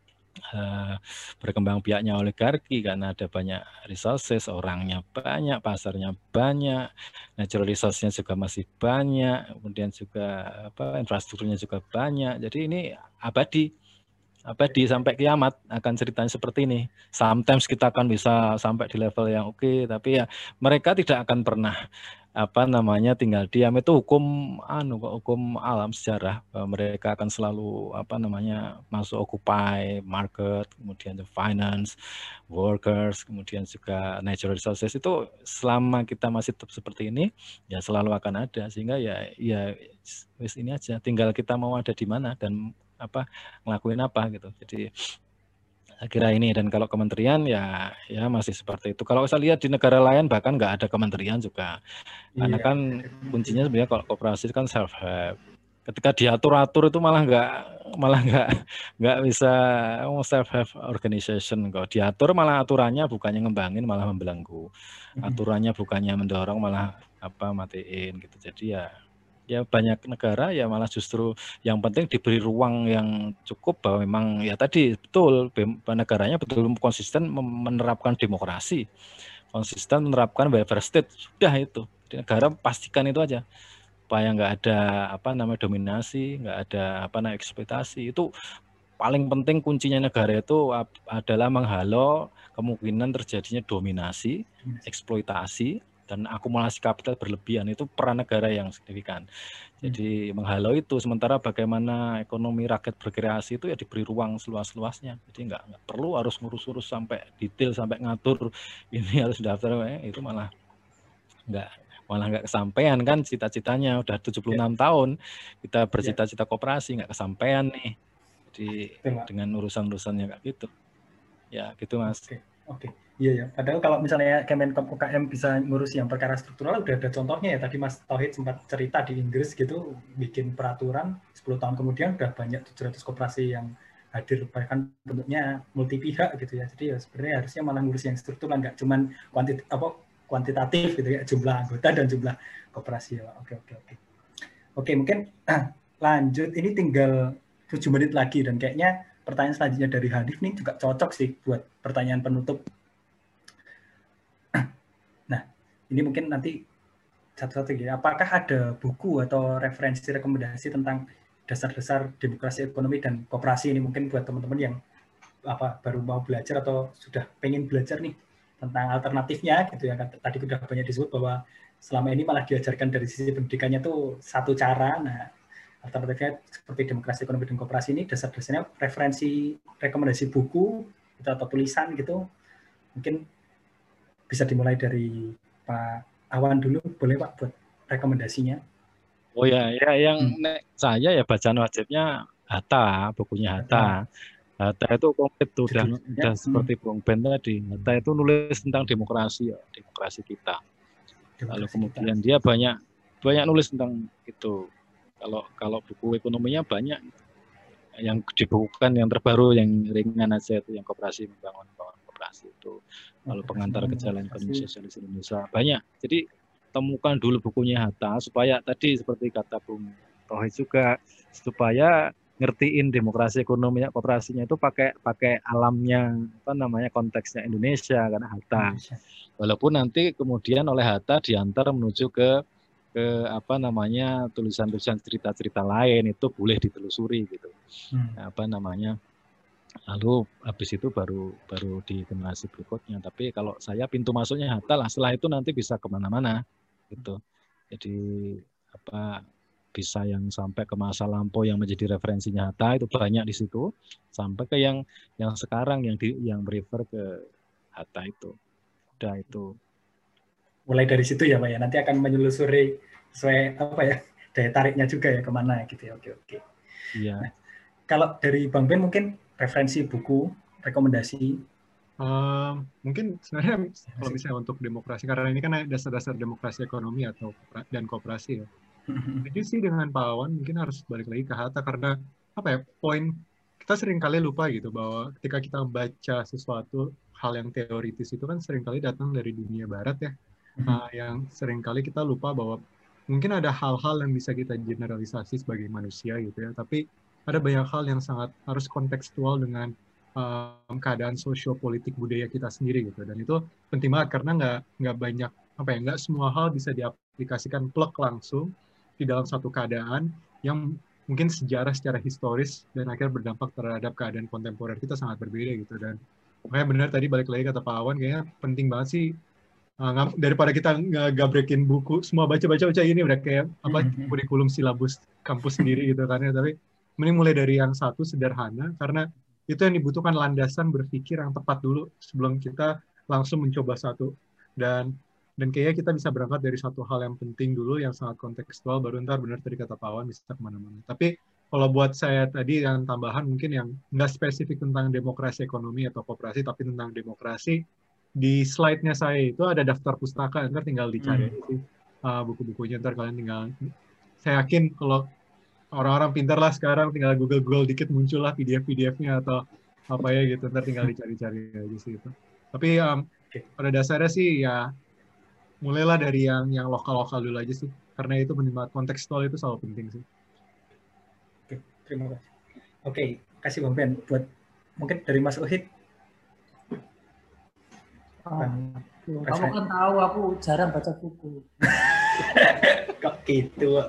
Uh, berkembang biaknya oligarki karena ada banyak resources, orangnya banyak, pasarnya banyak, natural resource-nya juga masih banyak, kemudian juga apa infrastrukturnya juga banyak. Jadi ini abadi, abadi sampai kiamat akan ceritanya seperti ini. Sometimes kita akan bisa sampai di level yang oke, okay, tapi ya mereka tidak akan pernah apa namanya tinggal diam. Itu hukum anu hukum alam sejarah, mereka akan selalu apa namanya masuk occupy market, kemudian finance, workers, kemudian juga natural resources. Itu selama kita masih tetap seperti ini ya selalu akan ada, sehingga ya ya wis ini aja, tinggal kita mau ada di mana dan apa ngelakuin apa gitu. Jadi saya kira ini, dan kalau kementerian ya ya masih seperti itu. Kalau saya lihat di negara lain bahkan nggak ada kementerian juga, karena iya. kan kuncinya sebenarnya kalau koperasi kan self help, ketika diatur-atur itu malah nggak malah nggak nggak bisa self have organization. Kalau diatur malah aturannya bukannya ngembangin malah membelenggu, aturannya bukannya mendorong malah apa matiin gitu. Jadi ya ya banyak negara ya malah justru yang penting diberi ruang yang cukup bahwa memang ya tadi betul negaranya betul konsisten menerapkan demokrasi, konsisten menerapkan welfare state, sudah itu. Di negara pastikan itu aja supaya nggak ada apa namanya dominasi, nggak ada apa namanya eksploitasi. Itu paling penting kuncinya negara itu adalah menghalau kemungkinan terjadinya dominasi, eksploitasi dan akumulasi kapital berlebihan. Itu peran negara yang signifikan. Jadi hmm. menghalau itu, sementara bagaimana ekonomi rakyat berkreasi itu ya diberi ruang seluas-luasnya. Jadi nggak, nggak perlu harus ngurus-urus sampai detail, sampai ngatur ini harus daftar, eh, itu malah nggak malah nggak kesampaian kan cita-citanya. Udah tujuh puluh enam ya. Tahun kita bercita-cita koperasi, nggak kesampaian nih. Jadi Betul, dengan urusan-urusannya kayak gitu. Ya gitu Mas. Oke, oke. Iya ya, padahal kalau misalnya Kemenkop U K M bisa ngurus yang perkara struktural udah ada contohnya ya. Tadi Mas Tauhid sempat cerita di Inggris gitu, bikin peraturan sepuluh tahun kemudian udah banyak tujuh ratus koperasi yang hadir, bahkan bentuknya multi pihak gitu ya. Jadi ya sebenarnya harusnya malah ngurus yang struktural, nggak cuman kuantit apa kuantitatif gitu ya, jumlah anggota dan jumlah koperasi. Oke, oke, oke. Oke, mungkin lanjut, ini tinggal tujuh menit lagi dan kayaknya pertanyaan selanjutnya dari Hanif nih juga cocok sih buat pertanyaan penutup. Nah, ini mungkin nanti satu-satu ya. Apakah ada buku atau referensi rekomendasi tentang dasar-dasar demokrasi ekonomi dan koperasi ini mungkin buat teman-teman yang apa baru mau belajar atau sudah pengen belajar nih tentang alternatifnya gitu ya. Tadi sudah banyak disebut bahwa selama ini malah diajarkan dari sisi pendidikannya tuh satu cara. Nah, alternatifnya seperti demokrasi ekonomi dan koperasi ini dasar-dasarnya referensi rekomendasi buku gitu, atau tulisan gitu. Mungkin bisa dimulai dari Pak Awan dulu, boleh Pak buat rekomendasinya? Oh ya, ya yang hmm. saya ya bacaan wajibnya Hatta, bukunya Hatta. Hatta itu komplit tuh, udah, udah hmm. seperti Bung Ben tadi. Hatta itu nulis tentang demokrasi ya, demokrasi kita. Demokrasi Lalu kemudian kita. Dia banyak banyak nulis tentang itu. Kalau kalau buku ekonominya banyak yang dibukukan yang terbaru yang ringan aja itu yang koperasi membangun membangun koperasi itu. Lalu pengantar ke jalan ekonomi sosialis Indonesia banyak. Jadi temukan dulu bukunya Hatta supaya tadi seperti kata Bung Tauhid juga supaya ngertiin demokrasi ekonominya koperasinya itu pakai pakai alamnya apa namanya konteksnya Indonesia karena Hatta. Walaupun nanti kemudian oleh Hatta diantar menuju ke ke apa namanya tulisan-tulisan cerita-cerita lain itu boleh ditelusuri gitu. Hmm. Apa namanya? Lalu habis itu baru baru di generasi berikutnya. Tapi kalau saya pintu masuknya Hatta lah. Setelah itu nanti bisa kemana-mana gitu. Jadi apa bisa yang sampai ke masa lampau yang menjadi referensinya Hatta itu banyak di situ sampai ke yang yang sekarang yang di yang refer ke Hatta itu. Udah itu. Mulai dari situ ya Pak ya. Nanti akan menyelusuri sesuai apa ya daya tariknya juga ya kemana gitu ya. Oke oke. Iya. Nah, kalau dari Bang Ben mungkin referensi buku, rekomendasi? Uh, mungkin sebenarnya kalau misalnya untuk demokrasi, karena ini kan dasar-dasar demokrasi ekonomi atau dan koperasi ya. Jadi sih dengan Pak Awan mungkin harus balik lagi ke Hatta karena apa ya poin kita sering kali lupa gitu bahwa ketika kita baca sesuatu hal yang teoritis itu kan sering kali datang dari dunia barat ya. Uh, yang sering kali kita lupa bahwa mungkin ada hal-hal yang bisa kita generalisasi sebagai manusia gitu ya, tapi ada banyak hal yang sangat harus kontekstual dengan um, keadaan sosio-politik budaya kita sendiri gitu, dan itu penting banget karena nggak nggak banyak apa ya nggak semua hal bisa diaplikasikan plek langsung di dalam satu keadaan yang mungkin sejarah secara historis dan akhirnya berdampak terhadap keadaan kontemporer kita sangat berbeda gitu. Dan makanya benar tadi balik lagi kata Pak Awan kayaknya penting banget sih uh, daripada kita ngabrekin buku semua baca-baca-baca ini udah kayak apa kurikulum silabus kampus sendiri gitu kan ya, tapi mending mulai dari yang satu sederhana karena itu yang dibutuhkan landasan berpikir yang tepat dulu sebelum kita langsung mencoba satu, dan dan kayaknya kita bisa berangkat dari satu hal yang penting dulu yang sangat kontekstual baru ntar benar tadi kata Pak Awan bisa kemana-mana. Tapi kalau buat saya tadi yang tambahan mungkin yang nggak spesifik tentang demokrasi ekonomi atau koperasi tapi tentang demokrasi, di slide-nya saya itu ada daftar pustaka, ntar tinggal dicari hmm. sih uh, buku-bukunya, ntar kalian tinggal, saya yakin kalau orang-orang pintar lah sekarang, tinggal Google-Google dikit muncul lah P D F-P D F-nya atau apa ya gitu, ntar tinggal dicari-cari aja sih itu. Tapi um, pada dasarnya sih ya mulailah dari yang yang lokal-lokal dulu aja sih, karena itu penerimaan kontekstual itu selalu penting sih. Oke, terima kasih. Oke, kasih Bang Ben buat mungkin dari Mas Uhid. Oh, kamu kan tahu aku jarang baca buku. Kok gitu?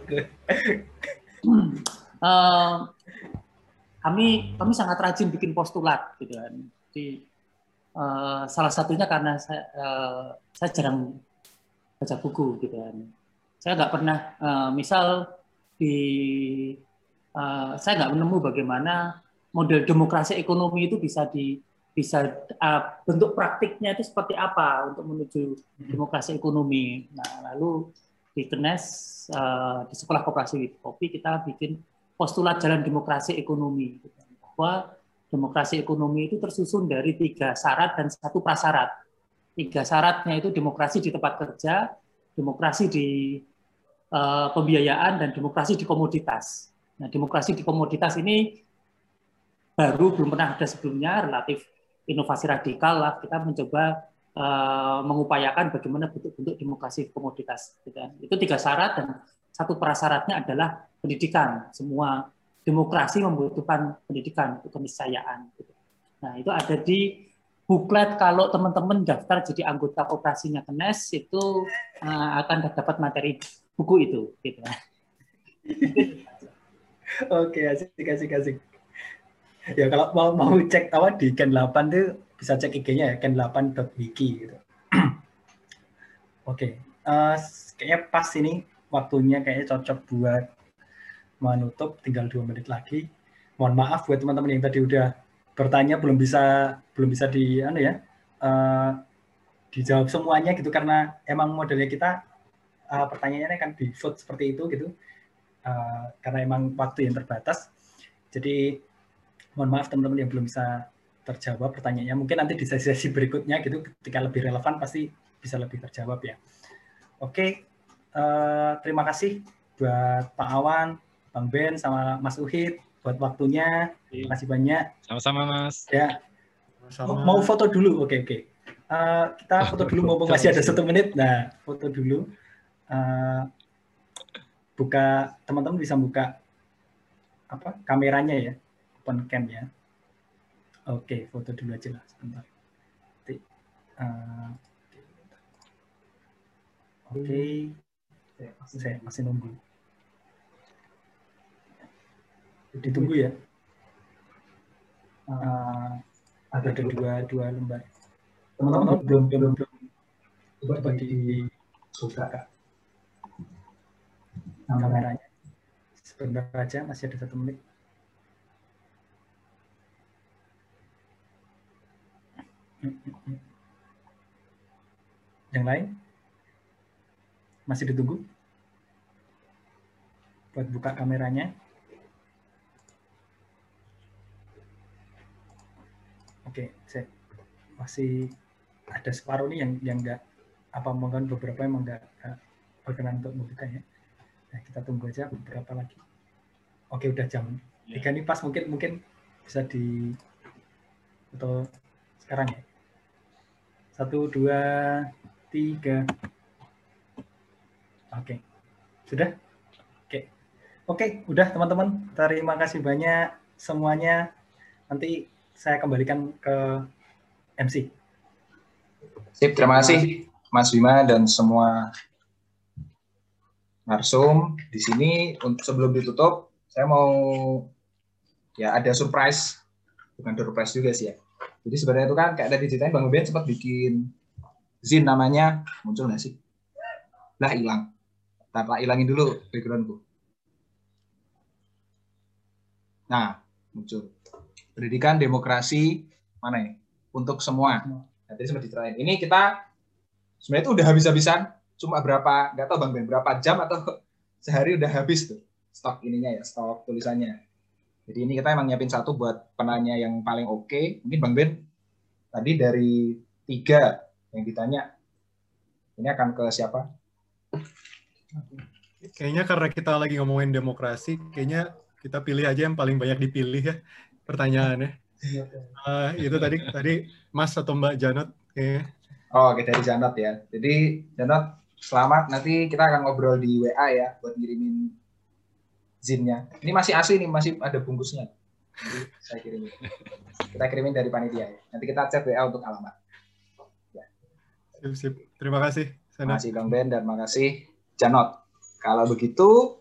uh, kami kami sangat rajin bikin postulat gitu kan. Jadi uh, salah satunya karena saya uh, saya jarang baca buku gitu kan. Saya nggak pernah uh, misal di uh, saya nggak menemu bagaimana model demokrasi ekonomi itu bisa di bisa uh, bentuk praktiknya itu seperti apa untuk menuju demokrasi ekonomi. Nah, lalu di K N E S uh, di Sekolah Koperasi Kopi kita bikin postulat jalan demokrasi ekonomi, bahwa demokrasi ekonomi itu tersusun dari tiga syarat dan satu prasyarat. Tiga syaratnya itu demokrasi di tempat kerja, demokrasi di uh, pembiayaan, dan demokrasi di komoditas. Nah, demokrasi di komoditas ini baru, belum pernah ada sebelumnya, relatif inovasi radikal lah. Kita mencoba uh, mengupayakan bagaimana bentuk-bentuk demokrasi komoditas. Gitu. Itu tiga syarat, dan satu prasyaratnya adalah pendidikan. Semua demokrasi membutuhkan pendidikan, itu keniscayaan. Gitu. Nah, itu ada di buklet. Kalau teman-teman daftar jadi anggota koperasinya K N E S, itu uh, akan dapat materi buku itu. Gitu. Oke, asik, asik, asik. Ya kalau mau mau cek apa di Ken delapan tuh bisa cek I G-nya ya, ken delapan dot wiki gitu. Oke, uh, kayaknya pas ini waktunya kayaknya cocok buat menutup, tinggal dua menit lagi. Mohon maaf buat teman-teman yang tadi udah bertanya belum bisa belum bisa di anu ya uh, dijawab semuanya gitu, karena emang modelnya kita uh, pertanyaannya kan di vote seperti itu gitu, uh, karena emang waktu yang terbatas. Jadi mohon maaf teman-teman yang belum bisa terjawab pertanyaannya. Mungkin nanti di sesi-sesi berikutnya gitu, ketika lebih relevan pasti bisa lebih terjawab ya. Oke, uh, terima kasih buat Pak Awan, Bang Ben, sama Mas Uhid buat waktunya. Terima kasih banyak. Sama-sama Mas. Ya. Sama. Mau foto dulu, oke oke. Uh, kita foto dulu, mumpung masih ada satu menit. Nah, foto dulu. Uh, buka, teman-teman bisa buka apa kameranya ya. Open cam ya. Oke, foto dulu aja lah sebentar. Uh, Oke, saya masih nunggu. Ditunggu ya. Uh, ada dua dua lembar. Teman-teman belum belum belum coba dibuka kameranya. Sebentar aja, masih ada satu menit. Yang lain masih ditunggu buat buka kameranya. Oke, saya masih ada separuh nih yang yang enggak apa, mungkin beberapa emang enggak berkenan untuk membuka ya. Nah, kita tunggu aja beberapa lagi. Oke, udah jam tiga nih pas, mungkin mungkin bisa di foto sekarang ya. Satu, dua, tiga. Oke, sudah? Oke, oke, udah teman-teman. Terima kasih banyak semuanya. Nanti saya kembalikan ke M C. Sip, terima kasih Mas Bima dan semua narsum di sini. Untuk sebelum ditutup, saya mau ya ada surprise, bukan surprise juga sih ya. Jadi sebenarnya itu kan kayak tadi ceritain Bang Ben sempat bikin zin namanya, muncul nggak sih? Lah hilang. Ntar tak hilangin dulu backgroundku. Nah, muncul. Pendidikan demokrasi mana ya? Untuk semua. Nanti sempat diceritain. Ini kita sebenarnya itu udah habis-habisan. Cuma berapa, nggak tahu Bang Ben, berapa jam atau sehari udah habis tuh stok ininya ya, stok tulisannya. Jadi ini kita emang nyiapin satu buat penanya yang paling oke. Okay. Mungkin Bang Ben, tadi dari tiga yang ditanya, ini akan ke siapa? kayaknya karena kita lagi ngomongin demokrasi, kayaknya kita pilih aja yang paling banyak dipilih ya pertanyaannya. Uh, itu tadi tadi Mas atau Mbak Janot kayaknya. Oh, oke, dari Janot ya. Jadi Janot, selamat. Nanti kita akan ngobrol di W A ya buat ngirimin zinnya. Ini masih asli nih, masih ada bungkusnya. Jadi saya kirimin. Kita kirimin dari panitia ya. Nanti kita chat W A untuk alamat. Ya. Sip, sip. Terima kasih. Terima kasih Bang Ben dan terima kasih Janot. Kalau begitu,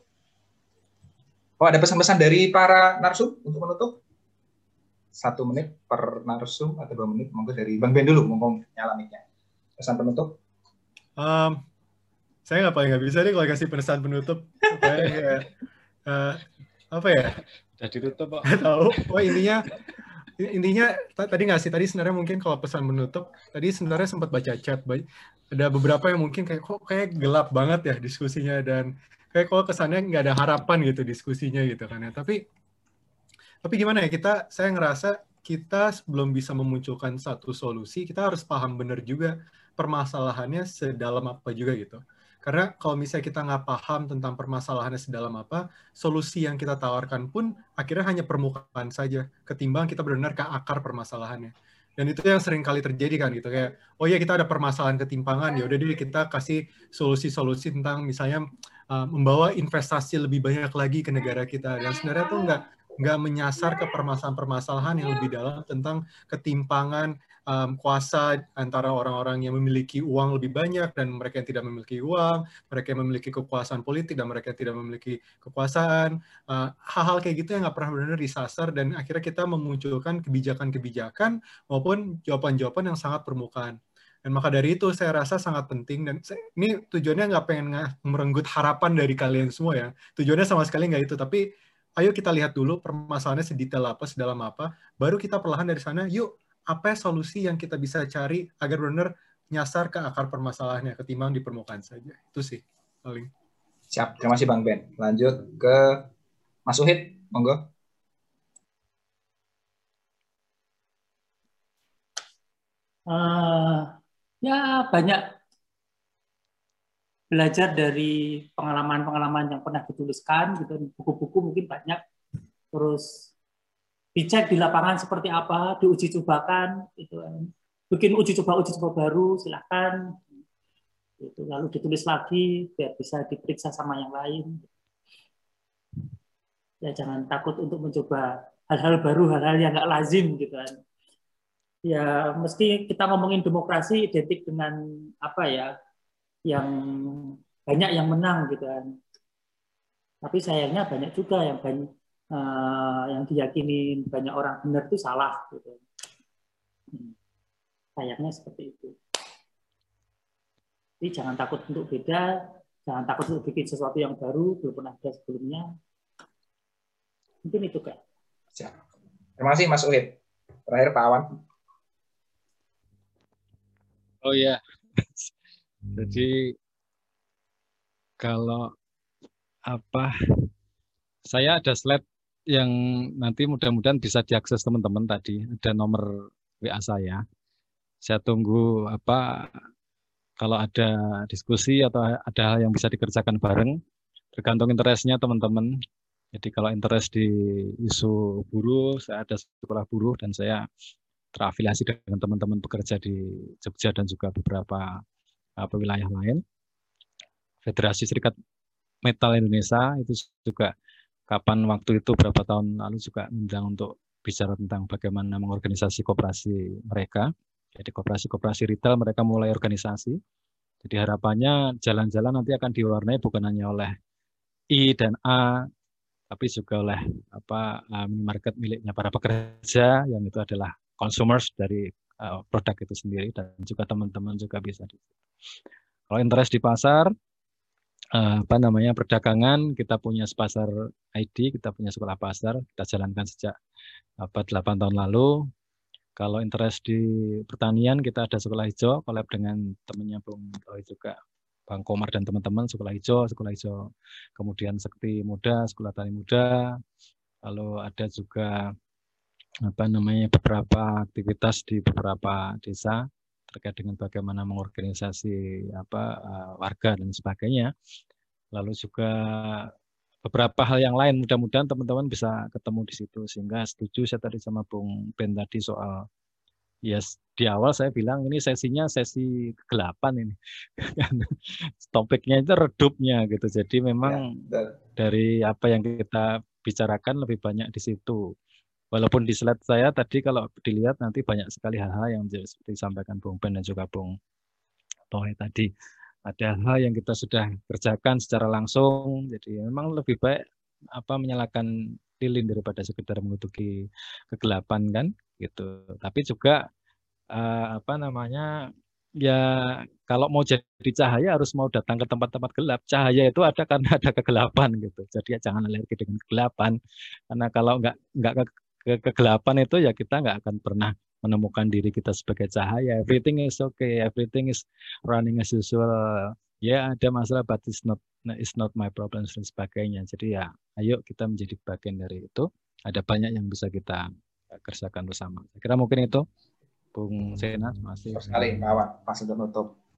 oh ada pesan-pesan dari para narsum untuk menutup? Satu menit per narsum atau dua menit, monggo dari Bang Ben dulu, ngomong nyala mic-nya. Pesan penutup? Um, saya nggak paling nggak bisa nih kalau kasih pesan penutup. Kayak, uh, apa ya? Udah ditutup kok. Nggak tahu. Oh intinya, intinya tadi nggak sih? Tadi sebenarnya mungkin kalau pesan penutup, tadi sebenarnya sempat baca chat, ada beberapa yang mungkin kayak kok kayak gelap banget ya diskusinya dan kayak kok kesannya nggak ada harapan gitu diskusinya gitu kan ya. Tapi Tapi gimana ya, kita, saya ngerasa kita sebelum bisa memunculkan satu solusi, kita harus paham benar juga permasalahannya sedalam apa juga gitu. Karena kalau misalnya kita nggak paham tentang permasalahannya sedalam apa, solusi yang kita tawarkan pun akhirnya hanya permukaan saja, ketimbang kita benar-benar ke akar permasalahannya. Dan itu yang sering kali terjadi kan gitu, kayak, oh ya kita ada permasalahan ketimpangan, ya udah deh kita kasih solusi-solusi tentang misalnya uh, membawa investasi lebih banyak lagi ke negara kita. Dan sebenarnya tuh nggak nggak menyasar ke permasalahan-permasalahan yang lebih dalam tentang ketimpangan um, kuasa antara orang-orang yang memiliki uang lebih banyak dan mereka yang tidak memiliki uang, mereka yang memiliki kekuasaan politik dan mereka yang tidak memiliki kekuasaan. Uh, hal-hal kayak gitu yang nggak pernah benar-benar disasar dan akhirnya kita memunculkan kebijakan-kebijakan maupun jawaban-jawaban yang sangat permukaan. Dan maka dari itu saya rasa sangat penting dan saya, ini tujuannya nggak pengen merenggut harapan dari kalian semua ya. Tujuannya sama sekali nggak itu, tapi ayo kita lihat dulu permasalahannya sedetail apa, sedalam apa, baru kita perlahan dari sana, yuk, apa solusi yang kita bisa cari agar benar nyasar ke akar permasalahannya, ketimbang di permukaan saja. Itu sih, paling. Siap, terima kasih Bang Ben. Lanjut ke Mas Uhid, monggo. Uh, ya, banyak belajar dari pengalaman-pengalaman yang pernah dituliskan, gitu, buku-buku mungkin banyak, terus dicek di lapangan seperti apa, diuji cobakan, gitu, bikin uji coba uji coba baru, silahkan, gitu, lalu ditulis lagi biar bisa diperiksa sama yang lain. Ya jangan takut untuk mencoba hal-hal baru, hal-hal yang nggak lazim, gitu kan. Ya mesti kita ngomongin demokrasi identik dengan apa ya? Yang banyak yang menang gitu kan. Tapi sayangnya banyak juga yang banyak uh, yang diyakini banyak orang benar itu salah gitu. Hmm. Sayangnya seperti itu. Jadi jangan takut untuk beda, jangan takut untuk bikin sesuatu yang baru belum pernah ada sebelumnya. Mungkin itu kan. Terima kasih Mas Uhid. Terakhir Pak Awan. Oh ya. Jadi kalau apa, saya ada slide yang nanti mudah-mudahan bisa diakses teman-teman tadi. Ada nomor W A saya. Saya tunggu apa kalau ada diskusi atau ada hal yang bisa dikerjakan bareng, tergantung interestnya teman-teman. Jadi kalau interest di isu buruh, saya ada sekolah buruh dan saya terafiliasi dengan teman-teman bekerja di Jogja dan juga beberapa apa wilayah lain. Federasi Serikat Metal Indonesia itu juga kapan waktu itu berapa tahun lalu juga undang untuk bicara tentang bagaimana mengorganisasi koperasi mereka. Jadi koperasi-koperasi retail mereka mulai organisasi. Jadi harapannya jalan-jalan nanti akan diwarnai bukan hanya oleh I dan A, tapi juga oleh apa minimarket miliknya para pekerja yang itu adalah consumers dari uh, produk itu sendiri dan juga teman-teman juga bisa. Kalau interest di pasar, uh, apa namanya perdagangan, kita punya Sepasar I D, kita punya sekolah pasar, kita jalankan sejak apa delapan tahun lalu. Kalau interest di pertanian, kita ada sekolah hijau, collab dengan temannya Bung Roy juga, Bang Komar dan teman-teman, sekolah hijau, sekolah hijau, kemudian Sekti Muda, sekolah tani muda, lalu ada juga apa namanya beberapa aktivitas di beberapa desa terkait dengan bagaimana mengorganisasi apa uh, warga dan sebagainya. lalu juga beberapa hal yang lain. Mudah-mudahan teman-teman bisa ketemu di situ. Sehingga setuju saya tadi sama Bung Ben tadi soal, yes, di awal saya bilang ini sesinya sesi kegelapan ini. Topiknya itu redupnya gitu. Jadi memang Ya, dari apa yang kita bicarakan lebih banyak di situ. Walaupun di slide saya tadi kalau dilihat nanti banyak sekali hal-hal yang seperti disampaikan Bung Ben dan juga Bung Tohe tadi. Ada hal yang kita sudah kerjakan secara langsung, jadi memang lebih baik apa menyalakan lilin daripada sekedar menutupi kegelapan kan, gitu. Tapi juga eh, apa namanya ya kalau mau jadi cahaya harus mau datang ke tempat-tempat gelap. Cahaya itu ada karena ada kegelapan gitu. Jadi ya jangan alergi dengan kegelapan, karena kalau nggak nggak ke, ke kegelapan itu ya kita nggak akan pernah menemukan diri kita sebagai cahaya. Everything is okay, everything is running as usual. Ya ada masalah, but it's not it's not my problem dan sebagainya. Jadi ya ayo kita menjadi bagian dari itu. Ada banyak yang bisa kita kerjakan bersama. Saya kira mungkin itu, Bung Sena. Terima kasih. sekali Pak Awan, pas untuk nutup.